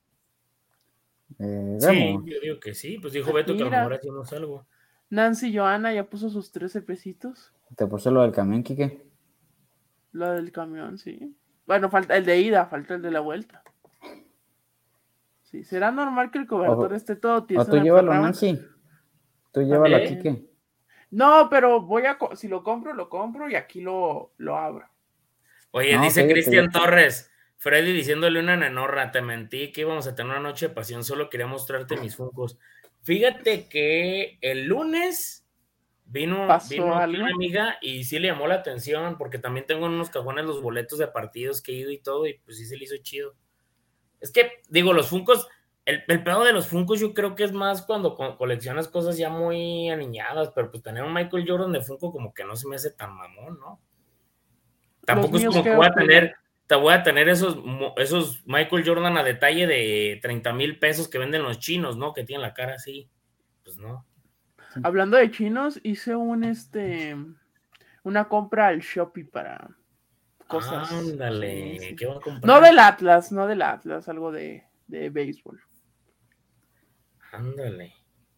Eh, Sí, vemos. yo digo que sí. Pues dijo Beto que a lo Mira. mejor hacemos algo. Nancy Joana ya puso sus trece pesitos. ¿Te puse lo del camión, Quique? Lo del camión, sí. Bueno, falta el de ida, falta el de la vuelta. Sí, será normal que el cobertor O- esté todo tieso. O tú en el llévalo, programa? Nancy. Tú llévalo a También. Quique. No, pero voy a, co- si lo compro, lo compro y aquí lo, lo abro. Oye, No, dice que yo- Cristian que yo- Torres, Freddy diciéndole una nenorra, te mentí que íbamos a tener una noche de pasión, solo quería mostrarte mis funcos. Fíjate que el lunes vino, ¿Pasó vino aquí algo? una amiga y sí le llamó la atención, porque también tengo en unos cajones los boletos de partidos que he ido y todo, y pues sí se le hizo chido. Es que, digo, los funcos, el, el pedo de los funcos yo creo que es más cuando co- coleccionas cosas ya muy aniñadas, pero pues tener un Michael Jordan de funko como que no se me hace tan mamón, ¿no? Tampoco es míos, como ¿qué que voy a opinan? tener, te voy a tener esos, mo- esos Michael Jordan a detalle de treinta mil pesos que venden los chinos, ¿no? Que tienen la cara así. Pues no. Hablando de chinos, hice un este una compra al Shopee para cosas. Ándale, Sí, sí. ¿qué van a comprar? No del Atlas, no del Atlas, algo de, de béisbol. Ándale.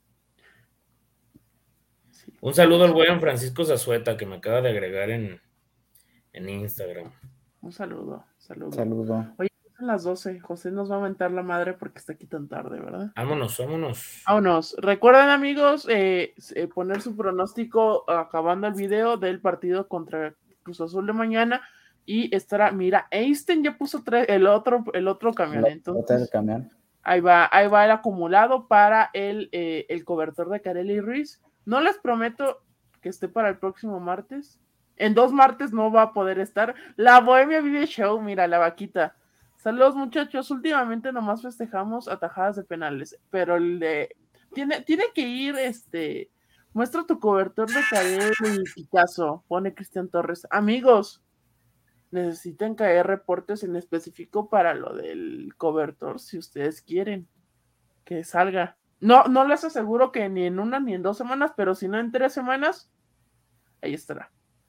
Sí. Un saludo al buen Francisco Zazueta que me acaba de agregar en, en Instagram. Un saludo, saludo. Saludo. Oye, son las doce. José nos va a mentar la madre porque está aquí tan tarde, ¿verdad? Vámonos, vámonos. Vámonos. Recuerden, amigos, eh, eh, poner su pronóstico acabando el video del partido contra Cruz Azul de mañana. Y estará, mira, Einstein ya puso tres, el otro, el otro camión. La otra del Entonces, camión. ahí va, ahí va el acumulado para el, eh, el cobertor de Carelli Ruiz. No les prometo que esté para el próximo martes. En dos martes no va a poder estar. La Bohemia Vive Show, mira, la vaquita. Saludos, muchachos. Últimamente nomás festejamos atajadas de penales, pero el de tiene, tiene que ir, este, muestra tu cobertor de Carelli y Picasso, pone Cristian Torres. Amigos, necesitan caer reportes en específico para lo del cobertor, si ustedes quieren que salga. No, no les aseguro que ni en una ni en dos semanas, pero si no en tres semanas, ahí estará.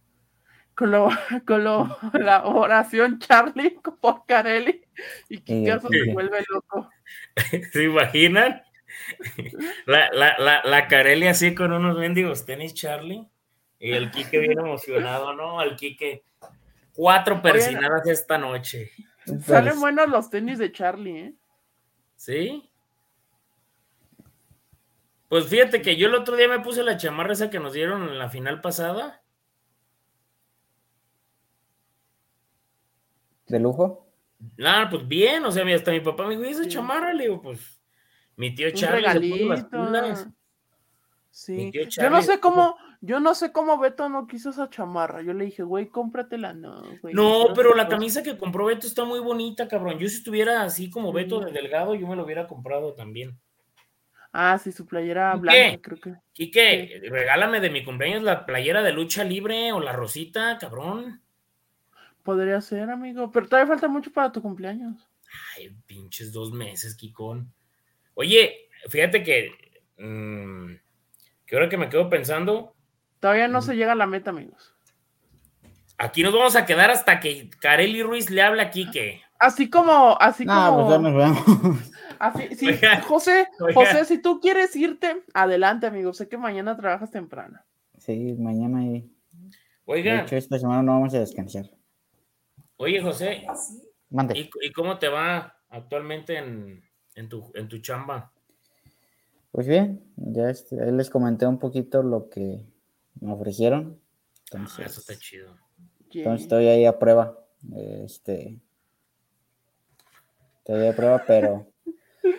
Colaboración Charlie por Carelli y Kikazo Y- se vuelve loco. ¿Se imaginan? La, la, la, la Carelli así con unos mendigos tenis, Charlie. Y el Quique bien emocionado, ¿no? El Quique. Cuatro persinadas Oye, esta noche. Salen buenos los tenis de Charlie, ¿eh? ¿Sí? Pues fíjate que yo el otro día me puse la chamarra esa que nos dieron en la final pasada. ¿De lujo? Ah, pues bien, o sea, hasta mi papá me dijo, ¿y esa sí. chamarra? Le digo, pues, mi tío Charlie se puso las pilas. Sí, yo no sé cómo, yo no sé cómo Beto no quiso esa chamarra. Yo le dije, güey, cómpratela, no, güey. No, pero la camisa que compró Beto está muy bonita, cabrón. Yo si estuviera así como sí. Beto de delgado, yo me lo hubiera comprado también. Ah, sí, su playera ¿Y blanca, qué? creo que. Quique, ¿qué? Regálame de mi cumpleaños la playera de lucha libre o la rosita, cabrón. Podría ser, amigo, pero todavía falta mucho para tu cumpleaños. Ay, pinches dos meses, Kikón. Oye, fíjate que... Mmm, que ahora que me quedo pensando... Todavía no mmm, se llega a la meta, amigos. Aquí nos vamos a quedar hasta que Carelli Ruiz le hable a Quique. Así como... así no, como... pues ya nos vemos. Así, sí, oiga, José, oiga. José, si tú quieres irte, adelante, amigo. Sé que mañana trabajas temprano. Sí, mañana y... Oiga. De hecho, esta semana no vamos a descansar. Oye, José. Mande. ¿Y, y cómo te va actualmente en, en, tu, en tu chamba? Pues bien, ya este, ahí les comenté un poquito lo que me ofrecieron. Entonces, ah, eso está chido. Entonces estoy ahí a prueba. Este, estoy ahí a prueba, pero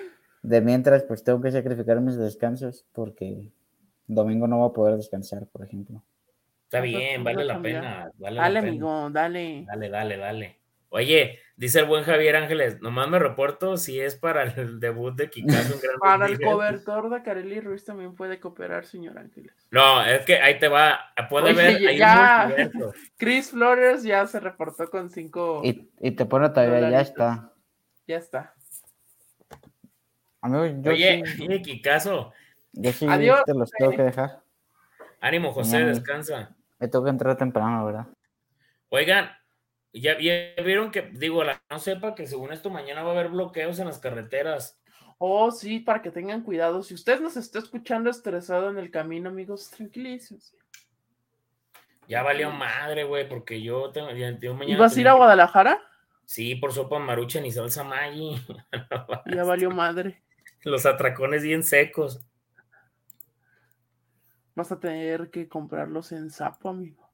de mientras, pues tengo que sacrificar mis descansos porque domingo no voy a poder descansar, por ejemplo. Está Vas a- bien, vas a vale la cambiar. pena. Vale Dale, la pena. amigo, dale. Dale, dale, dale. Oye, dice el buen Javier Ángeles, nomás me reporto si es para el debut de Kikazo en Grandes Para el Ligas. cobertor de Kareli Ruiz también puede cooperar, señor Ángeles. No, es que ahí te va, puede Oye, ver, hay ya. un multiverso. Chris Flores ya se reportó con cinco. Y, y te pone todavía, ya dolaritos. está. Ya está. Amigo, yo Oye, sí, oye, Kikazo, yo sí Adiós, te los tengo que dejar. ánimo José, Mañana. descansa. Me tengo que entrar temprano, ¿verdad? Oigan, ya, ya vieron que, digo, la no sepa que según esto mañana va a haber bloqueos en las carreteras. Oh, sí, para que tengan cuidado. Si usted nos está escuchando estresado en el camino, amigos, tranquilícense. Ya valió madre, güey, porque yo tengo, ya- yo mañana ¿Ibas a ir tenía a que- Guadalajara? Sí, por sopa maruchan y salsa Maggi. Ya valió madre. Los atracones bien secos. Vas a tener que comprarlos en Sapo, amigo.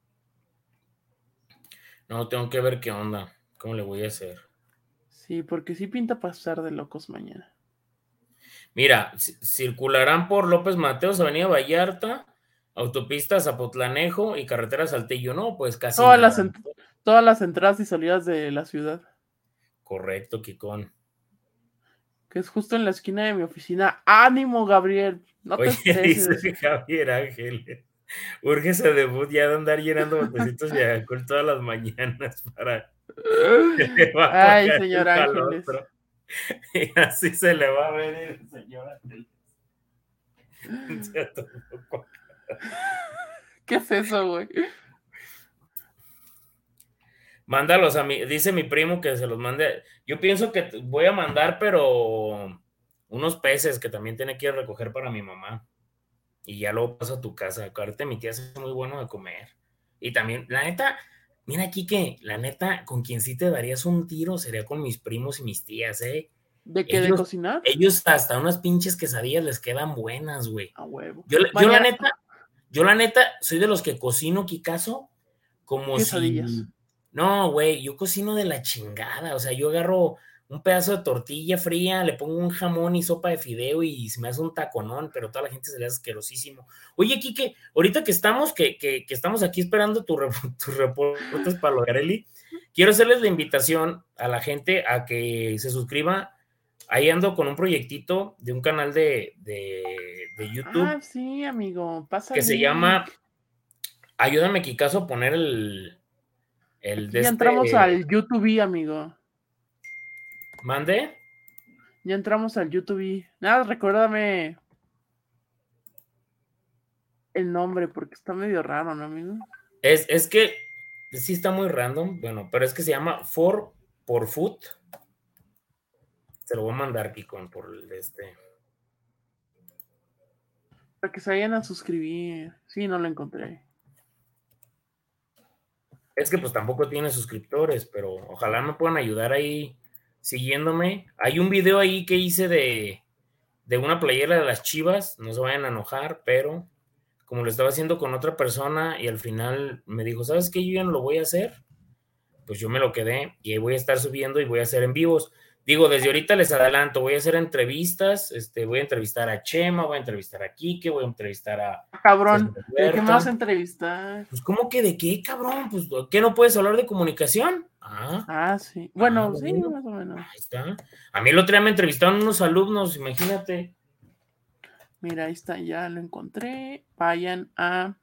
No, tengo que ver qué onda. ¿Cómo le voy a hacer? Sí, porque sí pinta pasar de locos mañana. Mira, ci- circularán por López Mateos, Avenida Vallarta, autopista Zapotlanejo y carretera Saltillo. No, pues casi Todas nada. las, en- todas las entradas y salidas de la ciudad, Correcto, Kikón. que es justo en la esquina de mi oficina. ¡Ánimo, Gabriel! No te Oye, estreses. dice Javier Ángel. Urge ese debut ya de andar llenando botecitos de alcohol todas las mañanas para que le va a Ay, pagar señor el al Ángeles. otro. Y así se le va a ver el señor Ángeles. Ya tampoco. ¿Qué es eso, güey? Mándalos a mí, dice mi primo que se los mande. Yo pienso que t- voy a mandar, pero unos peces que también tiene que ir a recoger para mi mamá. Y ya luego paso a tu casa. Ahorita mi tía hace muy bueno de comer. Y también, la neta, mira aquí que, la neta, con quien sí te darías un tiro sería con mis primos y mis tías, ¿eh? ¿De qué? ¿De Ellos, cocinar? ellos hasta unas pinches quesadillas les quedan buenas, güey. A huevo. Yo, la- yo Mañana- la neta, yo la neta, soy de los que cocino, Kikazo, como Quesadillas. si... No, güey, yo cocino de la chingada, o sea, yo agarro un pedazo de tortilla fría, le pongo un jamón y sopa de fideo y se me hace un taconón, pero toda la gente se le hace asquerosísimo. Oye, Kike, ahorita que estamos, que, que, que estamos aquí esperando tu, rep- tus reportes para lo de Areli, quiero hacerles la invitación a la gente a que se suscriba. Ahí ando con un proyectito de un canal de, de, de YouTube Ah, sí, amigo. Pasa que el se link. llama Ayúdame, Kikazo, a poner el... el Aquí de ya entramos este- al YouTube, amigo. ¿Mande? Ya entramos al YouTube. Nada, recuérdame el nombre porque está medio raro, ¿no, amigo? Es, es que sí está muy random, bueno, pero es que se llama For por Food. Se lo voy a mandar, Kikón, por el de este. Para que se vayan a suscribir. Sí, no lo encontré. Es que pues tampoco tiene suscriptores, pero ojalá me puedan ayudar ahí siguiéndome. Hay un video ahí que hice de, de una playera de las Chivas, no se vayan a enojar, pero como lo estaba haciendo con otra persona y al final me dijo, ¿sabes qué? Yo ya no lo voy a hacer. Pues yo me lo quedé y ahí voy a estar subiendo y voy a hacer en vivos. Digo, desde ahorita les adelanto, voy a hacer entrevistas, este, voy a entrevistar a Chema, voy a entrevistar a Quique, voy a entrevistar a... Cabrón, César ¿de qué me Huerta. vas a entrevistar? Pues, ¿cómo que de qué, cabrón? Pues, ¿qué no puedes hablar de comunicación? Ah, Ah, sí. Bueno, Ah, sí, bueno. más o menos. ahí está. A mí el otro día me entrevistaron unos alumnos, imagínate. Mira, ahí está, ya lo encontré. Vayan a.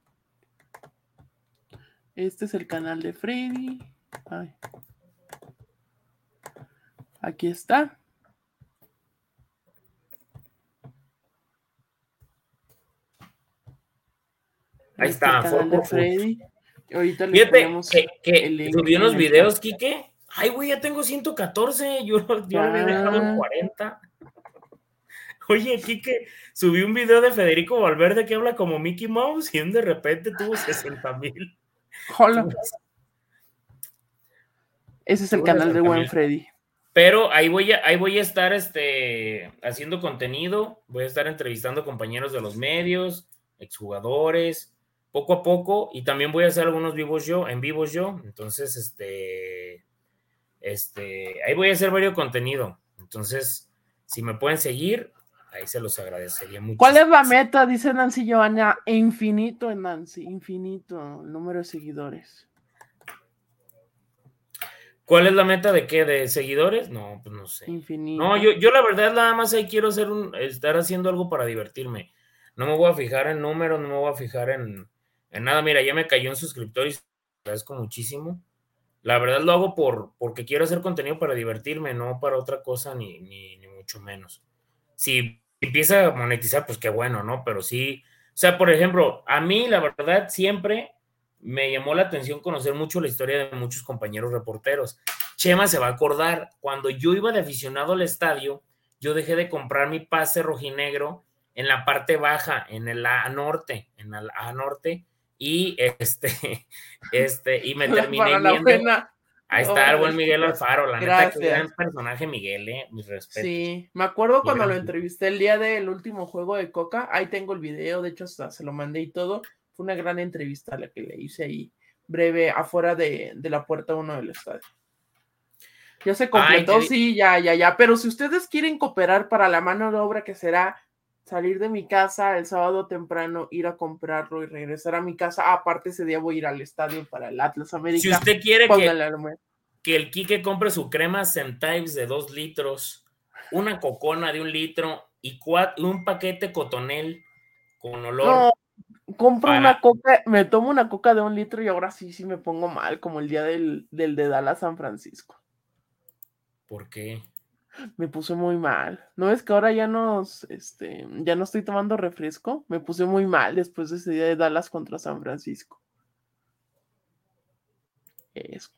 Este es el canal de Freddy. Ay. Aquí está. Ahí Este está, es el For canal de por Food. Freddy. Y ahorita les Fíjate ponemos que, que el link subí en unos el videos, chat. Quique. Ay, güey, ya tengo ciento catorce. Yo, yo Ya. lo había dejado en cuarenta. Oye, Quique, subí un video de Federico Valverde que habla como Mickey Mouse y de repente tuvo sesenta mil. Hola. Ese es el Tuvo canal de sesenta Buen mil. Freddy. Pero ahí voy a, ahí voy a estar este, haciendo contenido, voy a estar entrevistando compañeros de los medios, exjugadores, poco a poco, y también voy a hacer algunos vivos yo, en vivos yo. Entonces, este, este, ahí voy a hacer varios contenido. Entonces, si me pueden seguir, ahí se los agradecería mucho. ¿Cuál es la meta? Dice Nancy Giovanna. Infinito en Nancy, infinito el número de seguidores. ¿Cuál es la meta de qué? ¿De seguidores? No, pues no sé. Infinito. No, yo, yo la verdad nada más ahí quiero hacer un, estar haciendo algo para divertirme. No me voy a fijar en números, no me voy a fijar en, en nada. Mira, ya me cayó un suscriptor y agradezco muchísimo. La verdad lo hago por, porque quiero hacer contenido para divertirme, no para otra cosa, ni, ni, ni mucho menos. Si empieza a monetizar, pues qué bueno, ¿no? Pero sí, o sea, por ejemplo, a mí la verdad siempre me llamó la atención conocer mucho la historia de muchos compañeros reporteros. Chema se va a acordar, cuando yo iba de aficionado al estadio, yo dejé de comprar mi pase rojinegro en la parte baja, en el A norte, en el A norte, y este, este, y me terminé Para la viendo. buena. Ahí está el buen Miguel Alfaro, la Gracias. neta, que gran personaje Miguel, eh, mis respetos. Sí, me acuerdo Y cuando gran lo entrevisté el día del último juego de Coca, ahí tengo el video, de hecho hasta se lo mandé y todo, fue una gran entrevista la que le hice ahí, breve, afuera de, de la puerta uno del estadio. Ya se completó, Ay, te... sí, ya, ya, ya, pero si ustedes quieren cooperar para la mano de obra que será salir de mi casa el sábado temprano, ir a comprarlo y regresar a mi casa, aparte ese día voy a ir al estadio para el Atlas América. Si usted quiere que, que el Quique compre su crema Centives de dos litros, una cocona de un litro y cuatro, un paquete cotonel con olor. No, compro para... una coca, me tomo una coca de un litro y ahora sí, sí me pongo mal, como el día del, del de Dallas San Francisco. ¿Por qué? Me puse muy mal. ¿No es que ahora ya nos, este, ya no estoy tomando refresco? Me puse muy mal después de ese día de Dallas contra San Francisco. Eso.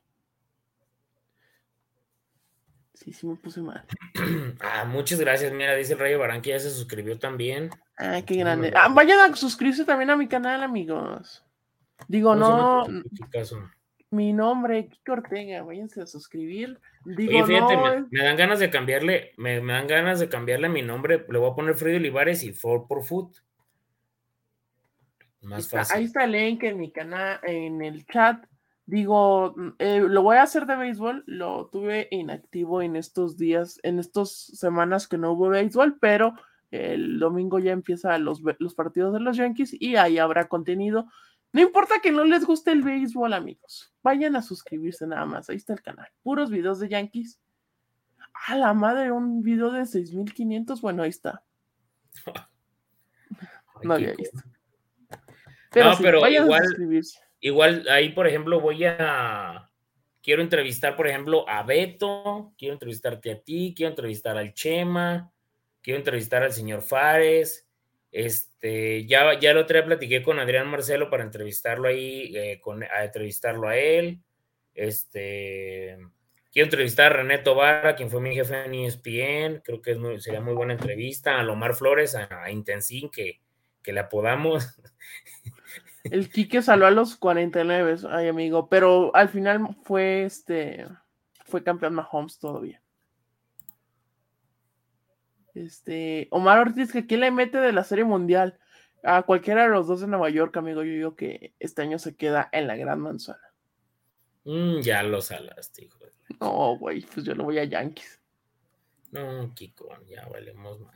Sí, sí me puse mal. Ah, muchas gracias. Mira, dice el Rayo Barán que ya se suscribió también. Ah, qué grande. Ah, vayan a suscribirse también a mi canal, amigos. Digo, no. Mi nombre, Kike Ortega, váyanse a suscribir. Digo, Oye, fíjate, no. me, me dan ganas de cambiarle, me, me dan ganas de cambiarle mi nombre. Le voy a poner Freddy Olivares y Ford por Food. Más está, fácil. Ahí está el link en mi canal, en el chat. Digo, eh, lo voy a hacer de béisbol. Lo tuve inactivo en estos días, en estas semanas que no hubo béisbol, pero el domingo ya empiezan los, los partidos de los Yankees y ahí habrá contenido. No importa que no les guste el béisbol, amigos. Vayan a suscribirse nada más. Ahí está el canal. Puros videos de Yankees. A la madre, un video de seis mil quinientos. Bueno, ahí está. Ay, no había cool. visto. Pero, no, sí, pero vayan igual, a suscribirse. Igual ahí, por ejemplo, voy a... Quiero entrevistar, por ejemplo, a Beto. Quiero entrevistarte a ti. Quiero entrevistar al Chema. Quiero entrevistar al señor Fares. Este, ya, ya el otro día platiqué con Adrián Marcelo para entrevistarlo ahí, eh, con, a entrevistarlo a él. Este, quiero entrevistar a René Tobar, quien fue mi jefe en E S P N. Creo que es muy, sería muy buena entrevista. A Lomar Flores, a, a Intensín, que, que le apodamos. El Quique salió a los cuarenta y nueve, ay amigo, pero al final fue este, fue campeón Mahomes todavía. Este, Omar Ortiz, que ¿quién le mete de la Serie Mundial? A cualquiera de los dos de Nueva York, amigo. Yo digo que este año se queda en la Gran Manzana. Mm, ya lo salaste, hijo de la... No, güey, pues yo no voy a Yankees. No, Kiko, ya valemos más.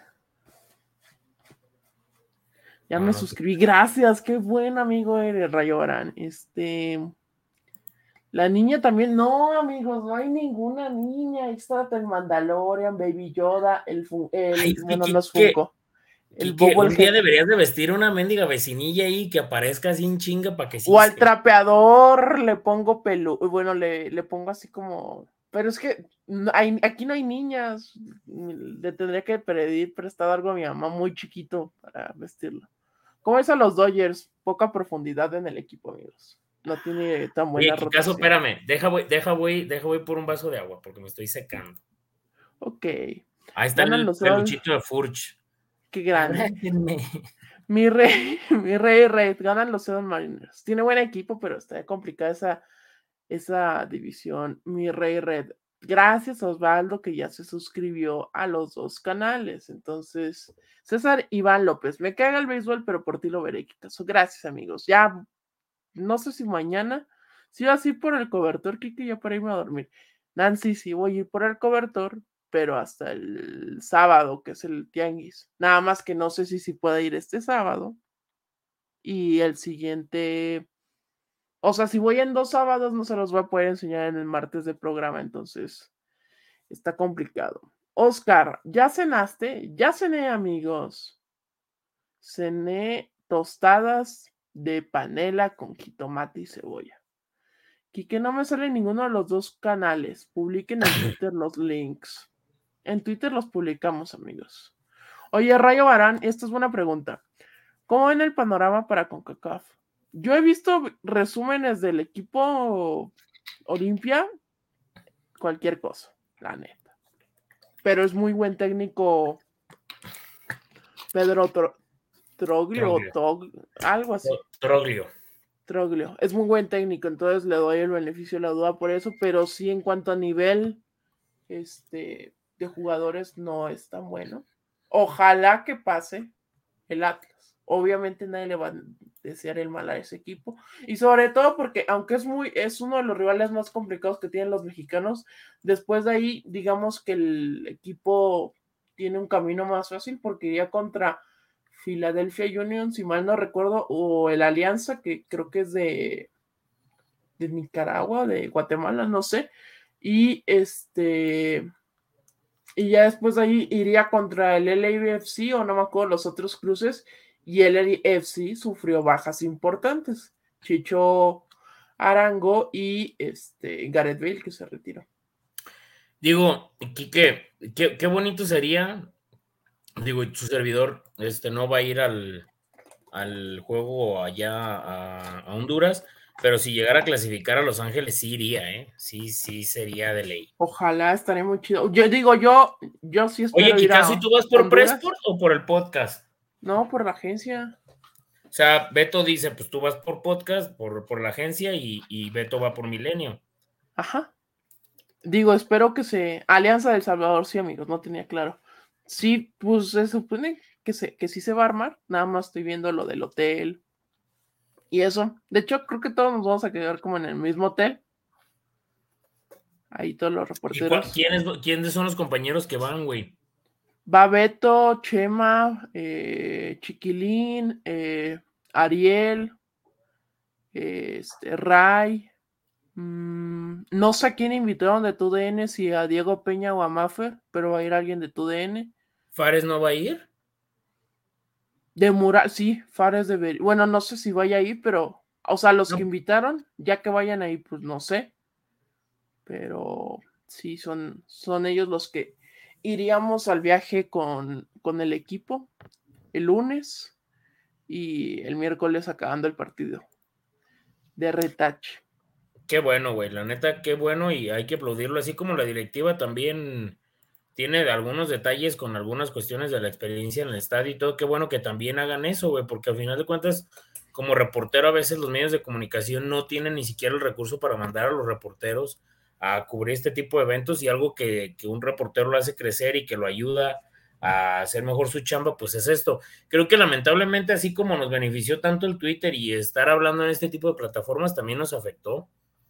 Ya no, me no, suscribí, gracias, qué buen amigo eres, Rayo Barán. Este, la niña también, no, amigos, no hay ninguna niña. Ahí está el Mandalorian, Baby Yoda, el, el Ay, bueno, sí, no es Funko. El un día deberías de vestir una mendiga vecinilla ahí que aparezca así en chinga para que sí. O al sea. Trapeador le pongo pelo, bueno, le, le pongo así como, pero es que no hay, aquí no hay niñas, le tendría que pedir prestado algo a mi mamá muy chiquito para vestirlo. ¿Cómo es a los Dodgers? Poca profundidad en el equipo, amigos. No tiene tan buena Oye, rotación. Caso, espérame, deja voy, deja voy, deja voy por un vaso de agua porque me estoy secando. Ok. Ahí está Ganan el los peluchito de Furch. Qué grande. Mi rey, mi rey, rey, ganan los Seattle Mariners. Tiene buen equipo, pero está complicada esa, esa división. Mi rey red. Gracias a Osvaldo que ya se suscribió a los dos canales. Entonces, César Iván López, me caga el béisbol, pero por ti lo veré. Gracias, amigos. Ya, no sé si mañana, si voy a ir por el cobertor, Kike, ya para irme a dormir. Nancy, sí voy a ir por el cobertor, pero hasta el sábado, que es el tianguis. Nada más que no sé si sí pueda ir este sábado. Y el siguiente, o sea, si voy en dos sábados, no se los voy a poder enseñar en el martes de programa, entonces está complicado. Oscar, ¿ya cenaste? Ya cené, amigos. Cené tostadas de panela con jitomate y cebolla. Quique, no me sale ninguno de los dos canales. Publiquen en Twitter los links. En Twitter los publicamos, amigos. Oye, Rayo Barán, esta es buena pregunta. ¿Cómo ven el panorama para CONCACAF? Yo he visto resúmenes del equipo Olimpia, cualquier cosa, la neta. Pero es muy buen técnico Pedro Tro Troglio, Troglio. Tog algo así. Troglio. Troglio. Es muy buen técnico, entonces le doy el beneficio de la duda por eso, pero sí en cuanto a nivel este, de jugadores no es tan bueno. Ojalá que pase el Atlas. Obviamente nadie le va a desear el mal a ese equipo. Y sobre todo porque, aunque es muy, es uno de los rivales más complicados que tienen los mexicanos, después de ahí, digamos que el equipo tiene un camino más fácil porque iría contra Philadelphia Union, si mal no recuerdo, o el Alianza, que creo que es de, de Nicaragua, de Guatemala, no sé. Y este. Y ya después de ahí iría contra el L A F C, o no me acuerdo los otros cruces, y el L A F C sufrió bajas importantes. Chicho Arango y este Gareth Bale, que se retiró. Digo, Quique, qué, qué bonito sería, digo, su servidor este, no va a ir al, al juego allá a, a Honduras, pero si llegara a clasificar a Los Ángeles, sí iría, ¿eh? Sí, sí, sería de ley. Ojalá, estaría muy chido. Yo digo, yo, yo sí espero Oye, ir a Kikazo, ¿y tú vas por Honduras. Pressport o por el podcast? No, por la agencia. O sea, Beto dice, pues tú vas por podcast, por, por la agencia, y, y Beto va por Milenio. Ajá. Digo, espero que se... Alianza del Salvador, sí, amigos, no tenía claro. Sí, pues se supone que, se, que sí se va a armar. Nada más estoy viendo lo del hotel y eso. De hecho, creo que todos nos vamos a quedar como en el mismo hotel. Ahí todos los ¿Y reporteros. quiénes, quiénes son los compañeros que van, güey? Va Beto, Chema, eh, Chiquilín, eh, Ariel, eh, este, Ray. Mmm, no sé a quién invitaron de tu D N, si a Diego Peña o a Maffer, pero va a ir alguien de tu D N. ¿Fares no va a ir? De Mural, sí, Fares debería. Bueno, no sé si vaya ahí, pero, o sea, los No. que invitaron, ya que vayan ahí, pues no sé. Pero sí, son, son ellos los que iríamos al viaje con, con el equipo el lunes y el miércoles acabando el partido de retache. Qué bueno, güey, la neta, qué bueno, y hay que aplaudirlo, así como la directiva también tiene algunos detalles con algunas cuestiones de la experiencia en el estadio y todo. Qué bueno que también hagan eso, güey, porque al final de cuentas, como reportero, a veces los medios de comunicación no tienen ni siquiera el recurso para mandar a los reporteros a cubrir este tipo de eventos, y algo que, que un reportero lo hace crecer y que lo ayuda a hacer mejor su chamba, pues es esto. Creo que lamentablemente, así como nos benefició tanto el Twitter y estar hablando en este tipo de plataformas, también nos afectó.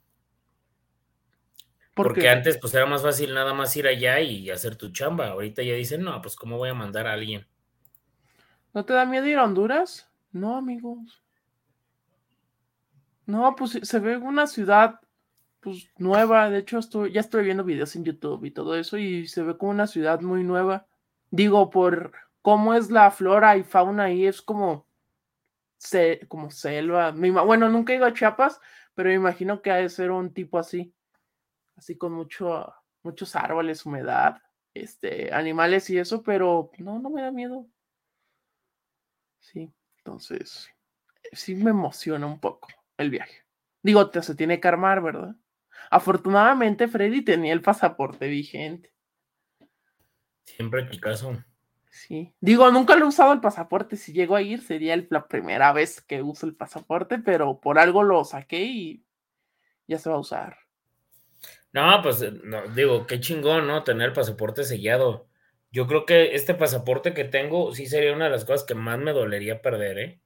¿Por Porque qué? antes pues era más fácil nada más ir allá y hacer tu chamba. Ahorita ya dicen, no, pues ¿cómo voy a mandar a alguien? ¿No te da miedo ir a Honduras? No, amigos. No, pues se ve una ciudad pues nueva. De hecho, estoy, ya estoy viendo videos en YouTube y todo eso, y se ve como una ciudad muy nueva. Digo, por cómo es la flora y fauna ahí, es como, se, como selva. Me ima- bueno, nunca he ido a Chiapas, pero me imagino que ha de ser un tipo así. Así con mucho, muchos árboles, humedad, este, animales y eso, pero no, no me da miedo. Sí, entonces, sí me emociona un poco el viaje. Digo, te, se tiene que armar, ¿verdad? Afortunadamente, Freddy tenía el pasaporte vigente. Siempre que caso. Sí. Digo, nunca lo he usado el pasaporte. Si llego a ir, sería el- la primera vez que uso el pasaporte, pero por algo lo saqué y ya se va a usar. No, pues no, digo, qué chingón, ¿no? Tener pasaporte sellado. Yo creo que este pasaporte que tengo sí sería una de las cosas que más me dolería perder, ¿eh?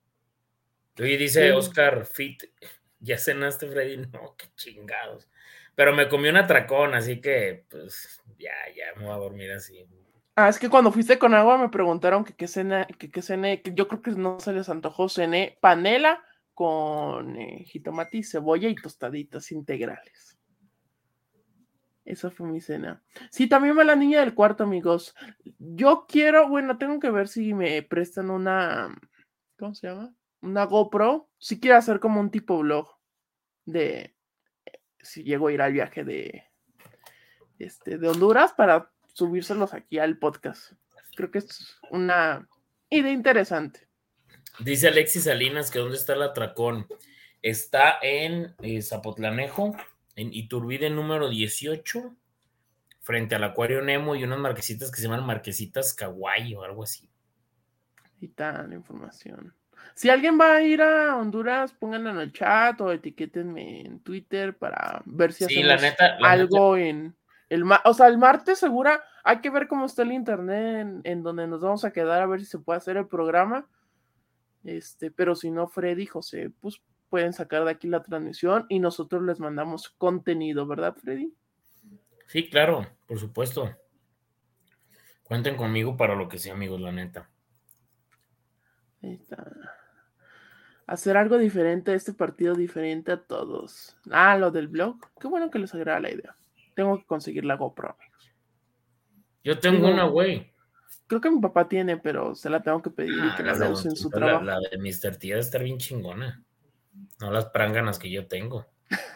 Oye, dice Sí. Oscar Fit, ¿ya cenaste, Freddy? No, qué chingados. pero me comí un atracón, así que, pues, ya, ya me voy a dormir así. Ah, es que cuando fuiste con agua me preguntaron que qué cena, que qué cené, que yo creo que no se les antojó, cené panela con eh, jitomate y cebolla y tostaditas integrales. Esa fue mi cena. Sí, también va la niña del cuarto, amigos. Yo quiero, bueno, tengo que ver si me prestan una, ¿cómo se llama? Una GoPro. Si quiero hacer como un tipo vlog de si llego a ir al viaje de, este, de Honduras para subírselos aquí al podcast. Creo que es una idea interesante. Dice Alexis Salinas que dónde está el atracón. Está en eh, Zapotlanejo, en Iturbide número dieciocho, frente al Acuario Nemo y unas marquesitas que se llaman Marquesitas Kawaii o algo así. Y tal la información. Si alguien va a ir a Honduras, pónganlo en el chat o etiquétenme en Twitter para ver si Sí, hacemos la neta, la algo neta. en el ma- o sea, el martes segura, hay que ver cómo está el internet en, en donde nos vamos a quedar a ver si se puede hacer el programa. Este, pero si no, Freddy y José, pues pueden sacar de aquí la transmisión y nosotros les mandamos contenido, ¿verdad, Freddy? Sí, claro, por supuesto. Cuenten conmigo para lo que sea, amigos, la neta. Ahí está. Hacer algo diferente, este partido diferente a todos. Ah, lo del blog. Qué bueno que les agrada la idea. Tengo que conseguir la GoPro, amigos. Yo tengo Digo, una, güey. creo que mi papá tiene, pero se la tengo que pedir y Ah, que la, la de use en su la, trabajo. la de mister T debe estar bien chingona. No las pránganas que yo tengo.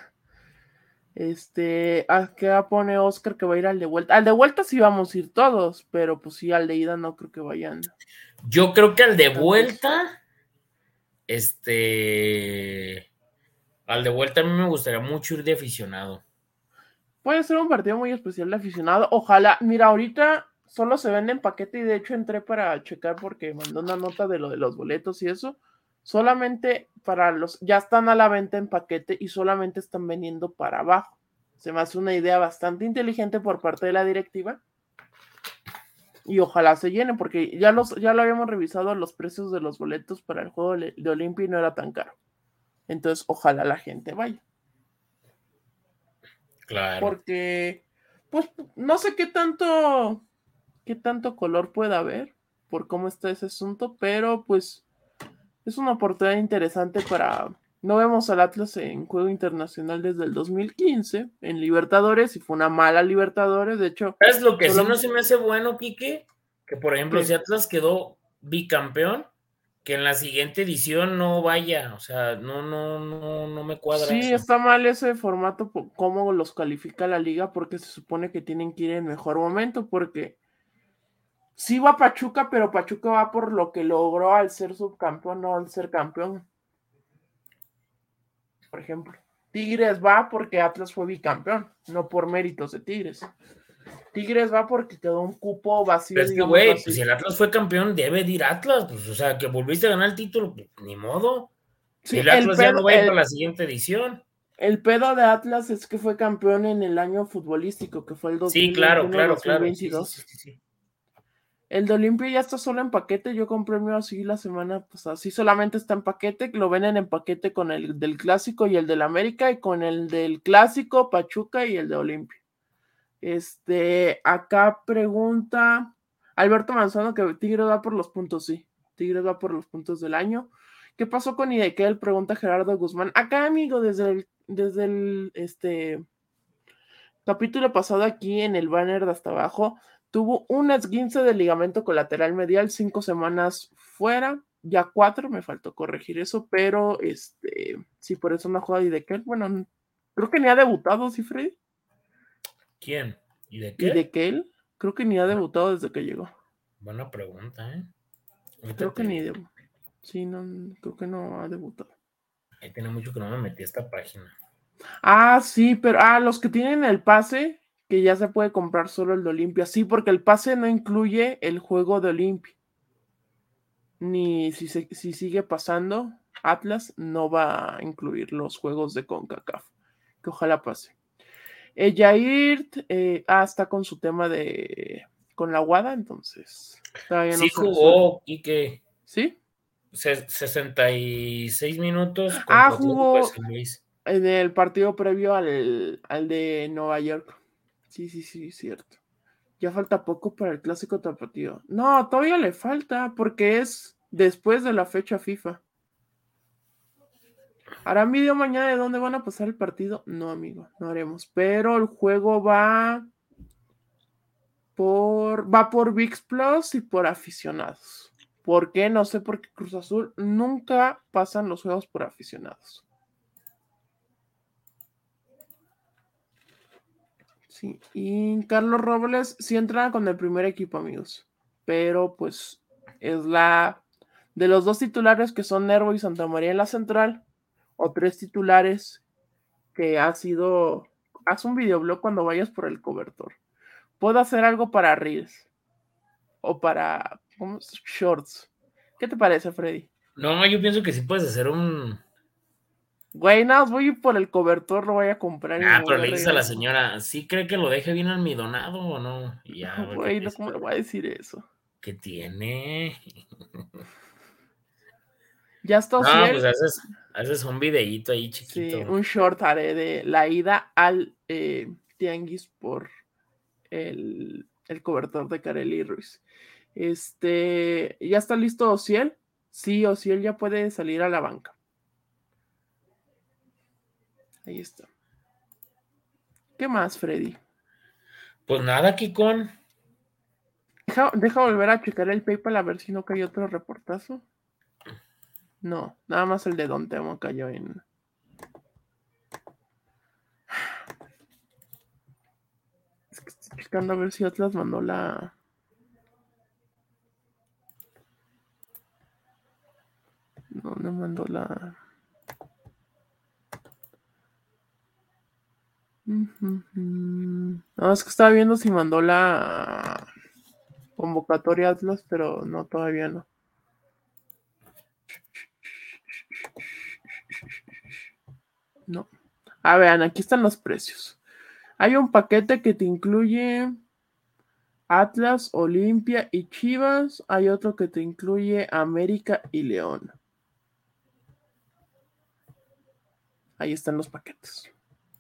Este, acá pone Oscar que va a ir al de vuelta. Al de vuelta sí vamos a ir todos, pero pues sí, al de ida no creo que vayan. Yo creo que al de Tantos. vuelta, este, al de vuelta a mí me gustaría mucho ir de aficionado. Puede ser un partido muy especial de aficionado. Ojalá, mira, ahorita solo se vende en paquete y de hecho entré para checar porque mandó una nota de lo de los boletos y eso. Solamente para los, ya están a la venta en paquete y solamente están vendiendo para abajo. Se me hace una idea bastante inteligente por parte de la directiva. Y ojalá se llene, porque ya, los, ya lo habíamos revisado, los precios de los boletos para el juego de Olimpia y no era tan caro. Entonces, ojalá la gente vaya. Claro. Porque, pues, no sé qué tanto, qué tanto color pueda haber por cómo está ese asunto, pero pues es una oportunidad interesante para... No vemos al Atlas en juego internacional desde el dos mil quince, en Libertadores, y fue una mala Libertadores, de hecho... ¿Sabes lo que solo... sí no se me hace bueno, Quique? Que, por ejemplo, ¿Qué? si Atlas quedó bicampeón, que en la siguiente edición no vaya, o sea, no, no, no, no me cuadra Sí, eso. está mal ese formato, cómo los califica la liga, porque se supone que tienen que ir en mejor momento, porque sí va Pachuca, pero Pachuca va por lo que logró al ser subcampeón, no al ser campeón. Por ejemplo, Tigres va porque Atlas fue bicampeón, no por méritos de Tigres. Tigres va porque quedó un cupo vacío, Pero es que, digamos güey, así. pues si el Atlas fue campeón, debe de ir Atlas, pues, o sea, que volviste a ganar el título, pues, ni modo. Sí, El el Atlas ya pedo, no va a ir el, para la siguiente edición. el pedo de Atlas es que fue campeón en el año futbolístico, que fue el Sí, claro, claro, claro. Sí, sí, dos mil veintidós. sí, sí, sí. El de Olimpia ya está solo en paquete. Yo compré el mío así la semana pasada. Sí, solamente está en paquete. Lo venden en paquete con el del Clásico y el del América, y con el del Clásico, Pachuca y el de Olimpia. Este, acá pregunta Alberto Manzano que Tigres va por los puntos. Sí, Tigres va por los puntos del año. ¿Qué pasó con Idequel? Pregunta Gerardo Guzmán. Acá, amigo, desde el, desde el este capítulo pasado, aquí en el banner de hasta abajo, tuvo un esguince de ligamento colateral medial, cinco semanas fuera, ya cuatro, me faltó corregir eso, pero este, sí, por eso no juega Idequel. Bueno, creo que ni ha debutado, ¿sí, Freddy? ¿Quién? ¿Y de qué? Idequel, creo que ni ha debutado desde que llegó. Buena pregunta, ¿eh? Ahorita Creo que te ni digo. debutó. Sí, no, creo que no ha debutado. Ahí tiene mucho que no me metí a esta página. Ah, sí, pero ah, los que tienen el pase, que ya se puede comprar solo el de Olimpia. Sí, porque el pase no incluye el juego de Olimpia. Ni si, se, si sigue pasando, Atlas no va a incluir los juegos de CONCACAF. Que ojalá pase. Eh, Jair eh, ah, está con su tema de con la Guada, entonces todavía Sí no se jugó, Quique. ¿Sí? sesenta y seis minutos Ah, contra Atlético de jugó. San Luis. En el partido previo al, al de Nueva York. Sí, sí, sí, cierto. Ya falta poco para el clásico tapatío. No, todavía le falta porque es después de la fecha FIFA. ¿Harán video mañana de dónde van a pasar el partido? No, amigo, no haremos. Pero el juego va por va por ViX Plus y por aficionados. ¿Por qué? No sé, porque Cruz Azul nunca pasan los juegos por aficionados. Sí, y Carlos Robles sí entra con el primer equipo, amigos. Pero pues es la de los dos titulares que son Nervo y Santa María en la central, o tres titulares que ha sido. Haz un videoblog cuando vayas por el cobertor. Puedo hacer algo para Reels o para ¿cómo? Shorts. ¿Qué te parece, Freddy? No, yo pienso que sí puedes hacer un. Güey, nada, voy por el cobertor, lo voy a comprar y Ah, me pero voy a le dices a la regresar. señora, ¿sí cree que lo deje bien almidonado o no? Y ya, a ver qué Güey, te no, dice. ¿cómo le voy a decir eso? ¿Qué tiene? Ya está No, pues Ociel. haces, haces un videíto ahí Sí, chiquito. un short haré de la ida al eh, Tianguis por el, el cobertor de Kareli Ruiz. Este, ¿ya está listo Ociel? Sí, Ociel ya puede salir a la banca. Ahí está. ¿Qué más, Freddy? Pues nada, Kikón. Deja, deja volver a checar el PayPal a ver si no cayó otro reportazo. No, nada más el de Don Temo cayó en. Es que estoy checando a ver si Atlas mandó la. ¿Dónde mandó la? No, es que estaba viendo si mandó la convocatoria Atlas, pero no, todavía no. No. A ver, aquí están los precios. Hay un paquete que te incluye Atlas, Olimpia y Chivas. Hay otro que te incluye América y León. Ahí están los paquetes.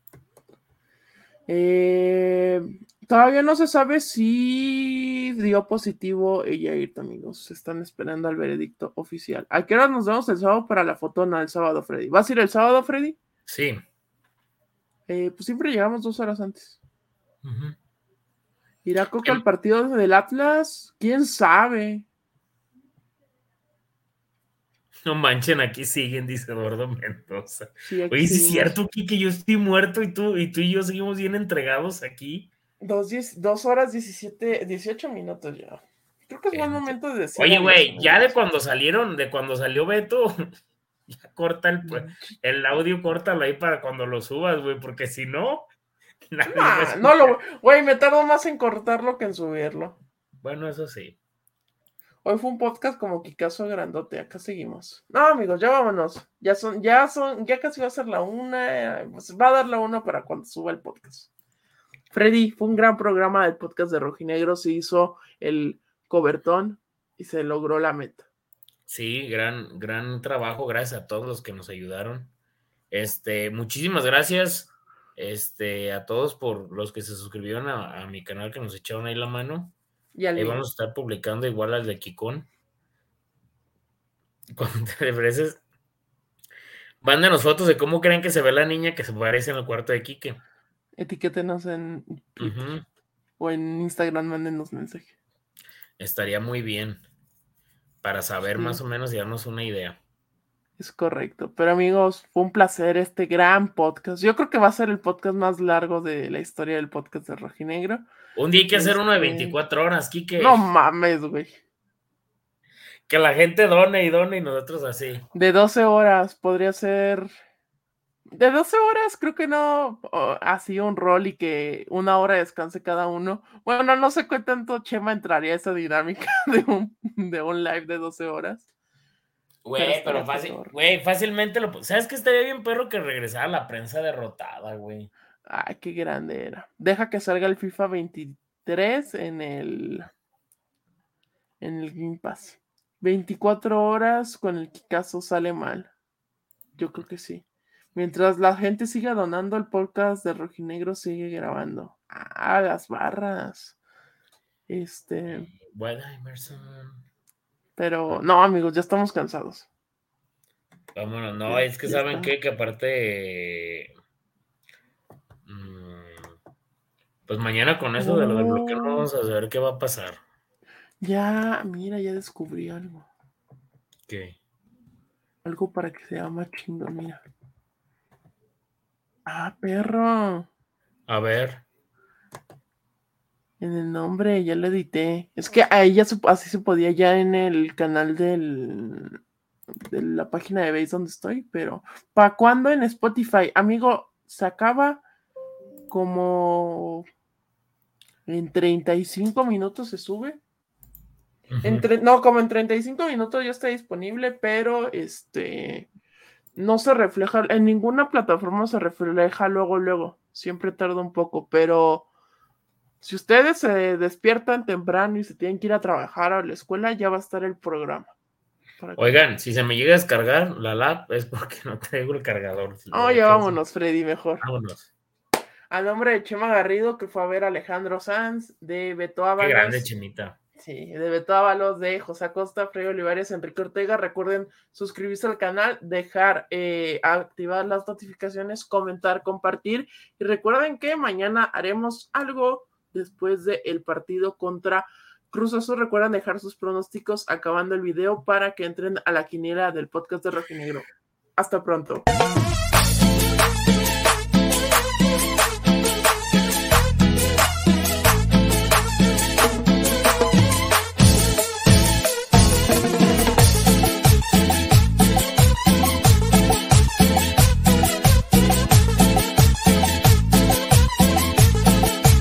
Eh, todavía no se sabe si dio positivo ella ir, amigos. Están esperando al veredicto oficial. ¿A qué hora nos vemos el sábado para la fotona el sábado, Freddy? ¿Vas a ir el sábado, Freddy? Sí. Eh, pues siempre llegamos dos horas antes. Uh-huh. ¿Irá Coca al partido del Atlas? ¿Quién sabe? No manchen, aquí siguen, dice Eduardo Mendoza. Sí, aquí Oye, sí es seguimos. cierto, Kike, yo estoy muerto y tú, y tú y yo seguimos bien entregados aquí. Dos, diez, dos horas diecisiete, dieciocho minutos ya. Creo que es buen momento de decir. Oye, güey, ya de cuando salieron, de cuando salió Beto, ya corta el, el audio, córtalo ahí para cuando lo subas, güey, porque si no, nadie nah, va a no lo, güey, me tardo más en cortarlo que en subirlo. Bueno, eso sí. Hoy fue un podcast como Kikazo grandote, acá seguimos. No, amigos, ya vámonos. Ya son, ya son, ya casi va a ser la una, pues va a dar la una para cuando suba el podcast. Freddy, fue un gran programa del podcast de Rojinegro, se hizo el cobertón y se logró la meta. Sí, gran, gran trabajo, gracias a todos los que nos ayudaron. Este, muchísimas gracias este, a todos por los que se suscribieron a, a mi canal, que nos echaron ahí la mano. Y al ahí mío. vamos a estar publicando igual al de Kikón. Cuando te ofreces, mándenos fotos de cómo creen que se ve la niña que se parece en el cuarto de Kike. Etiquétenos en Twitter uh-huh. o en Instagram, mándenos mensaje. Estaría muy bien para saber sí. más o menos y darnos una idea. Es correcto. Pero amigos, fue un placer este gran podcast. Yo creo que va a ser el podcast más largo de la historia del podcast de Rojinegro. Un día hay que este... hacer uno de veinticuatro horas, Kike. No mames, güey. Que la gente done y done y nosotros así. De doce horas, podría ser... De doce horas, creo que no, oh, así un rol y que una hora descanse cada uno. Bueno, no sé qué tanto Chema entraría a esa dinámica de un, de un live de doce horas. Güey, pero, pero fácil, güey, fácilmente lo... ¿Sabes qué estaría bien, perro, que regresara la prensa derrotada, güey? Ay, qué grande era. Deja que salga el FIFA veintitrés en el... En el Game Pass. veinticuatro horas con el Kikazo sale mal. Yo creo que sí. Mientras la gente siga donando, el podcast de Rojinegro sigue grabando. Ah, las barras. Este. Bueno, Emerson. Pero no, amigos, ya estamos cansados. Vámonos, no, Ya, es que ya saben está. qué, que aparte. mm, pues mañana con eso de lo del bloqueo no Oh, vamos a saber qué va a pasar. ya, mira, ya descubrí algo. ¿Qué? Algo para que sea más chingón, mira. Ah, perro. A ver. En el nombre, ya lo edité. Es que ahí ya se- así se podía ya en el canal del, de la página de Base donde estoy, pero ¿para cuándo en Spotify? Amigo, se acaba como en treinta y cinco minutos se sube. Ujú. Entre, no, como en treinta y cinco minutos ya está disponible, pero este no se refleja, en ninguna plataforma se refleja luego, luego. Siempre tarda un poco, pero si ustedes se despiertan temprano y se tienen que ir a trabajar a la escuela, ya va a estar el programa. Para que- Oigan, si se me llega a descargar la lap es porque no traigo el cargador. Oh, ya vámonos, Freddy, mejor. Vámonos. A nombre de Chema Garrido, que fue a ver a Alejandro Sanz, de Beto Qué Ábalos. grande, Chemita. Sí, de Beto Ábalos, de José Acosta, Freddy Olivares, Enrique Ortega. Recuerden suscribirse al canal, dejar, eh, activar las notificaciones, comentar, compartir. Y recuerden que mañana haremos algo después del partido contra Cruz Azul. Recuerden dejar sus pronósticos acabando el video para que entren a la quiniela del podcast de Rojinegro. Hasta pronto.